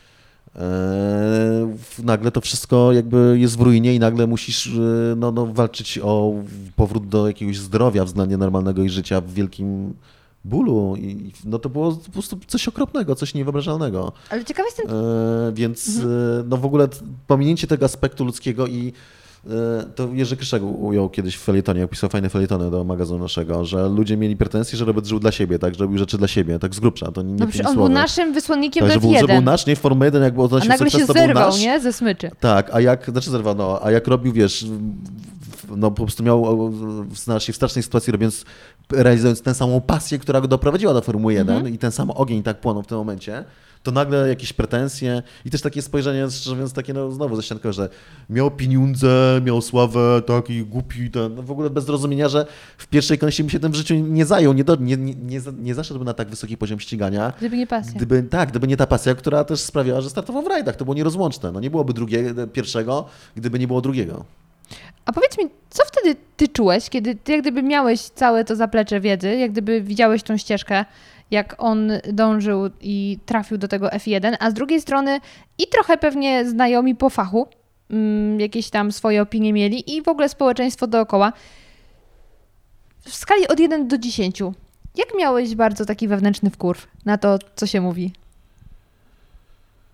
Eee, nagle to wszystko jakby jest w ruinie i nagle musisz e, no, no, walczyć o powrót do jakiegoś zdrowia względnie normalnego i życia w wielkim bólu. I no to było po prostu coś okropnego, coś niewyobrażalnego. Ale ciekawy jestem, E, więc e, no w ogóle t- pominięcie tego aspektu ludzkiego i e, to Jerzy Kryszak ujął kiedyś w felietonie, opisał fajne felietony do magazynu naszego, że ludzie mieli pretensje, że Robert żył dla siebie, tak, że robił rzeczy dla siebie, tak z grubsza, to nie, nie no przecież tymi on był słowy. naszym wysłannikiem Tak, do że F był, że był jeden. nasz, nie? W Formule jeden, jak było A odnosił nagle sukces, się to był zerwał, nasz. nie? Ze smyczy. Tak, a jak, znaczy zerwał, no, a jak robił, wiesz, w- no po prostu miał, znalazł się w strasznej sytuacji, robiąc, realizując tę samą pasję, która go doprowadziła do Formuły jeden Mhm. i ten sam ogień tak płonął w tym momencie, to nagle jakieś pretensje i też takie spojrzenie, szczerze mówiąc, takie no znowu ześciankowe, że miał pieniądze, miał sławę, taki głupi, ten, no w ogóle bez zrozumienia, że w pierwszej kolejności bym się tym w życiu nie zajął, nie, do, nie, nie, nie, za- nie zaszedłby na tak wysoki poziom ścigania. Gdyby nie pasja. Gdyby, tak, gdyby nie ta pasja, która też sprawiała, że startował w rajdach, to było nierozłączne. No nie byłoby drugiego, pierwszego, gdyby nie było drugiego. A powiedz mi, co wtedy ty czułeś, kiedy ty jak gdyby miałeś całe to zaplecze wiedzy, jak gdyby widziałeś tą ścieżkę, jak on dążył i trafił do tego F jeden, a z drugiej strony i trochę pewnie znajomi po fachu mm, jakieś tam swoje opinie mieli i w ogóle społeczeństwo dookoła. W skali od jeden do dziesięciu, jak miałeś bardzo taki wewnętrzny wkurw na to, co się mówi?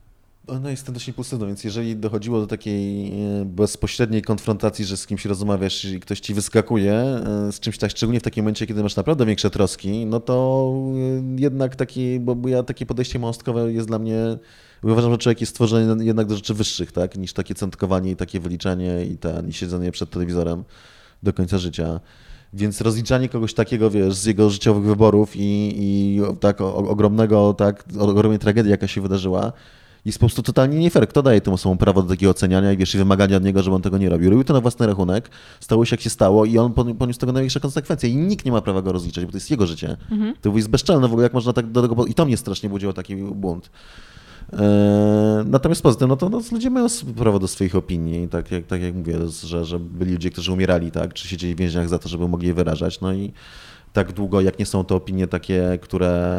No jestem dość impulsywny, więc jeżeli dochodziło do takiej bezpośredniej konfrontacji, że z kimś rozmawiasz i ktoś ci wyskakuje z czymś tak, szczególnie w takim momencie, kiedy masz naprawdę większe troski, no to jednak taki, bo ja takie podejście małostkowe jest dla mnie, uważam, że człowiek jest stworzony jednak do rzeczy wyższych, tak, niż takie centkowanie i takie wyliczanie i, ten, i siedzenie przed telewizorem do końca życia. Więc rozliczanie kogoś takiego, wiesz, z jego życiowych wyborów i, i tak o, ogromnego, tak, ogromnej tragedii, jaka się wydarzyła, jest po prostu totalnie nie fair. Kto daje tym osobom prawo do takiego oceniania i wiesz, i wymagania od niego, żeby on tego nie robił? Robił to na własny rachunek, stało się jak się stało i on poniósł tego największe konsekwencje i nikt nie ma prawa go rozliczać, bo to jest jego życie. Mhm. To jest bezczelne w ogóle, jak można tak do tego... I to mnie strasznie budziło taki błąd. Eee, natomiast poza tym, no to no, ludzie mają prawo do swoich opinii, tak jak, tak jak mówię, że, że byli ludzie, którzy umierali, tak, czy siedzieli w więzieniach za to, żeby mogli je wyrażać, no i tak długo, jak nie są to opinie takie, które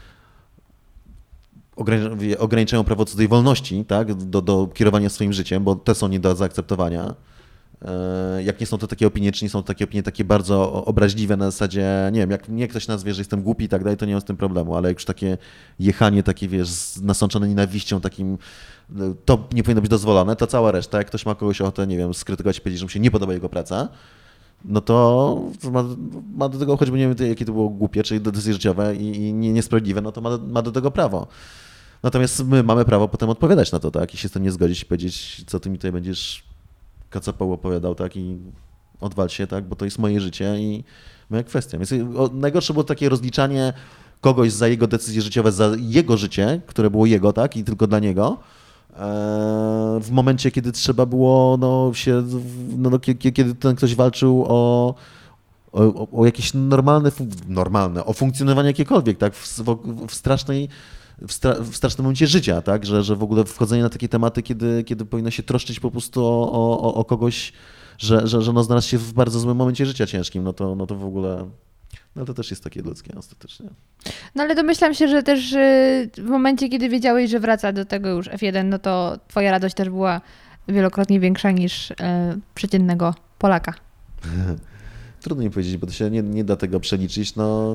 ograniczają prawo co do tej wolności, tak, do, do kierowania swoim życiem, bo te są nie do zaakceptowania. Jak nie są to takie opinie, czy nie są to takie opinie takie bardzo obraźliwe na zasadzie, nie wiem, jak mnie ktoś nazwie, że jestem głupi i tak dalej, to nie mam z tym problemu, ale jak już takie jechanie takie, wiesz, nasączone nienawiścią takim, to nie powinno być dozwolone, to cała reszta, jak ktoś ma kogoś ochotę, nie wiem, skrytykować i powiedzieć, że mu się nie podoba jego praca, no to ma, ma do tego, choćby nie wiem, jakie to było głupie, czyli decyzje życiowe i, i niesprawiedliwe, no to ma, ma do tego prawo. Natomiast my mamy prawo potem odpowiadać na to, tak, i się z tym nie zgodzić i powiedzieć, co ty mi tutaj będziesz kacapał opowiadał, tak, i odwal się, tak, bo to jest moje życie i moja kwestia. Więc najgorsze było takie rozliczanie kogoś za jego decyzje życiowe, za jego życie, które było jego, tak, i tylko dla niego, w momencie, kiedy trzeba było, no, się, no, kiedy ten ktoś walczył o, o, o jakieś normalne, normalne, o funkcjonowanie jakiekolwiek, tak, w, w strasznej W, stra- w strasznym momencie życia, tak? Że, że w ogóle wchodzenie na takie tematy, kiedy, kiedy powinno się troszczyć po prostu o, o, o kogoś, że, że, że no znalazł się w bardzo złym momencie życia ciężkim, no to, no to w ogóle, no to też jest takie ludzkie ostatecznie. No ale domyślam się, że też w momencie, kiedy wiedziałeś, że wraca do tego już F jeden, no to twoja radość też była wielokrotnie większa niż e, przeciętnego Polaka. Trudno mi powiedzieć, bo to się nie, nie da tego przeliczyć, no...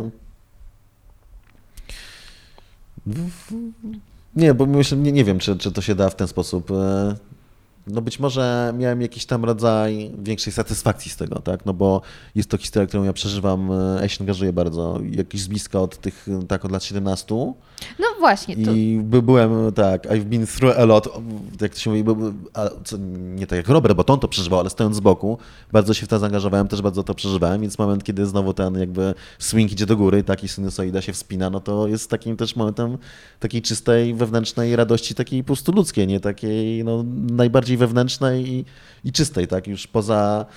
Nie, bo myślę, nie, nie wiem, czy, czy to się da w ten sposób. No być może miałem jakiś tam rodzaj większej satysfakcji z tego, tak? No bo jest to historia, którą ja przeżywam, ja się angażuję bardzo, jakiś z bliska od tych, tak, od lat siedemnastu. No właśnie. To... I by, byłem, tak, I've been through a lot, jak to się mówi, by, a, co, nie tak jak Robert, bo to on to przeżywał, ale stojąc z boku, bardzo się w to zaangażowałem, też bardzo to przeżywałem, więc moment, kiedy znowu ten jakby swing idzie do góry, tak, i sinusoida się wspina, no to jest takim też momentem takiej czystej, wewnętrznej radości, takiej po prostu ludzkiej, nie, takiej, no, najbardziej wewnętrznej i, i czystej, tak, już poza,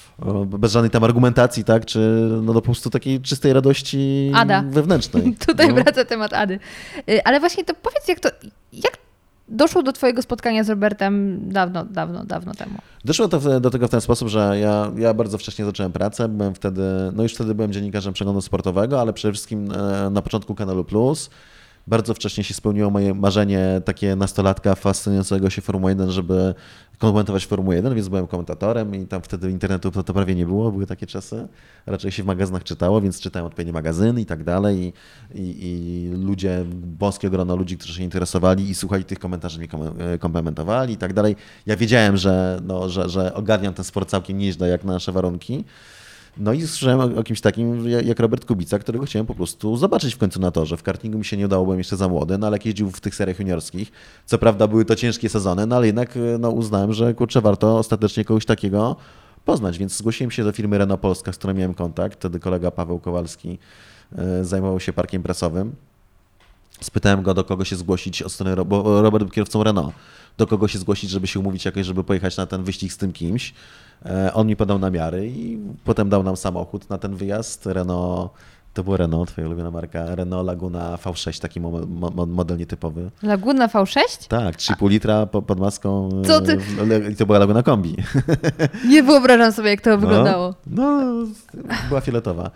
bez żadnej tam argumentacji, tak, czy no po prostu takiej czystej radości Ada. wewnętrznej. Tutaj no. wraca temat Ady. Ale właśnie to powiedz, jak to, jak doszło do twojego spotkania z Robertem dawno, dawno, dawno temu? Doszło to do tego w ten sposób, że ja, ja bardzo wcześnie zacząłem pracę, byłem wtedy, no już wtedy byłem dziennikarzem przeglądu sportowego, ale przede wszystkim na początku Kanalu Plus. Bardzo wcześnie się spełniło moje marzenie takie nastolatka fascynującego się Formułą jeden, żeby komentować Formułę jeden, więc byłem komentatorem i tam wtedy internetu to, to prawie nie było, były takie czasy. Raczej się w magazynach czytało, więc czytałem odpowiednie magazyny i tak dalej i, i, i ludzie, wąskie grono ludzi, którzy się interesowali i słuchali tych komentarzy, mi komplementowali i tak dalej. Ja wiedziałem, że, no, że, że ogarniam ten sport całkiem nieźle jak na nasze warunki. No i słyszałem o, o kimś takim jak Robert Kubica, którego chciałem po prostu zobaczyć w końcu na torze. W kartingu mi się nie udało, byłem jeszcze za młody, no ale jak jeździł w tych seriach juniorskich, co prawda były to ciężkie sezony, no ale jednak no, uznałem, że kurczę, warto ostatecznie kogoś takiego poznać, więc zgłosiłem się do firmy Renault Polska, z którą miałem kontakt. Wtedy kolega Paweł Kowalski e, zajmował się parkiem prasowym. Spytałem go, do kogo się zgłosić od strony, bo Robert był kierowcą Renault, do kogo się zgłosić, żeby się umówić jakoś, żeby pojechać na ten wyścig z tym kimś. On mi podał namiary i potem dał nam samochód na ten wyjazd. Renault, to było Renault, twoja ulubiona marka, Renault Laguna V sześć, taki model nietypowy. Laguna V sześć? Tak, trzy i pół litra pod maską. Co ty? I to była Laguna Kombi. Nie wyobrażam sobie, jak to no, wyglądało. No, była fioletowa.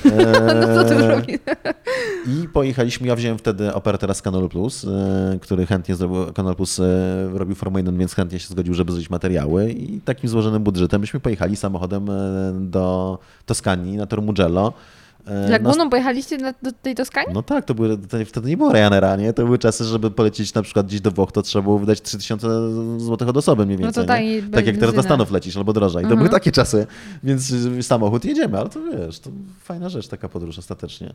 No co ty robisz? I pojechaliśmy, ja wziąłem wtedy operatora z Kanalu Plus, który chętnie zrobił, Kanal Plus robił Formułę jeden, więc chętnie się zgodził, żeby zrobić materiały i takim złożonym budżetem myśmy pojechali samochodem do Toskanii, na tor Mugello. Laguną no, pojechaliście na, do tej Toskanii? No tak, to były, to wtedy nie było Ryanaira, nie? To były czasy, żeby polecieć na przykład gdzieś do Włoch, to trzeba było wydać trzy tysiące złotych od osoby mniej więcej. No to taniej tak jak teraz do Stanów lecisz, albo drożej. To mhm. były takie czasy, więc samochód jedziemy, ale to wiesz, to fajna rzecz, taka podróż ostatecznie.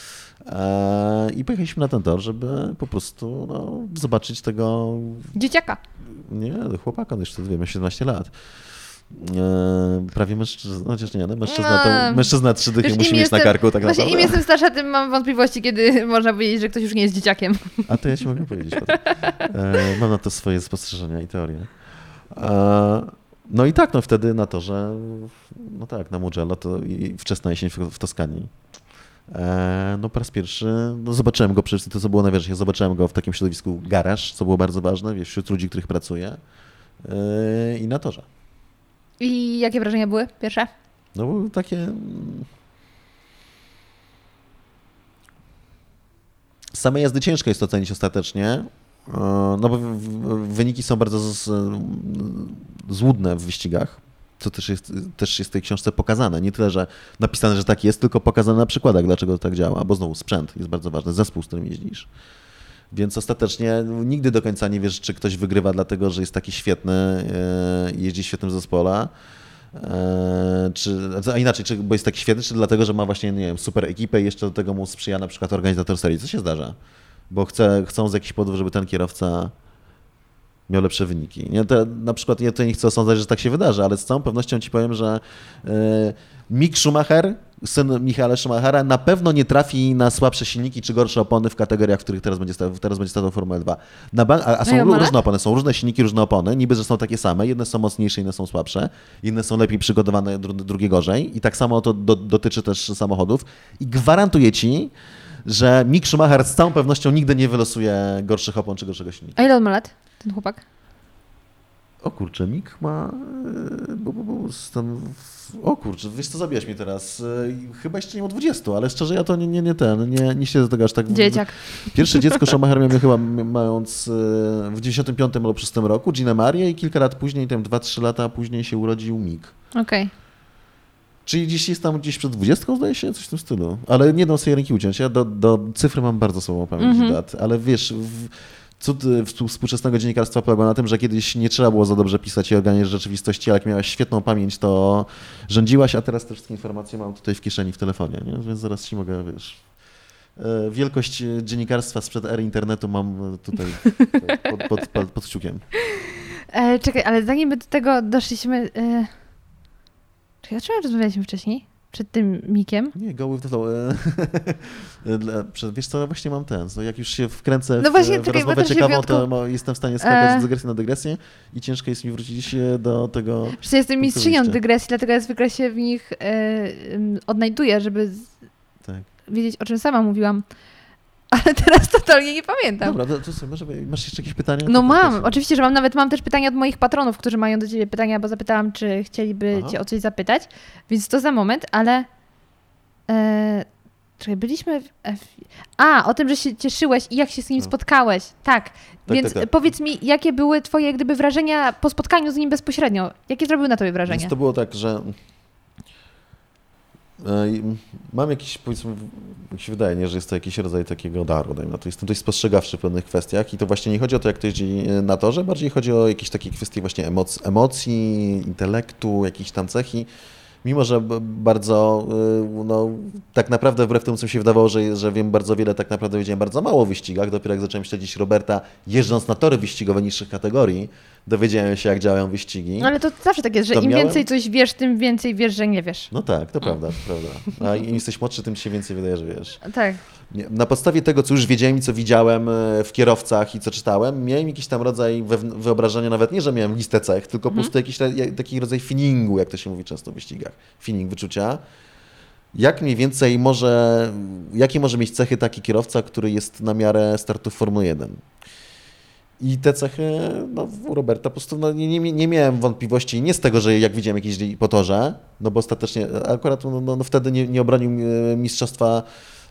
I pojechaliśmy na ten tor, żeby po prostu no, zobaczyć tego... Dzieciaka. Nie, chłopaka, on jeszcze miał siedemnaście lat. Prawie mężczyzna, chociaż nie, no, mężczyzna, to, mężczyzna trzy dychy musi mieć jestem, na karku. Tak właśnie naprawdę. im jestem starsza, tym mam wątpliwości, kiedy można powiedzieć, że ktoś już nie jest dzieciakiem. A to ja ci mogę powiedzieć potem. E, mam na to swoje spostrzeżenia i teorie. E, no i tak, no wtedy na to, że no tak, na Mugello to i wczesna jesień w, w Toskanii. E, no po raz pierwszy, no zobaczyłem go przecież, to co było najważniejsze, zobaczyłem go w takim środowisku garaż, co było bardzo ważne, wiesz, wśród ludzi, których pracuję e, i na torze. I jakie wrażenia były pierwsze? No były takie... Z samej jazdy ciężko jest to ocenić ostatecznie, no bo wyniki są bardzo z, złudne w wyścigach, co też jest, też jest w tej książce pokazane. Nie tyle, że napisane, że tak jest, tylko pokazane na przykładach, dlaczego to tak działa, bo znowu sprzęt jest bardzo ważny, zespół, z którym jeździsz. Więc ostatecznie nigdy do końca nie wiesz, czy ktoś wygrywa dlatego, że jest taki świetny i jeździ w świetnym zespole, czy, a inaczej, czy, bo jest taki świetny, czy dlatego, że ma właśnie, nie wiem, super ekipę i jeszcze do tego mu sprzyja na przykład organizator serii. Co się zdarza? Bo chce, chcą z jakichś powodów, żeby ten kierowca miał lepsze wyniki. Nie, to, na przykład ja tutaj nie chcę osądzać, że tak się wydarzy, ale z całą pewnością ci powiem, że yy, Mick Schumacher, syn Michaela Schumachera, na pewno nie trafi na słabsze silniki czy gorsze opony w kategoriach, w których teraz będzie startował, teraz będzie startował Formuła dwa. Na ban- a, a są no różne opony, są różne silniki, różne opony, niby, że są takie same, jedne są mocniejsze, inne są słabsze, inne są lepiej przygotowane, dru- drugie gorzej i tak samo to do, dotyczy też samochodów i gwarantuję ci, że Mick Schumacher z całą pewnością nigdy nie wylosuje gorszych opon czy gorszego silnika. A ile on ma lat, ten chłopak? O kurczę, Mick ma... Bu, bu, bu, tam... O kurczę, wiesz co, zabijasz mnie teraz. Chyba jeszcze nie ma dwudziestu, ale szczerze ja to nie, nie, nie ten, nie, nie siedzę tego aż tak... Dzieciak. Pierwsze dziecko Schumacher miał chyba mając w dziewięćdziesiątym piątym albo szóstym roku, Ginę Marię i kilka lat później, tam dwa trzy lata później się urodził Mick. Okej. Okay. Czyli dziś jest tam gdzieś przed dwudziestką, zdaje się, coś w tym stylu. Ale nie dam sobie ręki uciąć. Ja do, do cyfry mam bardzo słabą pamięć mm-hmm. dat, ale wiesz... W, Cud współczesnego dziennikarstwa polegał na tym, że kiedyś nie trzeba było za dobrze pisać i ogarniać rzeczywistości, ale jak miałaś świetną pamięć, to rządziłaś, a teraz te wszystkie informacje mam tutaj w kieszeni w telefonie, nie? Więc zaraz ci mogę, wiesz... Wielkość dziennikarstwa sprzed ery internetu mam tutaj pod, pod, pod, pod kciukiem. E, czekaj, ale zanim my do tego doszliśmy... E... Czekaj, o czym rozmawialiśmy wcześniej? Przed tym Mikiem? Nie, go with the flow. Wiesz co, właśnie mam ten, no jak już się wkręcę w, no właśnie, w czekaj, rozmowę ciekawą, wyjątku... to jestem w stanie skakać e... z dygresji na dygresję i ciężko jest mi wrócić do tego... Przecież ja jestem mistrzynią dygresji, dlatego ja zwykle się w nich e, odnajduję, żeby z... tak. wiedzieć, o czym sama mówiłam. Ale teraz totalnie nie pamiętam. Dobra, to, to sobie, może masz jeszcze jakieś pytania? No mam, to oczywiście, że mam. Nawet mam też pytania od moich patronów, którzy mają do ciebie pytania, bo zapytałam, czy chcieliby Aha. cię o coś zapytać. Więc to za moment, ale... E, czekaj, byliśmy... W F... A, o tym, że się cieszyłeś i jak się z nim no. spotkałeś. Tak, tak więc tak, tak. powiedz mi, jakie były twoje jak gdyby wrażenia po spotkaniu z nim bezpośrednio? Jakie zrobiły na tobie wrażenie? Więc to było tak, że... Mam jakiś, powiedzmy, jak się wydaje, nie, że jest to jakiś rodzaj takiego daru, dajmy na to. Jestem dość spostrzegawczy w pewnych kwestiach i to właśnie nie chodzi o to, jak to jeździ na torze, bardziej chodzi o jakieś takie kwestie właśnie emoc- emocji, intelektu, jakieś tam cechy. Mimo że bardzo, no, tak naprawdę wbrew temu, co mi się wydawało, że, że wiem bardzo wiele, tak naprawdę wiedziałem bardzo mało o wyścigach. Dopiero jak zacząłem śledzić Roberta, jeżdżąc na tory wyścigowe niższych kategorii, dowiedziałem się, jak działają wyścigi. No ale to zawsze tak jest, że to im miałem... więcej coś wiesz, tym więcej wiesz, że nie wiesz. No tak, to prawda, to prawda. A im jesteś młodszy, tym ci się więcej wydaje, że wiesz. Tak. Na podstawie tego, co już wiedziałem i co widziałem w kierowcach i co czytałem, miałem jakiś tam rodzaj wyobrażenia, nawet nie, że miałem listę cech, tylko hmm. po prostu jakiś taki rodzaj feelingu, jak to się mówi często w wyścigach. Feeling, wyczucia. Jak mniej więcej może, jakie może mieć cechy taki kierowca, który jest na miarę startu w Formuły jeden? I te cechy, no, u Roberta po prostu no, nie, nie, nie miałem wątpliwości, nie z tego, że jak widziałem jakieś po torze, no bo ostatecznie akurat no, no, no, wtedy nie, nie obronił mistrzostwa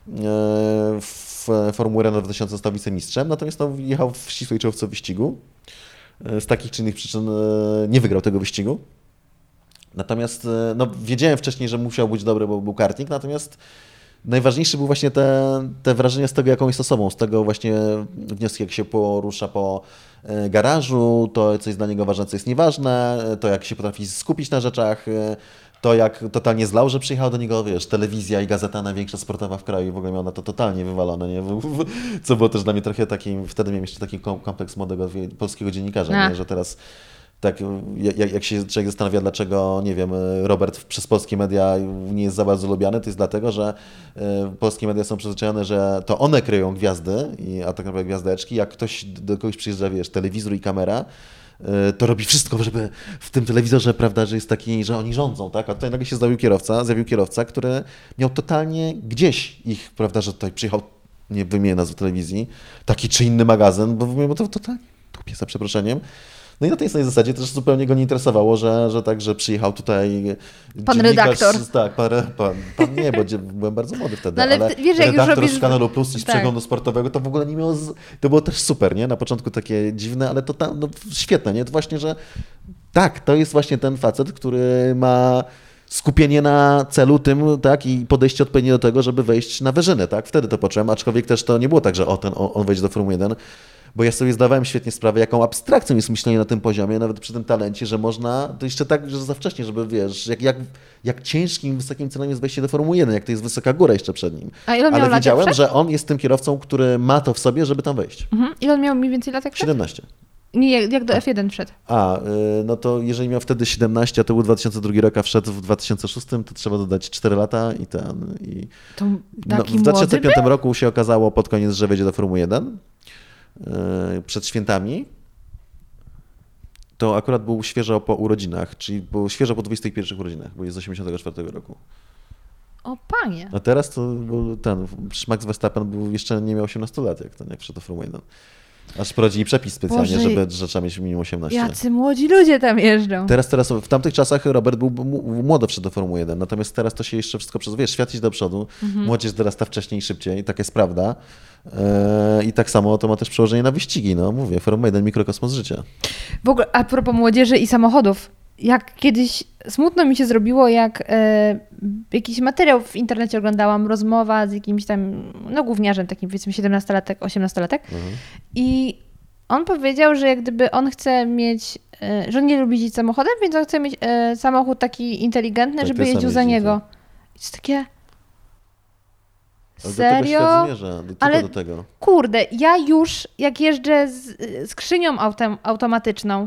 w Formuły Renault w dwa tysiące został wicemistrzem, natomiast no, jechał w ścisłej czołówce wyścigu. Z takich czy innych przyczyn nie wygrał tego wyścigu. Natomiast no, wiedziałem wcześniej, że musiał być dobry, bo był karting, natomiast najważniejsze były właśnie te, te wrażenia z tego, jaką jest osobą, z tego właśnie wnioski, jak się porusza po garażu, to co jest dla niego ważne, co jest nieważne, to jak się potrafi skupić na rzeczach, to jak totalnie zlał, że przyjechał do niego, wiesz, telewizja i gazeta największa sportowa w kraju i w ogóle miał na to totalnie wywalone, nie? Co było też dla mnie trochę takim, wtedy miałem jeszcze taki kompleks młodego polskiego dziennikarza, nie? Że teraz tak, jak, jak się człowiek zastanawia, dlaczego, nie wiem, Robert przez polskie media nie jest za bardzo lubiany, to jest dlatego, że polskie media są przyzwyczajone, że to one kryją gwiazdy, a tak naprawdę gwiazdeczki, jak ktoś do kogoś przyjeżdża, wiesz, telewizor i kamera, to robi wszystko, żeby w tym telewizorze, prawda, że jest taki, że oni rządzą, tak? A tutaj nagle się zjawił kierowca, zjawił kierowca, który miał totalnie gdzieś ich, prawda, że tutaj przyjechał, nie wymienię nazwy telewizji, taki czy inny magazyn, bo mówię, bo to totalnie tupie, za przeproszeniem. No i na tej samej zasadzie też zupełnie go nie interesowało, że, że tak, że przyjechał tutaj pan redaktor. Tak, pan, pan, pan nie, bo byłem bardzo młody wtedy, no ale, ale wiesz, jak redaktor już robisz... z Kanału Plus i z tak. przeglądu sportowego to w ogóle nie miało... Z... To było też super, nie? Na początku takie dziwne, ale to tam, no, świetne, nie? To właśnie, że tak, to jest właśnie ten facet, który ma skupienie na celu tym, tak, i podejście odpowiednie do tego, żeby wejść na wyżyny, tak? Wtedy to poczułem, aczkolwiek też to nie było tak, że o, ten, on wejdzie do Formuły jeden, bo ja sobie zdawałem świetnie sprawę, jaką abstrakcją jest myślenie na tym poziomie, nawet przy tym talencie, że można, to jeszcze tak, że za wcześnie, żeby wiesz, jak, jak, jak ciężkim, wysokim celem jest wejście do Formuły jeden, jak to jest wysoka góra jeszcze przed nim. A ile on miał Ale lat wiedziałem, jak że on jest tym kierowcą, który ma to w sobie, żeby tam wejść. Mhm. Ile on miał mniej więcej lat jak wszedł? siedemnaście. Nie, jak, jak do F jeden wszedł. A, no to jeżeli miał wtedy siedemnaście, a to był dwa tysiące drugi rok, a wszedł w dwa tysiące szóstym, to trzeba dodać cztery lata i ten... I... To No, taki w dwa tysiące piątym młody roku się okazało pod koniec, że wejdzie do Formuły jeden. Przed świętami, to akurat był świeżo po urodzinach, czyli był świeżo po dwudziestych pierwszych urodzinach, bo jest z osiemdziesiątego czwartego roku. O panie. A teraz to był ten, Max Verstappen był, jeszcze nie miał osiemnastu lat, jak ten, jak wszedł do Formuły jeden. Aż wprowadzili przepis specjalnie, Boże, żeby, że trzeba mieć minimum osiemnaście. Jacy młodzi ludzie tam jeżdżą. Teraz, teraz, w tamtych czasach Robert był młodo wszedł do Formuły jeden, natomiast teraz to się jeszcze wszystko przez, wiesz, świat idzie do przodu, mhm. młodzież dorasta wcześniej i szybciej, tak jest prawda. Yy, I tak samo to ma też przełożenie na wyścigi, no mówię, Formuła jeden, mikrokosmos życia. W ogóle, a propos młodzieży i samochodów, jak kiedyś smutno mi się zrobiło, jak e, jakiś materiał w internecie oglądałam, rozmowa z jakimś tam, no gówniarzem takim, powiedzmy siedemnastolatek, osiemnastolatek mhm. i on powiedział, że jak gdyby on chce mieć, e, że on nie lubi jeździć samochodem, więc on chce mieć e, samochód taki inteligentny, tak, żeby jeździł za niego. To jest takie... Ale serio? do tego świat zmierza, do, ale do tego. Kurde, ja już jak jeżdżę z skrzynią autem, automatyczną,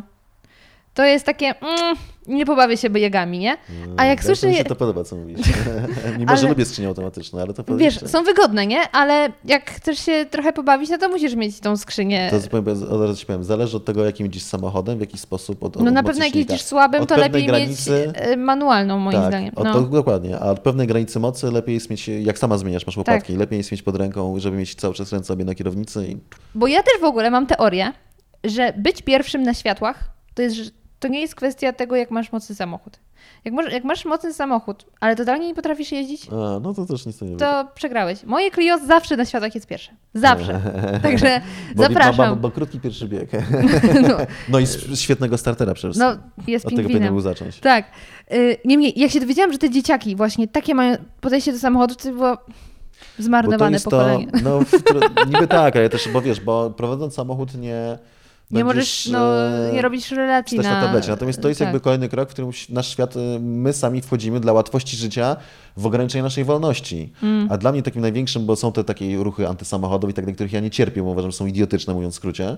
to jest takie, mm, nie pobawię się biegami, nie? A jak ja słyszę... Mi się to podoba, co mówisz. Mimo, ale... że lubię skrzynie automatyczne, ale to podoba. Wiesz, są wygodne, nie? Ale jak chcesz się trochę pobawić, no to musisz mieć tą skrzynię. To zupełnie, od razu ci powiem, zależy od tego, jakim jeździsz samochodem, w jaki sposób. Od, no od na pewno jak jeździsz słabym, od to lepiej granicy... mieć manualną, moim tak, zdaniem. No. To, dokładnie, a od pewnej granicy mocy lepiej jest mieć, jak sama zmieniasz, masz łopatki, tak. lepiej jest mieć pod ręką, żeby mieć cały czas ręce sobie na kierownicy. I... Bo ja też w ogóle mam teorię, że być pierwszym na światłach, to jest... To nie jest kwestia tego, jak masz mocny samochód. Jak, masz, jak masz mocny samochód, ale totalnie nie potrafisz jeździć, a, no to też nic nie to wiem. Przegrałeś. Moje Clio zawsze na światłach jest pierwsze. Zawsze. Także bo, zapraszam. Bo, bo, bo krótki pierwszy bieg. no. no i świetnego startera przede wszystkim. No, jest Od tego powinien był zacząć. Tak. Niemniej, jak się dowiedziałam, że te dzieciaki właśnie takie mają podejście do samochodu, to było zmarnowane bo to pokolenie. To, no, niby tak, ale też, bo wiesz, bo prowadząc samochód nie... Nie możesz, no, nie robić relacji na... na tablecie. Natomiast to jest tak. jakby kolejny krok, w którym nasz świat, my sami wchodzimy dla łatwości życia w ograniczenie naszej wolności. Mm. A dla mnie takim największym, bo są te takie ruchy antysamochodowe i tak dalej, których ja nie cierpię, bo uważam, że są idiotyczne, mówiąc w skrócie.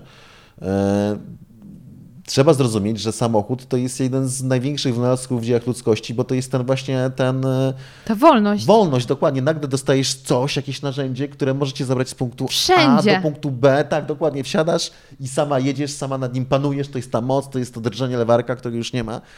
E- Trzeba zrozumieć, że samochód to jest jeden z największych wynalazków w dziejach ludzkości, bo to jest ten właśnie ten... Ta wolność. Wolność, dokładnie. Nagle dostajesz coś, jakieś narzędzie, które może cię zabrać z punktu Wszędzie. A do punktu B. Tak, dokładnie. Wsiadasz i sama jedziesz, sama nad nim panujesz. To jest ta moc, to jest to drżenie lewarka, którego już nie ma.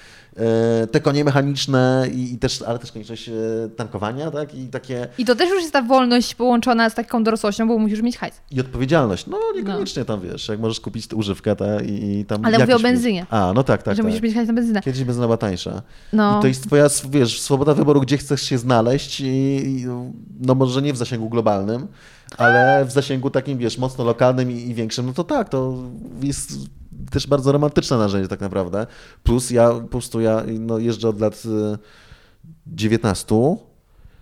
Te konie mechaniczne, i, i też, ale też konieczność tankowania, tak? I takie... I to też już jest ta wolność połączona z taką dorosłością, bo musisz mieć hajs. I odpowiedzialność. No niekoniecznie no. tam, wiesz, jak możesz kupić tę używkę ta, i, i tam... Ale mówię o benzynie. A, no tak, tak, Że tak. musisz mieć hajs na benzynę. Kiedyś benzyna była tańsza. No. I to jest twoja, wiesz, swoboda wyboru, gdzie chcesz się znaleźć, i, i, no może nie w zasięgu globalnym, ale w zasięgu takim, wiesz, mocno lokalnym i, i większym, no to tak, to jest... też bardzo romantyczne narzędzie tak naprawdę. Plus ja po prostu ja no, jeżdżę od lat dziewiętnastu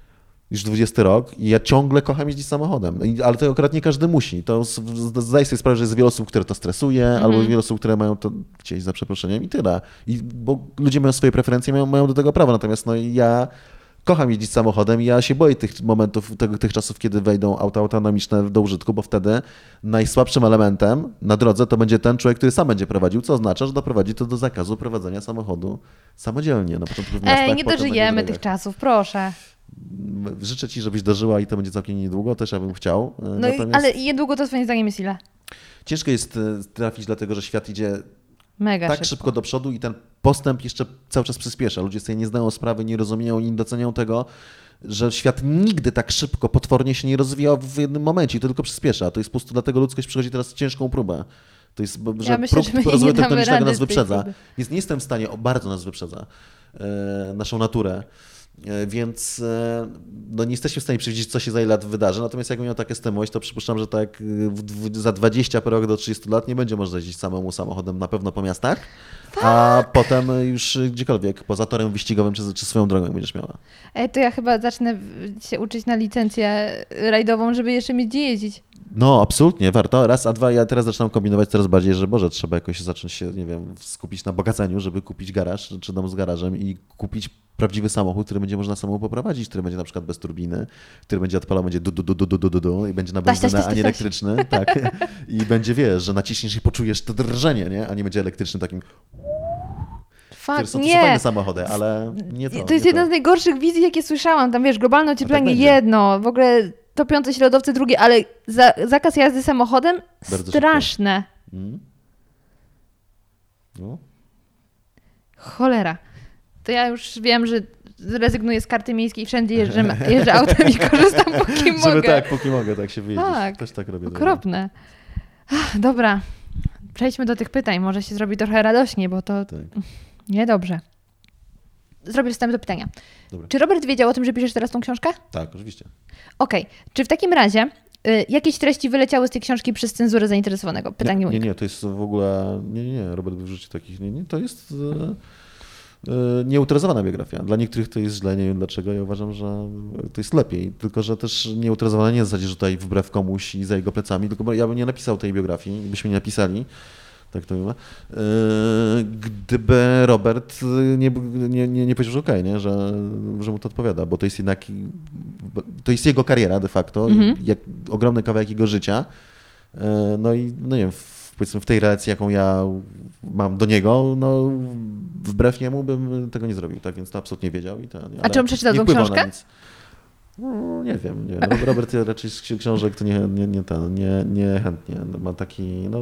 już dwudziesty rok i ja ciągle kocham jeździć samochodem. I, ale to akurat nie każdy musi. To z- z- zdaję sobie sprawę, że jest wiele osób, które to stresuje, Mhm. albo wiele osób, które mają to gdzieś za przeproszeniem i tyle. I, bo ludzie mają swoje preferencje, mają, mają do tego prawo. Natomiast no, ja kocham jeździć samochodem i ja się boję tych momentów, tego, tych czasów, kiedy wejdą auta autonomiczne do użytku, bo wtedy najsłabszym elementem na drodze to będzie ten człowiek, który sam będzie prowadził, co oznacza, że doprowadzi to do zakazu prowadzenia samochodu samodzielnie. Na początku w miastach, Ej, nie potem na dożyjemy drogach. tych czasów, proszę. Życzę ci, żebyś dożyła i to będzie całkiem niedługo, też ja bym chciał. No i, Natomiast ale niedługo to twoim zdaniem jest ile? ciężko jest e, trafić, dlatego że świat idzie Mega tak szybko. szybko do przodu i ten postęp jeszcze cały czas przyspiesza. Ludzie sobie nie zdają sprawy, nie rozumieją i nie doceniają tego, że świat nigdy tak szybko, potwornie się nie rozwijał w jednym momencie i to tylko przyspiesza. To jest po prostu dlatego ludzkość przychodzi teraz ciężką próbę. To jest, bo- że myślę, że my próg nie rozwoju damy technologicznego rady nas z tej wyprzedza. próby. Więc nie jestem w stanie, o, bardzo nas wyprzedza, e, naszą naturę. E, Więc e, no, nie jesteśmy w stanie przewidzieć, co się za ile lat wydarzy. Natomiast jak miał takie stymułość, to przypuszczam, że tak w, w, za dwadzieścia po rok do trzydziestu lat nie będzie można jeździć samemu samochodem na pewno po miastach, a potem już gdziekolwiek, poza torem wyścigowym czy, czy swoją drogą będziesz miała. Ej, to ja chyba zacznę w- się uczyć na licencję rajdową, żeby jeszcze mieć gdzie jeździć. No, absolutnie, warto. Raz, a dwa, ja teraz zaczynam kombinować coraz bardziej, że Boże, trzeba jakoś zacząć się, nie wiem, skupić na bogaceniu, żeby kupić garaż czy dom z garażem i kupić prawdziwy samochód, który będzie można samemu poprowadzić, który będzie na przykład bez turbiny, który będzie odpalał, będzie du, du, du, du, du, du, du, du i będzie na Taś, taś, benzynę, taś, a nie taś, taś. elektryczny. Tak. I będzie, wiesz, że naciśniesz i poczujesz to drżenie, nie? A nie będzie elektryczny takim, które Fakt, są, to są nie. fajne samochody, ale nie to. To jest nie jedna z najgorszych wizji, jakie słyszałam. Tam wiesz, globalne ocieplenie będzie. jedno, w ogóle topiące się lodowce drugie, ale za, zakaz jazdy samochodem Bardzo straszne. Mm. No. Cholera. To ja już wiem, że zrezygnuję z karty miejskiej, wszędzie jeżdżę, jeżdżę autem i korzystam póki mogę. Żeby tak, póki mogę, tak się wyjeździć. Tak. Też tak robię. Okropne. Ach, dobra, przejdźmy do tych pytań. Może się zrobi trochę radośnie, bo to Tak. niedobrze. Zrobię wstęp do pytania. Dobra. Czy Robert wiedział o tym, że piszesz teraz tą książkę? Tak, oczywiście. Okej. Czy w takim razie y, jakieś treści wyleciały z tej książki przez cenzurę zainteresowanego? Pytanie nie, moje. nie, nie, to jest w ogóle, nie, nie, nie, Robert by w życiu takich, nie, nie, to jest e, e, nieautoryzowana biografia. Dla niektórych to jest źle, nie wiem dlaczego, ja uważam, że to jest lepiej, tylko że też nieautoryzowana nie w zasadzie, że tutaj wbrew komuś i za jego plecami, tylko bo ja bym nie napisał tej biografii, byśmy nie napisali, tak to mówię, e, gdyby Robert nie, nie, nie, nie powiedział, że okej, nie, że, że mu to odpowiada, bo to jest jednak, to jest jego kariera de facto, Mhm. jak, ogromny kawałek jego życia. E, No i no nie wiem, w, powiedzmy w tej relacji, jaką ja mam do niego, no wbrew niemu bym tego nie zrobił, tak więc to absolutnie wiedział. I to, nie, ale czy on przeczytał nie tą wpływał książkę? na nic. No, nie wiem, nie. No, Robert raczej z książek to nie, nie, nie, ten, nie, nie chętnie. No, ma taki, no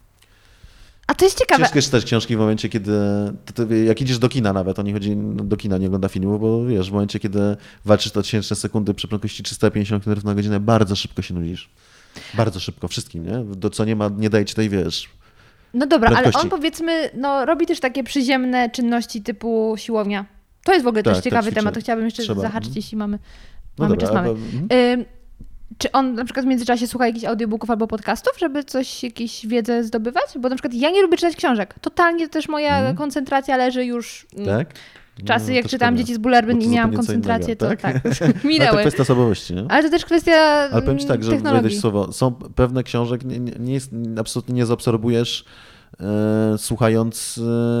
A to jest ciekawe. ciężko jest czytać książki w momencie, kiedy, to, to, jak idziesz do kina nawet, on nie chodzi do kina, nie ogląda filmów, bo wiesz, w momencie, kiedy walczysz o tysięczne sekundy przy prędkości trzysta pięćdziesiąt kilometrów na godzinę, bardzo szybko się nudzisz. Bardzo szybko, wszystkim, nie? Do co nie ma, nie daje ci tej, wiesz, No dobra, ale prędkości. on powiedzmy, no robi też takie przyziemne czynności typu siłownia. To jest w ogóle Tak, też tak, ciekawy ćwiczę. temat, to chciałabym jeszcze Trzeba. zahaczyć, Mhm. jeśli mamy, No mamy dobra, czas. Mamy. ale- mhm. Ym, czy on na przykład w międzyczasie słucha jakichś audiobooków albo podcastów, żeby coś, jakieś wiedzę zdobywać? Bo na przykład ja nie lubię czytać książek. Totalnie też moja Mhm. koncentracja leży już... mm, Tak? Czasy, No, jak to czytałam szkoda. Dzieci z Bullerbyn Bo i to miałam zupełnie co koncentrację, innego, to tak, Ale to minęły. kwestia osobowości, nie? Ale to też kwestia Ale powiem ci tak, że technologii. wejdę ci słowo, są pewne książek, nie, nie, nie jest, absolutnie nie zaabsorbujesz e, słuchając e,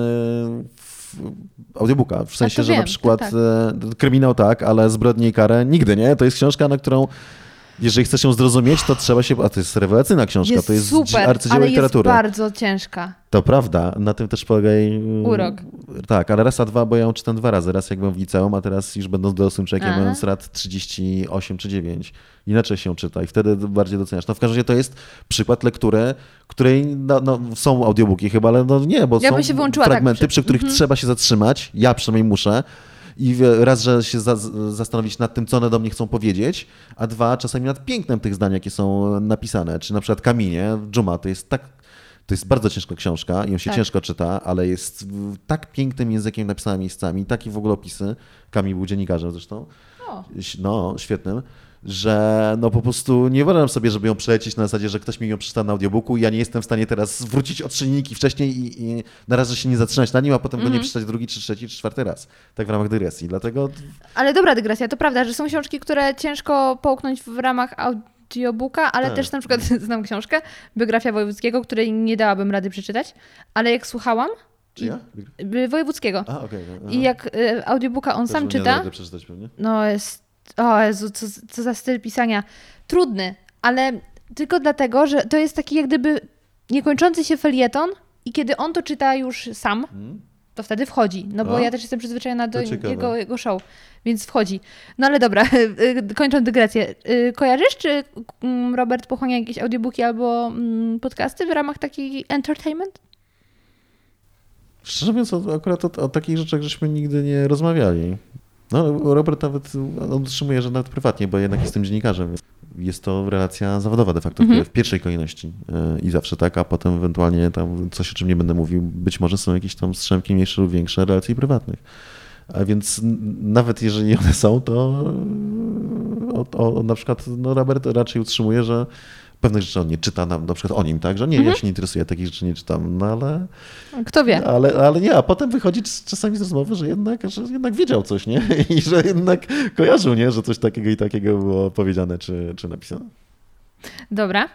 w, audiobooka. W sensie, to że wiem, na przykład tak, e, kryminał tak, ale zbrodnie i karę nigdy, nie? To jest książka, na którą jeżeli chcesz ją zrozumieć, to trzeba się... A to jest rewelacyjna książka, Jest to jest super, arcydzieło ale literatury. jest bardzo ciężka. To prawda, na tym też polega jej... Urok. Tak, ale raz a dwa, bo ja ją czytam dwa razy. Raz jak byłem w liceum, a teraz już będąc dorosłym człowiekiem, Aha. mając lat trzydzieści osiem czy dziewięć. Inaczej się czyta i wtedy bardziej doceniasz. No w każdym razie to jest przykład lektury, której no, no, są audiobooki chyba, ale no nie, bo Ja są bym się wyłączyła tak fragmenty, przy- przy których Mhm. trzeba się zatrzymać. Ja przynajmniej muszę. I raz, że się za, zastanowić nad tym, co one do mnie chcą powiedzieć, a dwa, czasami nad pięknem tych zdań, jakie są napisane. Czy na przykład Kamienie, Dżuma, to jest tak, to jest bardzo ciężka książka, ją się Tak. ciężko czyta, ale jest w tak pięknym językiem napisana miejscami, takie w ogóle opisy. Kamil był dziennikarzem zresztą, O. no, świetnym, że no po prostu nie wyobrażam sobie, żeby ją przelecieć na zasadzie, że ktoś mi ją przeczyta na audiobooku i ja nie jestem w stanie teraz zwrócić odstrzenniki wcześniej i, i na razie się nie zatrzymać na nim, a potem mm-hmm. go nie przeczytać drugi, czy trzeci, czy czwarty raz. Tak w ramach dygresji. Dlatego... Ale dobra dygresja, to prawda, że są książki, które ciężko połknąć w ramach audiobooka, ale tak. też na przykład znam książkę, biografia Wojewódzkiego, której nie dałabym rady przeczytać, ale jak słuchałam, Czy ja? I, Wojewódzkiego. A, okay, I jak y, audiobooka on Też sam nie czyta, radę przeczytać pewnie. no jest, o Jezu, co, co za styl pisania. Trudny, ale tylko dlatego, że to jest taki jak gdyby niekończący się felieton i kiedy on to czyta już sam, hmm. to wtedy wchodzi. No bo A? ja też jestem przyzwyczajona do To jego, jego show, więc wchodzi. No ale dobra, kończąc dygresję. Kojarzysz, czy Robert pochłania jakieś audiobooki albo podcasty w ramach takiej entertainment? Szczerze mówiąc, akurat o, o takich rzeczach żeśmy nigdy nie rozmawiali. No, Robert nawet utrzymuje, że nawet prywatnie, bo jednak jestem dziennikarzem. Jest to relacja zawodowa de facto mm-hmm. w pierwszej kolejności i zawsze tak, a potem ewentualnie tam coś, o czym nie będę mówił, być może są jakieś tam strzępki mniejsze lub większe relacji prywatnych. A więc nawet jeżeli one są, to o, o, na przykład no Robert raczej utrzymuje, że pewnych rzeczy on nie czyta, na, na przykład o nim, tak, że nie, mhm. ja się nie interesuję, takich rzeczy nie czytam, no ale... Kto wie? Ale, ale nie, a potem wychodzi czasami z rozmowy, że jednak, że jednak wiedział coś, nie? I że jednak kojarzył, nie? Że coś takiego i takiego było powiedziane czy, czy napisane. Dobra,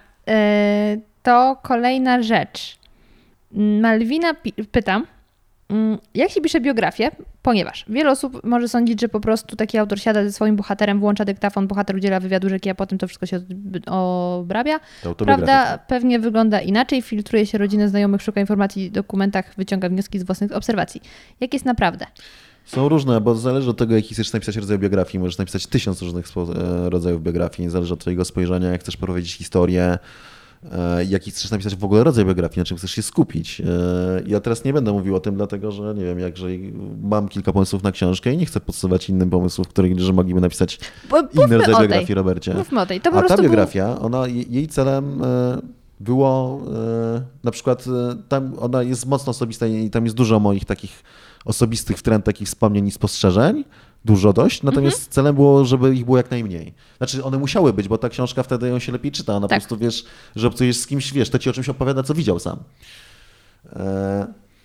to kolejna rzecz. Malwina pi- pyta, jak się pisze biografię? Ponieważ wiele osób może sądzić, że po prostu taki autor siada ze swoim bohaterem, włącza dyktafon, bohater udziela wywiadu rzeki, a potem to wszystko się obrabia. Prawda pewnie wygląda inaczej, filtruje się rodzinę znajomych, szuka informacji w dokumentach, wyciąga wnioski z własnych obserwacji. Jak jest naprawdę? Są różne, bo zależy od tego, jaki chcesz napisać rodzaj biografii. Możesz napisać tysiąc różnych rodzajów biografii, zależy od twojego spojrzenia, jak chcesz prowadzić historię, jaki chcesz napisać w ogóle rodzaj biografii, na czym chcesz się skupić. Ja teraz nie będę mówił o tym, dlatego że nie wiem, jakże mam kilka pomysłów na książkę i nie chcę podsuwać innym pomysłów, które że mogliby napisać Bo, inny rodzaj biografii, Robercie. Mówmy o tej. To po A ta biografia, był... ona, jej celem było na przykład, tam ona jest mocno osobista i tam jest dużo moich takich osobistych wtręt, takich wspomnień i spostrzeżeń. Dużo dość, natomiast mhm. celem było, żeby ich było jak najmniej. Znaczy one musiały być, bo ta książka wtedy ją się lepiej czyta. Ona tak. po prostu wiesz, że obcujesz z kimś, wiesz, to ci o czymś opowiada, co widział sam. E...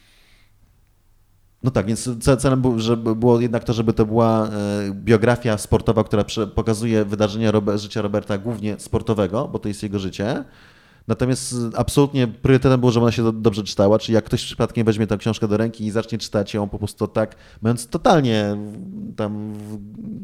No tak, więc celem było, żeby było jednak to, żeby to była biografia sportowa, która pokazuje wydarzenia życia Roberta głównie sportowego, bo to jest jego życie. Natomiast absolutnie priorytetem było, żeby ona się dobrze czytała, czyli jak ktoś przypadkiem weźmie tę książkę do ręki i zacznie czytać ją po prostu tak, mając totalnie tam w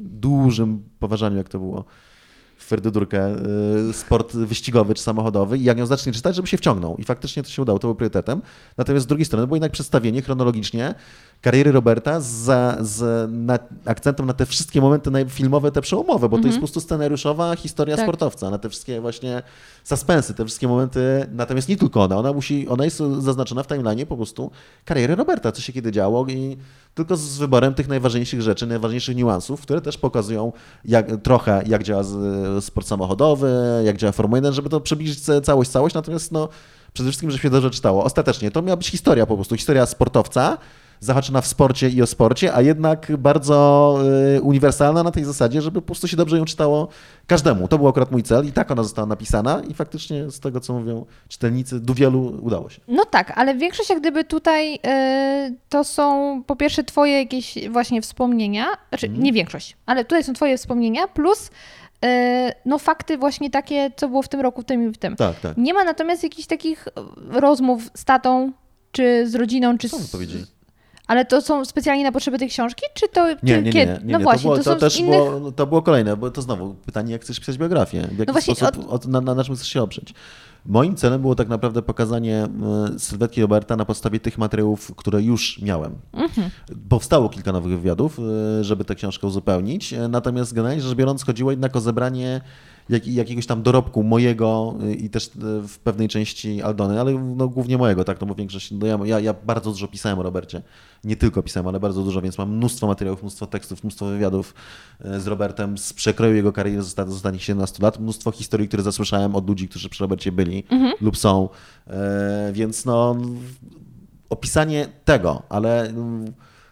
dużym poważaniu, jak to było w Ferdydurkę, sport wyścigowy czy samochodowy i jak ją zacznie czytać, żeby się wciągnął. I faktycznie to się udało, to było priorytetem. Natomiast z drugiej strony było jednak przedstawienie chronologicznie kariery Roberta z, z na, akcentem na te wszystkie momenty filmowe, te przełomowe, bo mm-hmm. to jest po prostu scenariuszowa historia tak. sportowca, na te wszystkie właśnie suspensy, te wszystkie momenty, natomiast nie tylko ona, ona musi, ona jest zaznaczona w timeline'ie po prostu kariery Roberta, co się kiedy działo i tylko z wyborem tych najważniejszych rzeczy, najważniejszych niuansów, które też pokazują jak, trochę jak działa sport samochodowy, jak działa Formuła jeden, żeby to przybliżyć całość, całość, natomiast no przede wszystkim, żeby się dobrze czytało. Ostatecznie to miała być historia po prostu, historia sportowca, zahaczona w sporcie i o sporcie, a jednak bardzo y, uniwersalna na tej zasadzie, żeby po prostu się dobrze ją czytało każdemu. To był akurat mój cel i tak ona została napisana i faktycznie z tego, co mówią czytelnicy, do wielu udało się. No tak, ale większość jak gdyby tutaj y, to są po pierwsze twoje jakieś właśnie wspomnienia, znaczy hmm. nie większość, ale tutaj są twoje wspomnienia plus y, no fakty właśnie takie, co było w tym roku, w tym i w tym. Tak, tak. Nie ma natomiast jakichś takich rozmów z tatą, czy z rodziną, czy z... powiedzieli? Ale to są specjalnie na potrzeby tej książki, czy to nie, nie, nie, kiedy? nie, nie, No nie. właśnie, to, było, to, to są też innych... było, to było kolejne, bo to znowu pytanie, jak chcesz pisać biografię, w jaki no właśnie, sposób, od... Od, na, na czym chcesz się oprzeć. Moim celem było tak naprawdę pokazanie sylwetki Roberta na podstawie tych materiałów, które już miałem. Mhm. Powstało kilka nowych wywiadów, żeby tę książkę uzupełnić, natomiast generalnie rzecz biorąc chodziło jednak o zebranie jak, jakiegoś tam dorobku mojego i też w pewnej części Aldony, ale no, głównie mojego, tak, no bo większość, no ja, ja, ja bardzo dużo pisałem o Robercie, nie tylko pisałem, ale bardzo dużo, więc mam mnóstwo materiałów, mnóstwo tekstów, mnóstwo wywiadów z Robertem z przekroju jego kariery z ostatnich siedemnastu lat, mnóstwo historii, które zasłyszałem od ludzi, którzy przy Robercie byli mhm. lub są, e, więc no opisanie tego, ale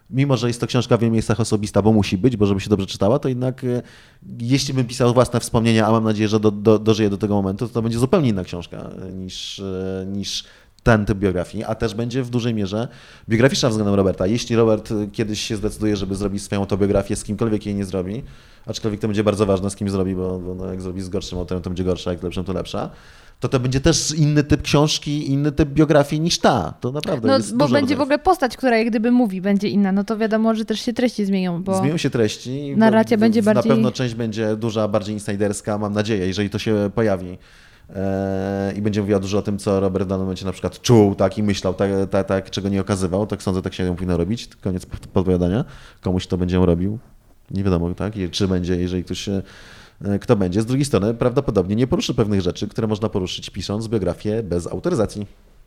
mimo że jest to książka w wielu miejscach osobista, bo musi być, bo żeby się dobrze czytała, to jednak e, jeśli bym pisał własne wspomnienia, a mam nadzieję, że do, do, dożyję do tego momentu, to, to będzie zupełnie inna książka niż, e, niż ten typ biografii, a też będzie w dużej mierze biograficzna względem Roberta. Jeśli Robert kiedyś się zdecyduje, żeby zrobić swoją autobiografię, z kimkolwiek jej nie zrobi, aczkolwiek to będzie bardzo ważne, z kim zrobi, bo, bo no, jak zrobi z gorszym autorem, to będzie gorsza, jak z lepszym, to lepsza, to to będzie też inny typ książki, inny typ biografii niż ta. To naprawdę no, jest bo dużo będzie rodzajów. w ogóle postać, która jak gdyby mówi, będzie inna, no to wiadomo, że też się treści zmienią, bo Zmienią się treści. narracja bo, będzie Na bardziej... pewno część będzie duża, bardziej insiderska, mam nadzieję, jeżeli to się pojawi. I będzie mówiła dużo o tym, co Robert w danym momencie na przykład czuł, tak i myślał, tak, tak, tak czego nie okazywał. Tak sądzę, tak się ją powinno robić. Koniec podpowiadania. Komuś to będzie robił. Nie wiadomo, tak? Czy będzie, jeżeli ktoś się, kto będzie. Z drugiej strony prawdopodobnie nie poruszy pewnych rzeczy, które można poruszyć pisząc biografię bez autoryzacji.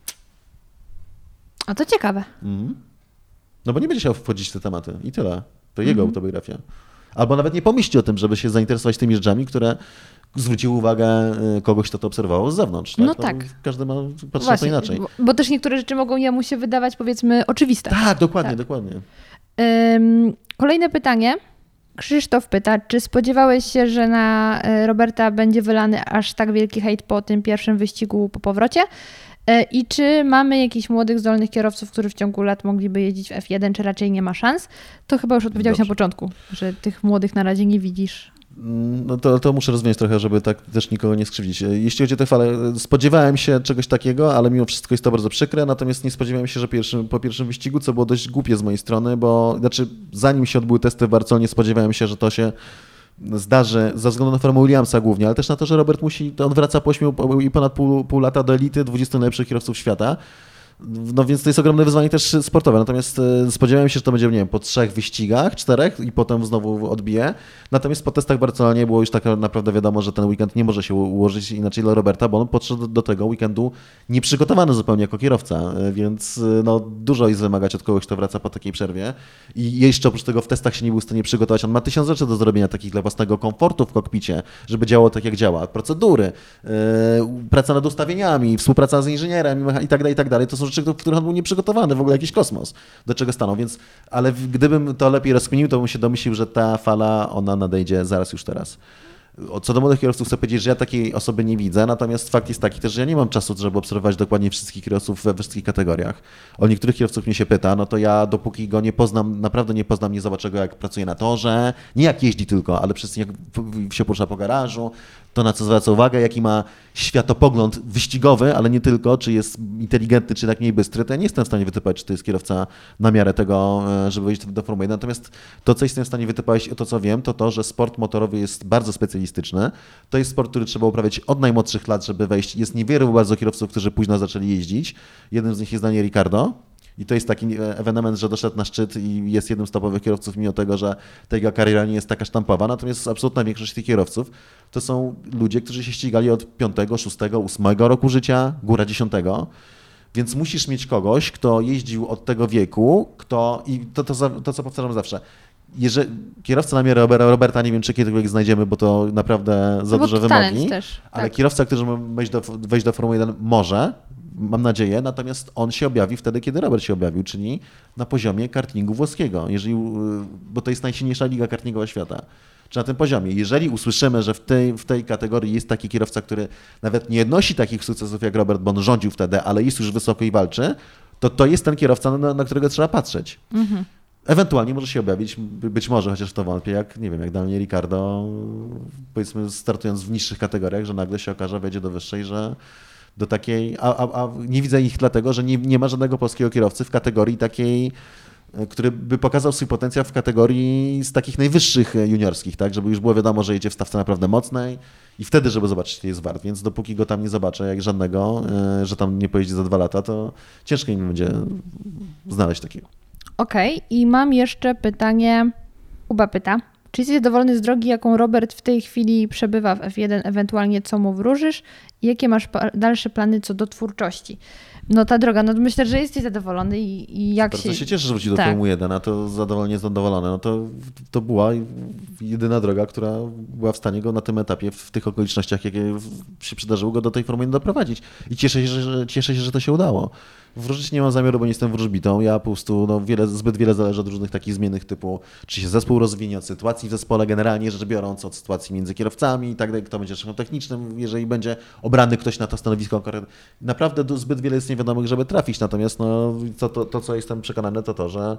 A to ciekawe. Mhm. No bo nie będzie chciał wchodzić w te tematy i tyle. To jego Mhm. autobiografia. Albo nawet nie pomyśli o tym, żeby się zainteresować tymi rzeczami, które zwróciły uwagę kogoś, kto to obserwował z zewnątrz. Tak? No tak. Każdy ma patrzy na to Właśnie, inaczej. Bo, bo też niektóre rzeczy mogą jemu się wydawać, powiedzmy, oczywiste. Tak, dokładnie, Tak. dokładnie. Ym, kolejne pytanie. Krzysztof pyta, czy spodziewałeś się, że na y, Roberta będzie wylany aż tak wielki hejt po tym pierwszym wyścigu po powrocie? Y, I czy mamy jakichś młodych, zdolnych kierowców, którzy w ciągu lat mogliby jeździć w F jeden, czy raczej nie ma szans? To chyba już odpowiedziałeś Dobrze. na początku, że tych młodych na razie nie widzisz. No to, to muszę rozwiązać trochę, żeby tak też nikogo nie skrzywdzić. Jeśli chodzi o tę falę, spodziewałem się czegoś takiego, ale mimo wszystko jest to bardzo przykre, natomiast nie spodziewałem się, że pierwszym, po pierwszym wyścigu, co było dość głupie z mojej strony, bo znaczy zanim się odbyły testy w Barcelonie, spodziewałem się, że to się zdarzy ze względu na formę Williamsa głównie, ale też na to, że Robert musi, to on wraca po ośmiu i ponad pół, pół lata do elity dwudziestu najlepszych kierowców świata. No więc to jest ogromne wyzwanie też sportowe, natomiast spodziewałem się, że to będzie, nie wiem, po trzech wyścigach, czterech i potem znowu odbije. Natomiast po testach w Barcelonie było już tak naprawdę wiadomo, że ten weekend nie może się ułożyć inaczej dla Roberta, bo on podszedł do tego weekendu nieprzygotowany zupełnie jako kierowca, więc no, dużo jest wymagać od kogoś, kto wraca po takiej przerwie. I jeszcze oprócz tego w testach się nie był w stanie przygotować. On ma tysiąc rzeczy do zrobienia takich dla własnego komfortu w kokpicie, żeby działało tak, jak działa. Procedury, yy, praca nad ustawieniami, współpraca z inżynierem i tak dalej, i tak dalej. To są rzeczy, w których on był nieprzygotowany, w ogóle jakiś kosmos, do czego stanął, więc, ale gdybym to lepiej rozkminił, to bym się domyślił, że ta fala, ona nadejdzie zaraz już teraz. Co do młodych kierowców chcę powiedzieć, że ja takiej osoby nie widzę, natomiast fakt jest taki też, że ja nie mam czasu, żeby obserwować dokładnie wszystkich kierowców we wszystkich kategoriach. O niektórych kierowców mnie się pyta, no to ja dopóki go nie poznam, naprawdę nie poznam, nie zobaczę go, jak pracuje na torze, nie jak jeździ tylko, ale przez jak się porusza po garażu, to na co zwraca uwagę, jaki ma światopogląd wyścigowy, ale nie tylko, czy jest inteligentny, czy tak mniej bystry, to ja nie jestem w stanie wytypać, czy to jest kierowca na miarę tego, żeby wejść do Formuły jeden. Natomiast to, co jestem w stanie wytypać, to co wiem, to to, że sport motorowy jest bardzo specjalistyczny. To jest sport, który trzeba uprawiać od najmłodszych lat, żeby wejść. Jest niewielu bardzo kierowców, którzy późno zaczęli jeździć. Jeden z nich jest Daniel Ricciardo. I to jest taki ewenement, że doszedł na szczyt i jest jednym z topowych kierowców, mimo tego, że ta jego kariera nie jest taka sztampowa. Natomiast absolutna większość tych kierowców to są ludzie, którzy się ścigali od piątego, szóstego, ósmego roku życia, góra dziesiątego. Więc musisz mieć kogoś, kto jeździł od tego wieku, kto i to, to, to co powtarzam zawsze. Jeżeli kierowca na miarę Roberta, nie wiem, czy kiedykolwiek znajdziemy, bo to naprawdę za No dużo bo wymogi, talent też, ale tak. kierowca, który ma wejść do, wejść do Formuły jeden może, mam nadzieję, natomiast on się objawi wtedy, kiedy Robert się objawił, czyli na poziomie kartingu włoskiego, jeżeli, bo to jest najsilniejsza liga kartingowa świata. Czy na tym poziomie. Jeżeli usłyszymy, że w tej, w tej kategorii jest taki kierowca, który nawet nie odnosi takich sukcesów jak Robert, bo on rządził wtedy, ale jest już wysoko i walczy, to to jest ten kierowca, na, na którego trzeba patrzeć. Mhm. Ewentualnie może się objawić, być może, chociaż w to wątpię, jak, nie wiem, jak Daniel Ricciardo, powiedzmy startując w niższych kategoriach, że nagle się okaże, wejdzie do wyższej, że do takiej, a, a, a nie widzę ich dlatego, że nie, nie ma żadnego polskiego kierowcy w kategorii takiej, który by pokazał swój potencjał w kategorii z takich najwyższych juniorskich, tak, żeby już było wiadomo, że jedzie w stawce naprawdę mocnej i wtedy, żeby zobaczyć, ile jest wart, więc dopóki go tam nie zobaczę, jak żadnego, że tam nie pojedzie za dwa lata, to ciężko im będzie znaleźć takiego. Okej, okay. I mam jeszcze pytanie, Kuba pyta, czy jesteś zadowolony z drogi, jaką Robert w tej chwili przebywa w F jeden, ewentualnie co mu wróżysz i jakie masz dalsze plany co do twórczości? No ta droga, no myślę, że jesteś zadowolony i, i jak Bardzo się... się... się cieszę, że wróci do tak. Formuły jeden, a to zadowolenie zadowolone. No to, to była jedyna droga, która była w stanie go na tym etapie, w tych okolicznościach, jakie się przydarzyły, go do tej Formuły jeden doprowadzić. I cieszę się, że, cieszę się, że to się udało. Wróżyć nie mam zamiaru, bo nie jestem wróżbitą. Ja po prostu, no, wiele, zbyt wiele zależy od różnych takich zmiennych typu, czy się zespół rozwinie, od sytuacji w zespole generalnie rzecz biorąc, od sytuacji między kierowcami i tak dalej, kto będzie szefem technicznym, jeżeli będzie obrany ktoś na to stanowisko. Naprawdę zbyt wiele jest niewiadomych, żeby trafić. Natomiast no, to, to, to co jestem przekonany, to to, że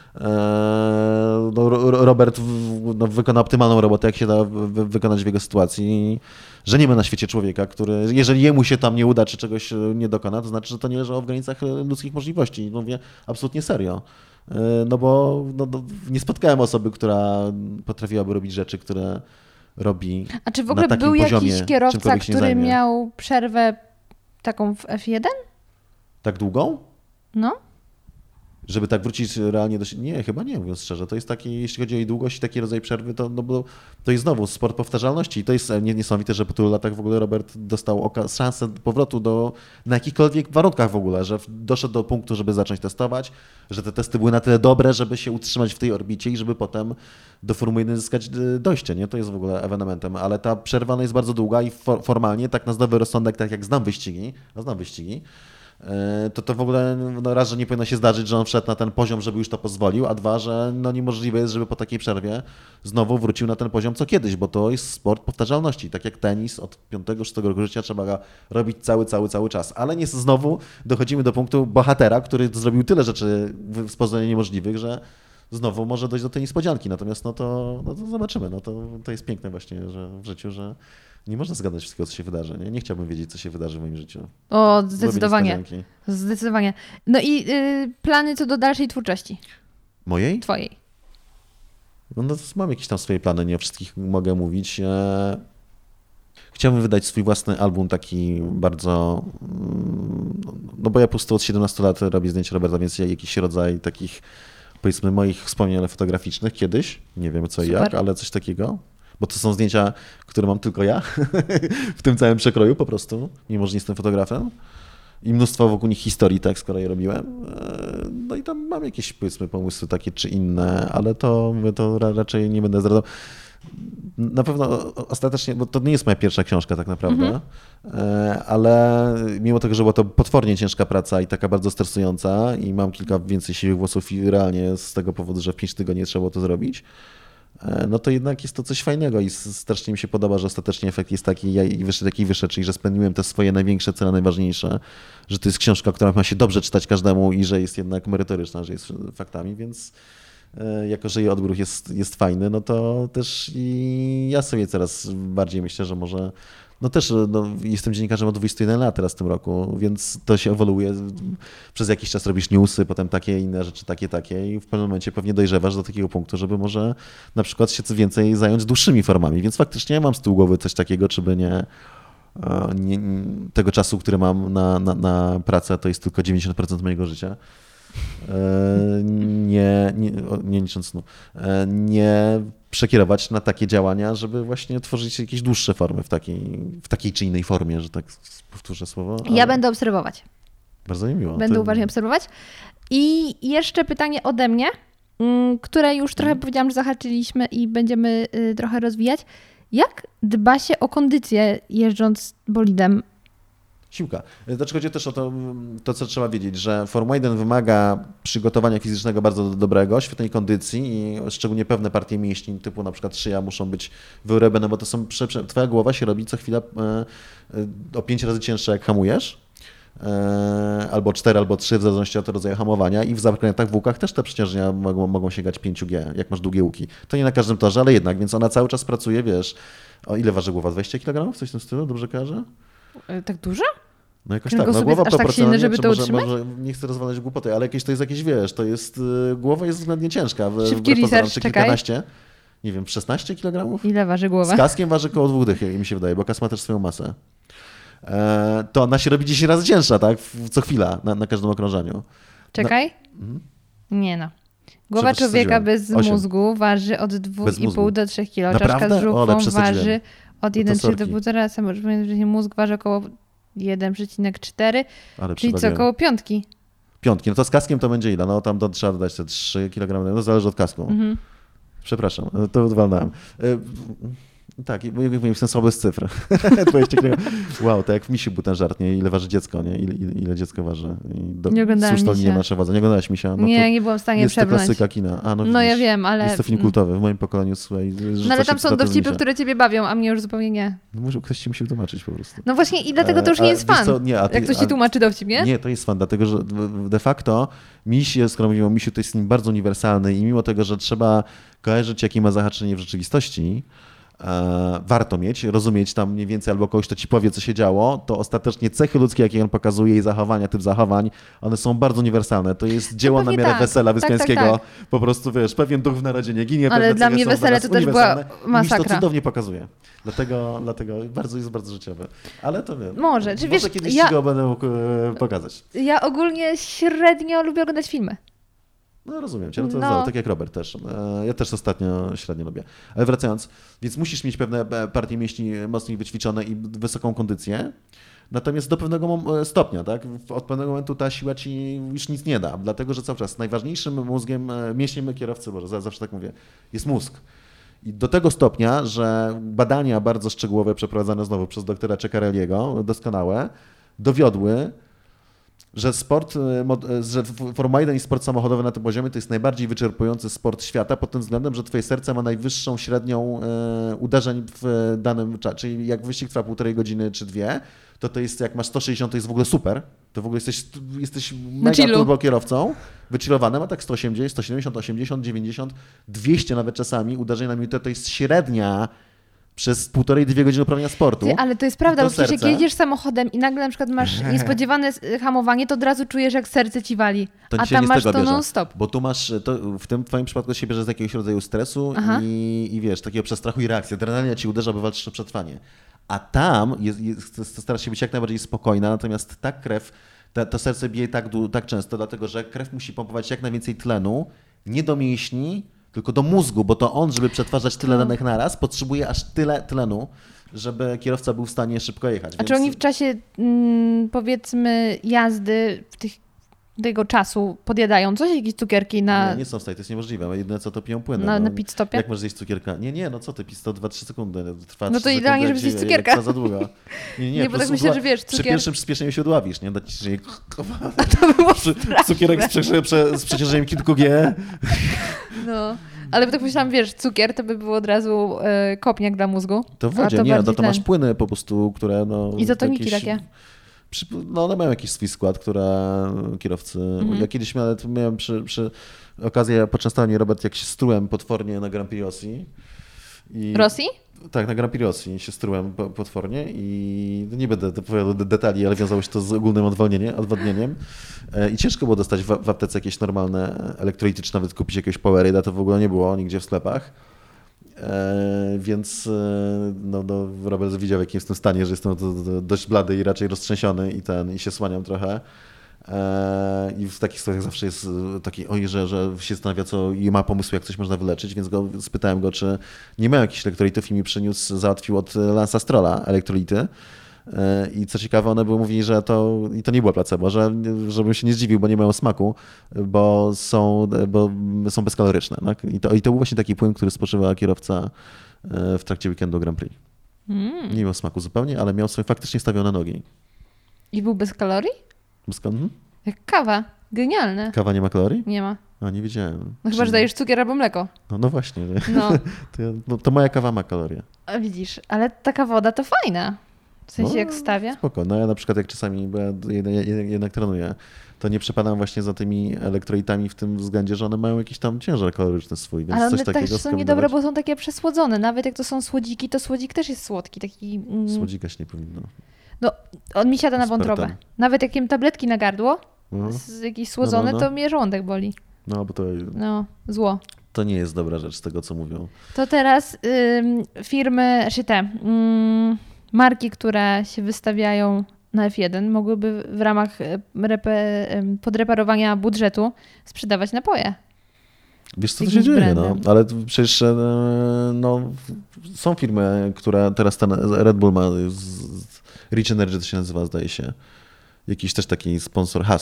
no, Robert no, wykona optymalną robotę, jak się da wykonać w jego sytuacji, że nie ma na świecie człowieka, który, jeżeli jemu się tam nie uda, czy czegoś nie dokona, to znaczy, że to nie leży w granicach ludzkich możliwości. Mówię absolutnie serio. No bo no, no, nie spotkałem osoby, która potrafiłaby robić rzeczy, które robi A czy w ogóle na takim był poziomie, jakiś kierowca, czymkolwiek się nie który zajmie. miał przerwę taką w F jeden? Tak długą? No. Żeby tak wrócić realnie do siebie? Nie, chyba nie, mówiąc szczerze. To jest taki, jeśli chodzi o jej długość i taki rodzaj przerwy, to, no bo to jest znowu sport powtarzalności. I to jest niesamowite, że po tylu latach w ogóle Robert dostał oka- szansę powrotu do, na jakichkolwiek warunkach w ogóle, że doszedł do punktu, żeby zacząć testować, że te testy były na tyle dobre, żeby się utrzymać w tej orbicie i żeby potem do Formuły jeden zyskać dojście. Nie? To jest w ogóle ewenementem, ale ta przerwa no, jest bardzo długa i for, formalnie, tak na zdrowy rozsądek, tak jak znam wyścigi, a znam wyścigi, to to w ogóle no raz, że nie powinno się zdarzyć, że on wszedł na ten poziom, żeby już to pozwolił, a dwa, że no niemożliwe jest, żeby po takiej przerwie znowu wrócił na ten poziom co kiedyś, bo to jest sport powtarzalności. Tak jak tenis od piątego szóstego roku życia trzeba go robić cały, cały, cały czas. Ale nie, znowu dochodzimy do punktu bohatera, który zrobił tyle rzeczy w sposób niemożliwych, że znowu może dojść do tej niespodzianki. Natomiast no to, no to zobaczymy. No to, to jest piękne właśnie, że w życiu, że nie można zgadać wszystkiego, co się wydarzy. Nie, nie chciałbym wiedzieć, co się wydarzy w moim życiu. O, zdecydowanie. Lubię niespodzianki. Zdecydowanie. No i y, plany co do dalszej twórczości? Mojej? Twojej. No, no mam jakieś tam swoje plany, nie o wszystkich mogę mówić. Chciałbym wydać swój własny album taki bardzo... No bo ja po prostu od siedemnastu lat robię zdjęcia Roberta, więc jakiś rodzaj takich, powiedzmy, moich wspomnień fotograficznych kiedyś. Nie wiem co i Super. jak, ale coś takiego. Bo to są zdjęcia, które mam tylko ja w tym całym przekroju po prostu, mimo że nie jestem fotografem. I mnóstwo wokół nich historii, tak, skoro je robiłem. No i tam mam jakieś, powiedzmy, pomysły takie czy inne, ale to, to raczej nie będę zdradzał. Na pewno ostatecznie, bo to nie jest moja pierwsza książka tak naprawdę, mm-hmm. ale mimo tego, że była to potwornie ciężka praca i taka bardzo stresująca i mam kilka więcej siwych włosów i realnie z tego powodu, że w pięć tygodni trzeba było to zrobić, no to jednak jest to coś fajnego i strasznie mi się podoba, że ostatecznie efekt jest taki i wyszedł, jaki wyszedł, czyli że spełniłem te swoje największe cele, najważniejsze, że to jest książka, która ma się dobrze czytać każdemu i że jest jednak merytoryczna, że jest faktami, więc jako, że jej odbiór jest, jest fajny, no to też i ja sobie coraz bardziej myślę, że może, no też no, jestem dziennikarzem od dwudziestu jeden lat teraz w tym roku, więc to się ewoluuje. Przez jakiś czas robisz newsy, potem takie inne rzeczy, takie, takie i w pewnym momencie pewnie dojrzewasz do takiego punktu, żeby może na przykład się więcej zająć dłuższymi formami, więc faktycznie mam z tyłu głowy coś takiego, czy by nie, nie tego czasu, który mam na, na, na pracę, to jest tylko dziewięćdziesiąt procent mojego życia. Nie, nie, nie licząc snu, nie przekierować na takie działania, żeby właśnie tworzyć jakieś dłuższe formy w takiej, w takiej czy innej formie, że tak powtórzę słowo. Ja będę obserwować. Bardzo mi miło. Będę to... uważnie obserwować. I jeszcze pytanie ode mnie, które już trochę hmm. powiedziałam, że zahaczyliśmy i będziemy trochę rozwijać. Jak dba się o kondycję jeżdżąc bolidem? Siłka. Znaczy chodzi też o to, to, co trzeba wiedzieć, że Formuła jeden wymaga przygotowania fizycznego bardzo dobrego, świetnej kondycji i szczególnie pewne partie mięśni, typu na przykład szyja, muszą być wyrobione, bo to są, twoja głowa się robi co chwila o pięć razy cięższa, jak hamujesz, albo cztery, albo trzy, w zależności od rodzaju hamowania i w zakrętach, w łukach też te przeciążenia mogą, mogą sięgać pięć G, jak masz długie łuki. To nie na każdym torze, ale jednak, więc ona cały czas pracuje, wiesz, o ile waży głowa? dwadzieścia kilogramów? Coś w tym stylu? Dobrze kojarzę? Tak dużo? No jakoś tak, no głowa aż tak silny, żeby to może, utrzymać? może, nie chcę rozwalać głupoty, ale jakieś to jest jakieś, wiesz, to jest, głowa jest względnie ciężka. Szybki research, czy czekaj. kilkanaście, nie wiem, szesnaście kilogramów? Ile waży głowa? Z kaskiem waży koło dwóch dych, mi się wydaje, bo kas ma też swoją masę. E, to ona się robi dziesięć razy cięższa, tak, co chwila, na, na każdym okrążeniu. Czekaj? No. Mhm. Nie no. Głowa człowieka bez osiem. Mózgu waży od dwa i pół do trzech kilo. Naprawdę? Czaszka z żuchwą O, waży od jeden przecinek trzy do sorki. półtora. Sam już powiem, że mózg waży około jeden przecinek cztery, Ale czyli co przewadziłem. około piątki. Piątki, no to z kaskiem to będzie ile? No tam do, trzeba dodać te trzy kilogramy, no zależy od kasku. Mhm. Przepraszam, to odwalnąłem. Tak, i jak mówię, jestem słaby z cyfr. Wow, to jak w Misiu był ten żart, nie? Ile waży dziecko, nie? Ile, ile, ile dziecko waży. I do, nie oglądałem Misia. Nie masz władzy. Nie oglądałaś Misia? No nie, nie byłam w stanie jest przebrnąć. Jest to klasyka kina. A, no, no ja widzisz, wiem, ale... Jest to film kultowy w moim pokoleniu, słuchaj. No ale tam są dowcipy, które ciebie bawią, a mnie już zupełnie nie. No może ktoś ci musi wytłumaczyć po prostu. No właśnie i dlatego to już e, nie jest fan. Co, nie, ty, jak ktoś ci tłumaczy dowcip, nie? Nie, to jest fan, dlatego że de facto Miś, skoro mówimy o Misiu, to jest film bardzo uniwersalny i mimo tego, że trzeba kojarzyć, jakie ma zahaczenie w rzeczywistości, e, warto mieć, rozumieć tam mniej więcej albo kogoś, kto ci powie, co się działo, to ostatecznie cechy ludzkie, jakie on pokazuje i zachowania, typ zachowań, one są bardzo uniwersalne. To jest dzieło na miarę tak. Wesela Wyspiańskiego. Tak, tak, tak. Po prostu, wiesz, pewien duch w narodzie nie ginie. Ale dla mnie Wesele to też była masakra. Miś to cudownie pokazuje. Dlatego, dlatego bardzo jest bardzo życiowy. Ale to wiem. Może. Czy Może wiesz, kiedyś ja... ci go będę mógł e, pokazać. Ja ogólnie średnio lubię oglądać filmy. No rozumiem cię, no to no. Znowu, tak jak Robert też. Ja też ostatnio średnio lubię. Ale wracając, więc musisz mieć pewne partie mięśni mocniej wyćwiczone i wysoką kondycję. Natomiast do pewnego stopnia, tak? Od pewnego momentu ta siła ci już nic nie da, dlatego że cały czas najważniejszym mózgiem, mięśniem kierowcy, bo zawsze tak mówię, jest mózg. I do tego stopnia, że badania bardzo szczegółowe przeprowadzane znowu przez doktora Ceccarelliego, doskonałe, dowiodły, że sport, że Formuła jeden i sport samochodowy na tym poziomie to jest najbardziej wyczerpujący sport świata pod tym względem, że twoje serce ma najwyższą średnią uderzeń w danym czasie. Czyli jak wyścig trwa półtorej godziny czy dwie, to to jest, jak masz sto sześćdziesiąt, to jest w ogóle super. To w ogóle jesteś, jesteś mega turbo kierowcą, wychillowanym, a tak sto osiemdziesiąt, sto siedemdziesiąt, osiemdziesiąt, dziewięćdziesiąt, dwieście nawet czasami uderzeń na minutę, to jest średnia przez półtorej, dwie godziny uprawiania sportu. Ty, ale to jest prawda, to bo przecież jak serce... jedziesz samochodem i nagle na przykład masz niespodziewane hamowanie, to od razu czujesz, jak serce ci wali. To a tam masz to bierze, non-stop. Bo tu masz, to w tym twoim przypadku się bierze z jakiegoś rodzaju stresu i, i wiesz, takiego przestrachu i reakcji. Adrenalina ci uderza, by walczysz o przetrwanie. A tam jest, jest, starasz się być jak najbardziej spokojna, natomiast ta krew, ta, to serce bije tak, tak często, dlatego że krew musi pompować jak najwięcej tlenu, nie do mięśni, tylko do mózgu, bo to on, żeby przetwarzać tyle danych naraz, potrzebuje aż tyle tlenu, żeby kierowca był w stanie szybko jechać. A Więc... czy oni w czasie, mm, powiedzmy, jazdy w tych, tego czasu podjadają coś? Jakieś cukierki na... Nie, nie są w stanie, to jest niemożliwe. Jedyne co to piją płyny. Na, no. na pit stopie? Jak możesz zjeść cukierka? Nie, nie, no co ty, pit stop dwa trzy sekundy. Trwa no to idealnie, żeby zjeść cukierka. Jak za długo. Nie, nie, nie bo tak myślę, że wiesz, cukier... Przy pierwszym przyspieszeniu się udławisz, nie? Dać ci, A to było cukierek z, prze, prze, z przeciążeniem kilku G. No. Ale tak myślałam, wiesz, cukier to by był od razu y, kopniak dla mózgu. To w wodzie, to nie, to, to tlen. masz płyny po prostu, które no... Izotoniki jakieś, takie. Przy, no one mają jakiś swój skład, które kierowcy... Mhm. Ja kiedyś miałem, miałem przy, przy okazję poczęstowania Robert, jak się strułem potwornie na Grand Prix Rosji. I... Rosji? Tak, na Grand Prix Rosji się strułem potwornie i nie będę opowiadał detali, ale wiązało się to z ogólnym odwodnieniem. I ciężko było dostać w, w aptece jakieś normalne elektrolity, czy nawet kupić jakiegoś Powerade, to w ogóle nie było nigdzie w sklepach. E, więc no, no, Robert widział, w jakim jestem stanie, że jestem to, to dość blady i raczej roztrzęsiony i, ten, i się słaniam trochę. E, I w takich sytuacjach zawsze jest taki, oj, że, że się zastanawia, co i ma pomysł, jak coś można wyleczyć, więc go, spytałem go, czy nie mają jakichś elektrolitów i mi przyniósł, załatwił od Lance'a Strolla elektrolity. I co ciekawe, one były mówili, że to, i to nie było placebo, że żebym się nie zdziwił, bo nie mają smaku, bo są, bo są bezkaloryczne. Tak? I, to, I to był właśnie taki płyn, który spożywa kierowca w trakcie weekendu Grand Prix. Mm. Nie miał smaku zupełnie, ale miał swoje faktycznie stawione nogi. I był bez kalorii? Bez kalorii? Jak kawa. Genialne. Kawa nie ma kalorii? Nie ma. A, nie wiedziałem. No chyba, że dajesz cukier albo mleko. No, no właśnie. No. to, ja, no, to moja kawa ma kalorie. A widzisz, ale taka woda to fajna. W sensie no, jak stawia? Spoko. No ja na przykład jak czasami, bo ja jednak, jednak trenuję, to nie przepadam właśnie za tymi elektrolitami w tym względzie, że one mają jakiś tam ciężar kaloryczny swój, więc ale coś one takiego też są niedobre, bo są takie przesłodzone. Nawet jak to są słodziki, to słodzik też jest słodki. Taki, mm... Słodzika się nie powinno. No, on mi siada na Aspartam. wątrobę. Nawet jak jem tabletki na gardło, no. z jakieś słodzone, no, no, no. to mnie żołądek boli. No, bo to... No, zło. To nie jest dobra rzecz z tego, co mówią. To teraz ym, firmy, czy te ym, marki, które się wystawiają na F jeden, mogłyby w ramach repe, podreperowania budżetu sprzedawać napoje. Wiesz, co to się dzieje, no? Ale przecież no, są firmy, które teraz ten Red Bull ma, Rich Energy to się nazywa, zdaje się. Jakiś też taki sponsor, Haas.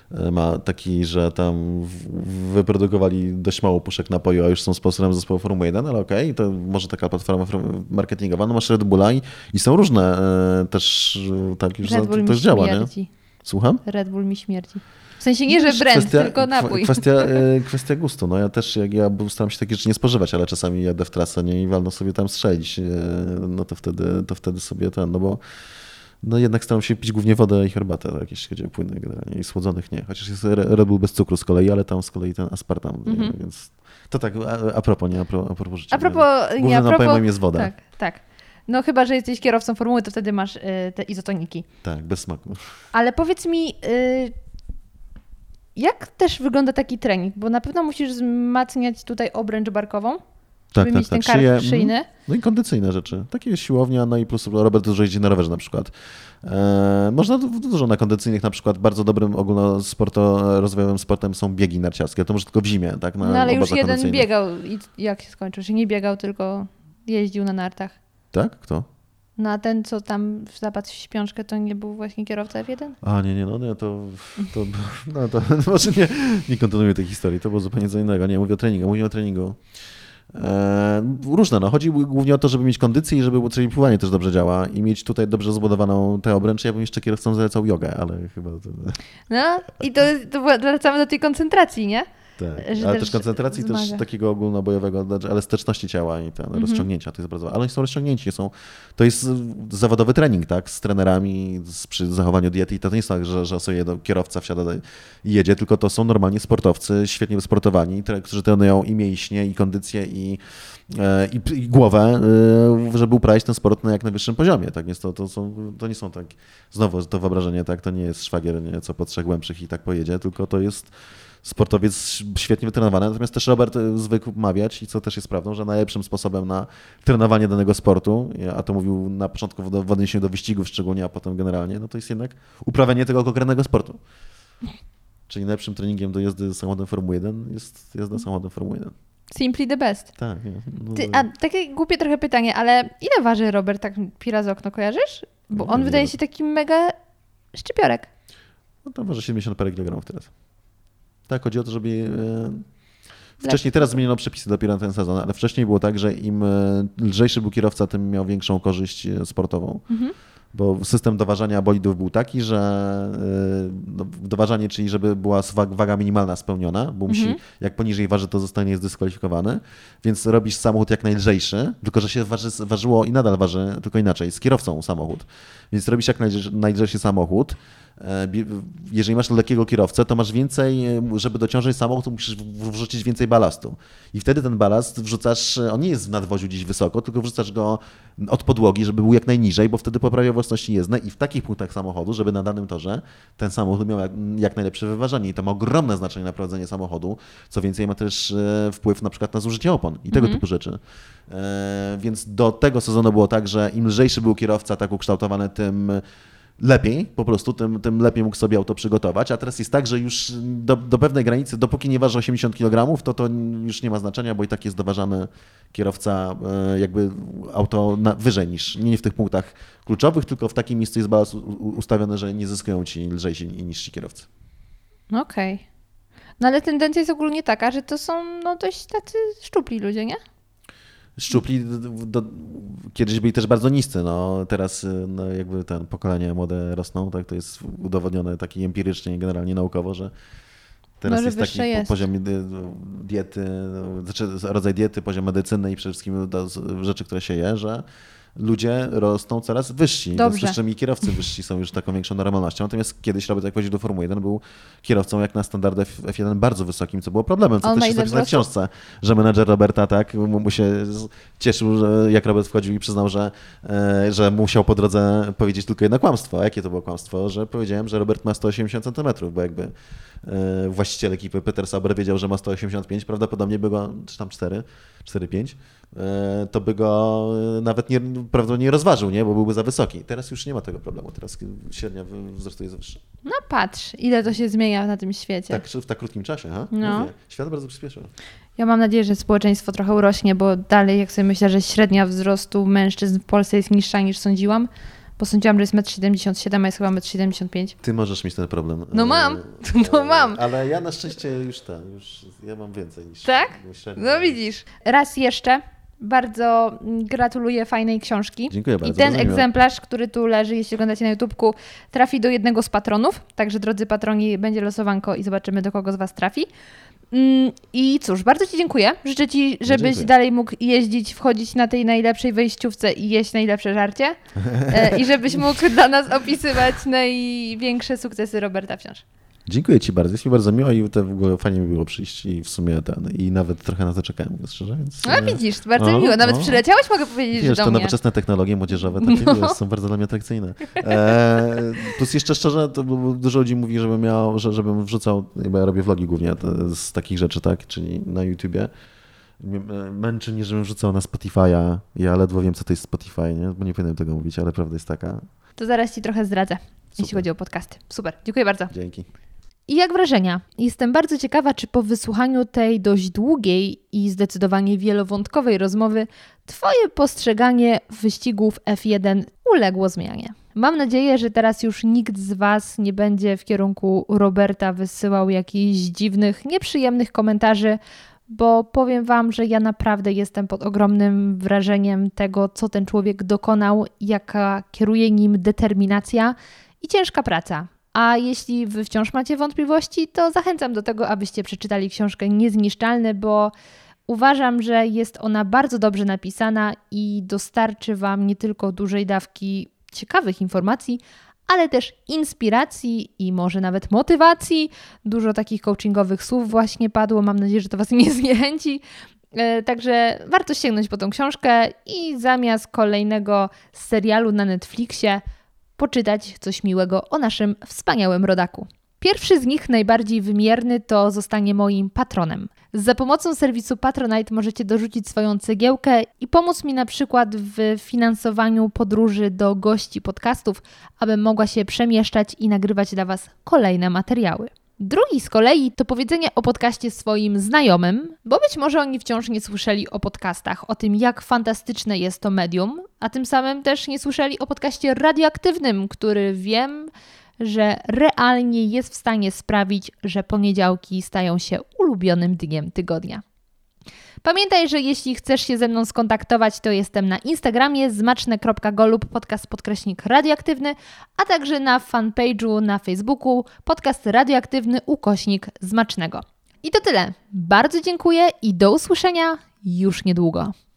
ma taki, że tam wyprodukowali dość mało puszek napoju, a już są sponsorem zespołu Formuły jeden, ale okej, okay, to może taka platforma marketingowa. No masz Red Bulla i, i są różne też, tak już Red Bull to też działa, nie? Słucham? Red Bull mi śmierdzi. W sensie nie, że brand, kwestia, tylko napój. Kwestia, kwestia gustu. No ja też, jak ja staram się takie rzeczy nie spożywać, ale czasami jadę w trasę nie, i walno sobie tam strzelić, no to wtedy, to wtedy sobie ten, no bo no jednak staram się pić głównie wodę i herbatę, jakieś płyny generalnie i słodzonych nie. Chociaż jest Red Bull bez cukru z kolei, ale tam z kolei ten aspartam, mm-hmm. więc to tak a, a propos, nie? A propos, a propos życia. A propos, Głównym nie, a propos, napojem moim jest woda. Tak, tak. No chyba, że jesteś kierowcą formuły, to wtedy masz y, te izotoniki. Tak, bez smaku. Ale powiedz mi, y, jak też wygląda taki trening? Bo na pewno musisz wzmacniać tutaj obręcz barkową, tak, żeby tak, mieć tak. ten kark Szyję, szyjny. No i kondycyjne rzeczy. Takie jest siłownia, no i plus Robert dużo jeździ na rowerze na przykład. E, można dużo na kondycyjnych, na przykład bardzo dobrym ogólnorozwojowym sportem są biegi narciarskie. To może tylko w zimie, tak? Na no ale już jeden biegał i jak się skończył? Że nie biegał, tylko jeździł na nartach. Tak? Kto? No a ten, co tam zapadł w śpiączkę, to nie był właśnie kierowca F jeden? A nie, nie, no nie, to, to, no, to może nie, nie kontynuuję tej historii, to było zupełnie co innego. Nie, mówię o treningu, mówię o treningu. E, różne, no, chodzi głównie o to, żeby mieć kondycję i żeby czyli pływanie też dobrze działa i mieć tutaj dobrze zbudowaną tę obręcz. Ja bym jeszcze kierowcom zalecał jogę, ale chyba to... No i to, to wracamy do tej koncentracji, nie? Tak, że ale też, też koncentracji, zmaga. Też takiego ogólnobojowego, elastyczności ciała i ten, mm-hmm. rozciągnięcia, to jest bardzo ważne. Ale oni są rozciągnięci, są, to jest zawodowy trening, tak, z trenerami, z, przy zachowaniu diety i to nie jest tak, że, że sobie kierowca wsiada i jedzie, tylko to są normalnie sportowcy, świetnie wysportowani, którzy trenują i mięśnie, i kondycję, i, i, i głowę, żeby uprawiać ten sport na jak najwyższym poziomie, tak, więc to, to, są, to nie są tak, znowu to wyobrażenie, tak, to nie jest szwagier, nie, co po trzech głębszych i tak pojedzie, tylko to jest sportowiec świetnie wytrenowany, natomiast też Robert zwykł mawiać, i co też jest prawdą, że najlepszym sposobem na trenowanie danego sportu, a to mówił na początku w odniesieniu do wyścigów szczególnie, a potem generalnie, no to jest jednak uprawianie tego konkretnego sportu. Czyli najlepszym treningiem do jazdy samochodem Formuły jeden jest jazda samochodem Formuły jeden. Simply the best. Tak. Nie, no Ty, a takie głupie trochę pytanie, ale ile waży Robert tak pira z okno, kojarzysz? Bo on nie wydaje nie się taki mega szczypiorek. No to waży siedemdziesiąt parę kilogramów teraz. Tak, chodzi o to, żeby... E, wcześniej, teraz zmieniono przepisy dopiero na ten sezon, ale wcześniej było tak, że im lżejszy był kierowca, tym miał większą korzyść sportową. Mhm. Bo system doważania bolidów był taki, że no, doważanie, czyli żeby była waga minimalna spełniona, bo musi, mhm. jak poniżej waży, to zostanie zdyskwalifikowany, więc robisz samochód jak najlżejszy, tylko że się waży, ważyło i nadal waży, tylko inaczej, z kierowcą samochód. Więc robisz jak najlżejszy samochód. Jeżeli masz lekkiego kierowcę, to masz więcej, żeby dociążyć samochód, to musisz wrzucić więcej balastu. I wtedy ten balast wrzucasz, on nie jest w nadwoziu gdzieś wysoko, tylko wrzucasz go od podłogi, żeby był jak najniżej, bo wtedy poprawia własności jezdne i w takich punktach samochodu, żeby na danym torze ten samochód miał jak, jak najlepsze wyważenie. I to ma ogromne znaczenie na prowadzenie samochodu. Co więcej, ma też wpływ na przykład na zużycie opon i tego mm-hmm. typu rzeczy. E, więc do tego sezonu było tak, że im lżejszy był kierowca tak ukształtowany, tym lepiej, po prostu, tym, tym lepiej mógł sobie auto przygotować, a teraz jest tak, że już do, do pewnej granicy, dopóki nie waży osiemdziesiąt kilogramów, to to już nie ma znaczenia, bo i tak jest doważany kierowca jakby auto na, wyżej niż, nie w tych punktach kluczowych, tylko w takim miejscu jest balans ustawiony, że nie zyskują ci lżejsi i niżsi kierowcy. Okej. Okay. No ale tendencja jest ogólnie taka, że to są no dość tacy szczupli ludzie, nie? Szczupli do, do, kiedyś byli też bardzo niscy, no teraz no, jakby ten pokolenia młode rosną, tak, to jest udowodnione taki empirycznie, generalnie naukowo, że teraz no, jest taki jest. poziom diety, znaczy rodzaj diety, poziom medycyny i przede wszystkim do, rzeczy, które się je, że ludzie rosną coraz wyżsi. Dobrze. Zresztą i kierowcy wyżsi są już taką większą normalnością. Natomiast kiedyś Robert, jak powiedział do Formuły jeden, był kierowcą jak na standard F jeden bardzo wysokim, co było problemem. Co On też jest napisane w książce, że menedżer Roberta tak mu, mu się cieszył, że jak Robert wchodził i przyznał, że, e, że musiał po drodze powiedzieć tylko jedno kłamstwo. A jakie to było kłamstwo? Że powiedziałem, że Robert ma sto osiemdziesiąt centymetrów, bo jakby e, właściciel ekipy Peter Sauber wiedział, że ma sto osiemdziesiąt pięć, prawdopodobnie by go, czy tam cztery, cztery pięć, e, to by go nawet nie prawdopodobnie nie rozważył, nie? Bo byłby za wysoki. Teraz już nie ma tego problemu. Teraz średnia wzrostu jest wyższa. No patrz, ile to się zmienia na tym świecie. Tak, w tak krótkim czasie. Ha? No. Mówię, świat bardzo przyspieszył. Ja mam nadzieję, że społeczeństwo trochę urośnie, bo dalej jak sobie myślę, że średnia wzrostu mężczyzn w Polsce jest niższa niż sądziłam, Bo sądziłam, że jest metr siedemdziesiąt siedem, a jest chyba metr siedemdziesiąt pięć. Ty możesz mieć ten problem. No mam, E, no mam. Ale ja na szczęście już ten, już ja mam więcej niż... Tak? niż No widzisz. Raz jeszcze bardzo gratuluję fajnej książki. Dziękuję bardzo. I ten bardzo miło. egzemplarz, który tu leży, jeśli oglądacie na YouTubku, trafi do jednego z patronów. Także drodzy patroni, będzie losowanko i zobaczymy, do kogo z was trafi. I cóż, bardzo Ci dziękuję. Życzę Ci, żebyś Dziękuję. dalej mógł jeździć, wchodzić na tej najlepszej wejściówce i jeść najlepsze żarcie. E, I żebyś mógł dla nas opisywać największe sukcesy Roberta wciąż. Dziękuję Ci bardzo, jest mi bardzo miło i to w ogóle fajnie mi było przyjść i w sumie ten, i nawet trochę na to czekałem, mówiąc szczerze, więc... No widzisz, bardzo o, miło. Nawet o. przyleciałeś, mogę powiedzieć, Wiesz, że do te mnie. nowoczesne technologie młodzieżowe takie No. wiesz, są bardzo dla mnie atrakcyjne. E, plus jeszcze szczerze, to dużo ludzi mówi, żebym miał, że, żebym wrzucał, bo ja robię vlogi głównie te, z takich rzeczy, tak, czyli na YouTubie. Męczy mnie, żebym wrzucał na Spotify'a. Ja ledwo wiem, co to jest Spotify, nie? Bo nie powinienem tego mówić, ale prawda jest taka. To zaraz Ci trochę zdradzę, jeśli Super. chodzi o podcasty. Super, dziękuję bardzo. Dzięki. I jak wrażenia? Jestem bardzo ciekawa, czy po wysłuchaniu tej dość długiej i zdecydowanie wielowątkowej rozmowy Twoje postrzeganie wyścigów F jeden uległo zmianie. Mam nadzieję, że teraz już nikt z Was nie będzie w kierunku Roberta wysyłał jakichś dziwnych, nieprzyjemnych komentarzy, bo powiem Wam, że ja naprawdę jestem pod ogromnym wrażeniem tego, co ten człowiek dokonał, jaka kieruje nim determinacja i ciężka praca. A jeśli Wy wciąż macie wątpliwości, to zachęcam do tego, abyście przeczytali książkę Niezniszczalny, bo uważam, że jest ona bardzo dobrze napisana i dostarczy Wam nie tylko dużej dawki ciekawych informacji, ale też inspiracji i może nawet motywacji. Dużo takich coachingowych słów właśnie padło. Mam nadzieję, że to Was nie zniechęci. Także warto sięgnąć po tą książkę i zamiast kolejnego serialu na Netflixie poczytać coś miłego o naszym wspaniałym rodaku. Pierwszy z nich, najbardziej wymierny, to zostanie moim patronem. Za pomocą serwisu Patronite możecie dorzucić swoją cegiełkę i pomóc mi na przykład w finansowaniu podróży do gości podcastów, abym mogła się przemieszczać i nagrywać dla Was kolejne materiały. Drugi z kolei to powiedzenie o podcaście swoim znajomym, bo być może oni wciąż nie słyszeli o podcastach, o tym jak fantastyczne jest to medium, a tym samym też nie słyszeli o podcaście radioaktywnym, który wiem, że realnie jest w stanie sprawić, że poniedziałki stają się ulubionym dniem tygodnia. Pamiętaj, że jeśli chcesz się ze mną skontaktować, to jestem na Instagramie zmaczne kropka golub, podcast podkreśnik radioaktywny, a także na fanpage'u na Facebooku podcast radioaktywny ukośnik zmacznego. I to tyle. Bardzo dziękuję i do usłyszenia już niedługo.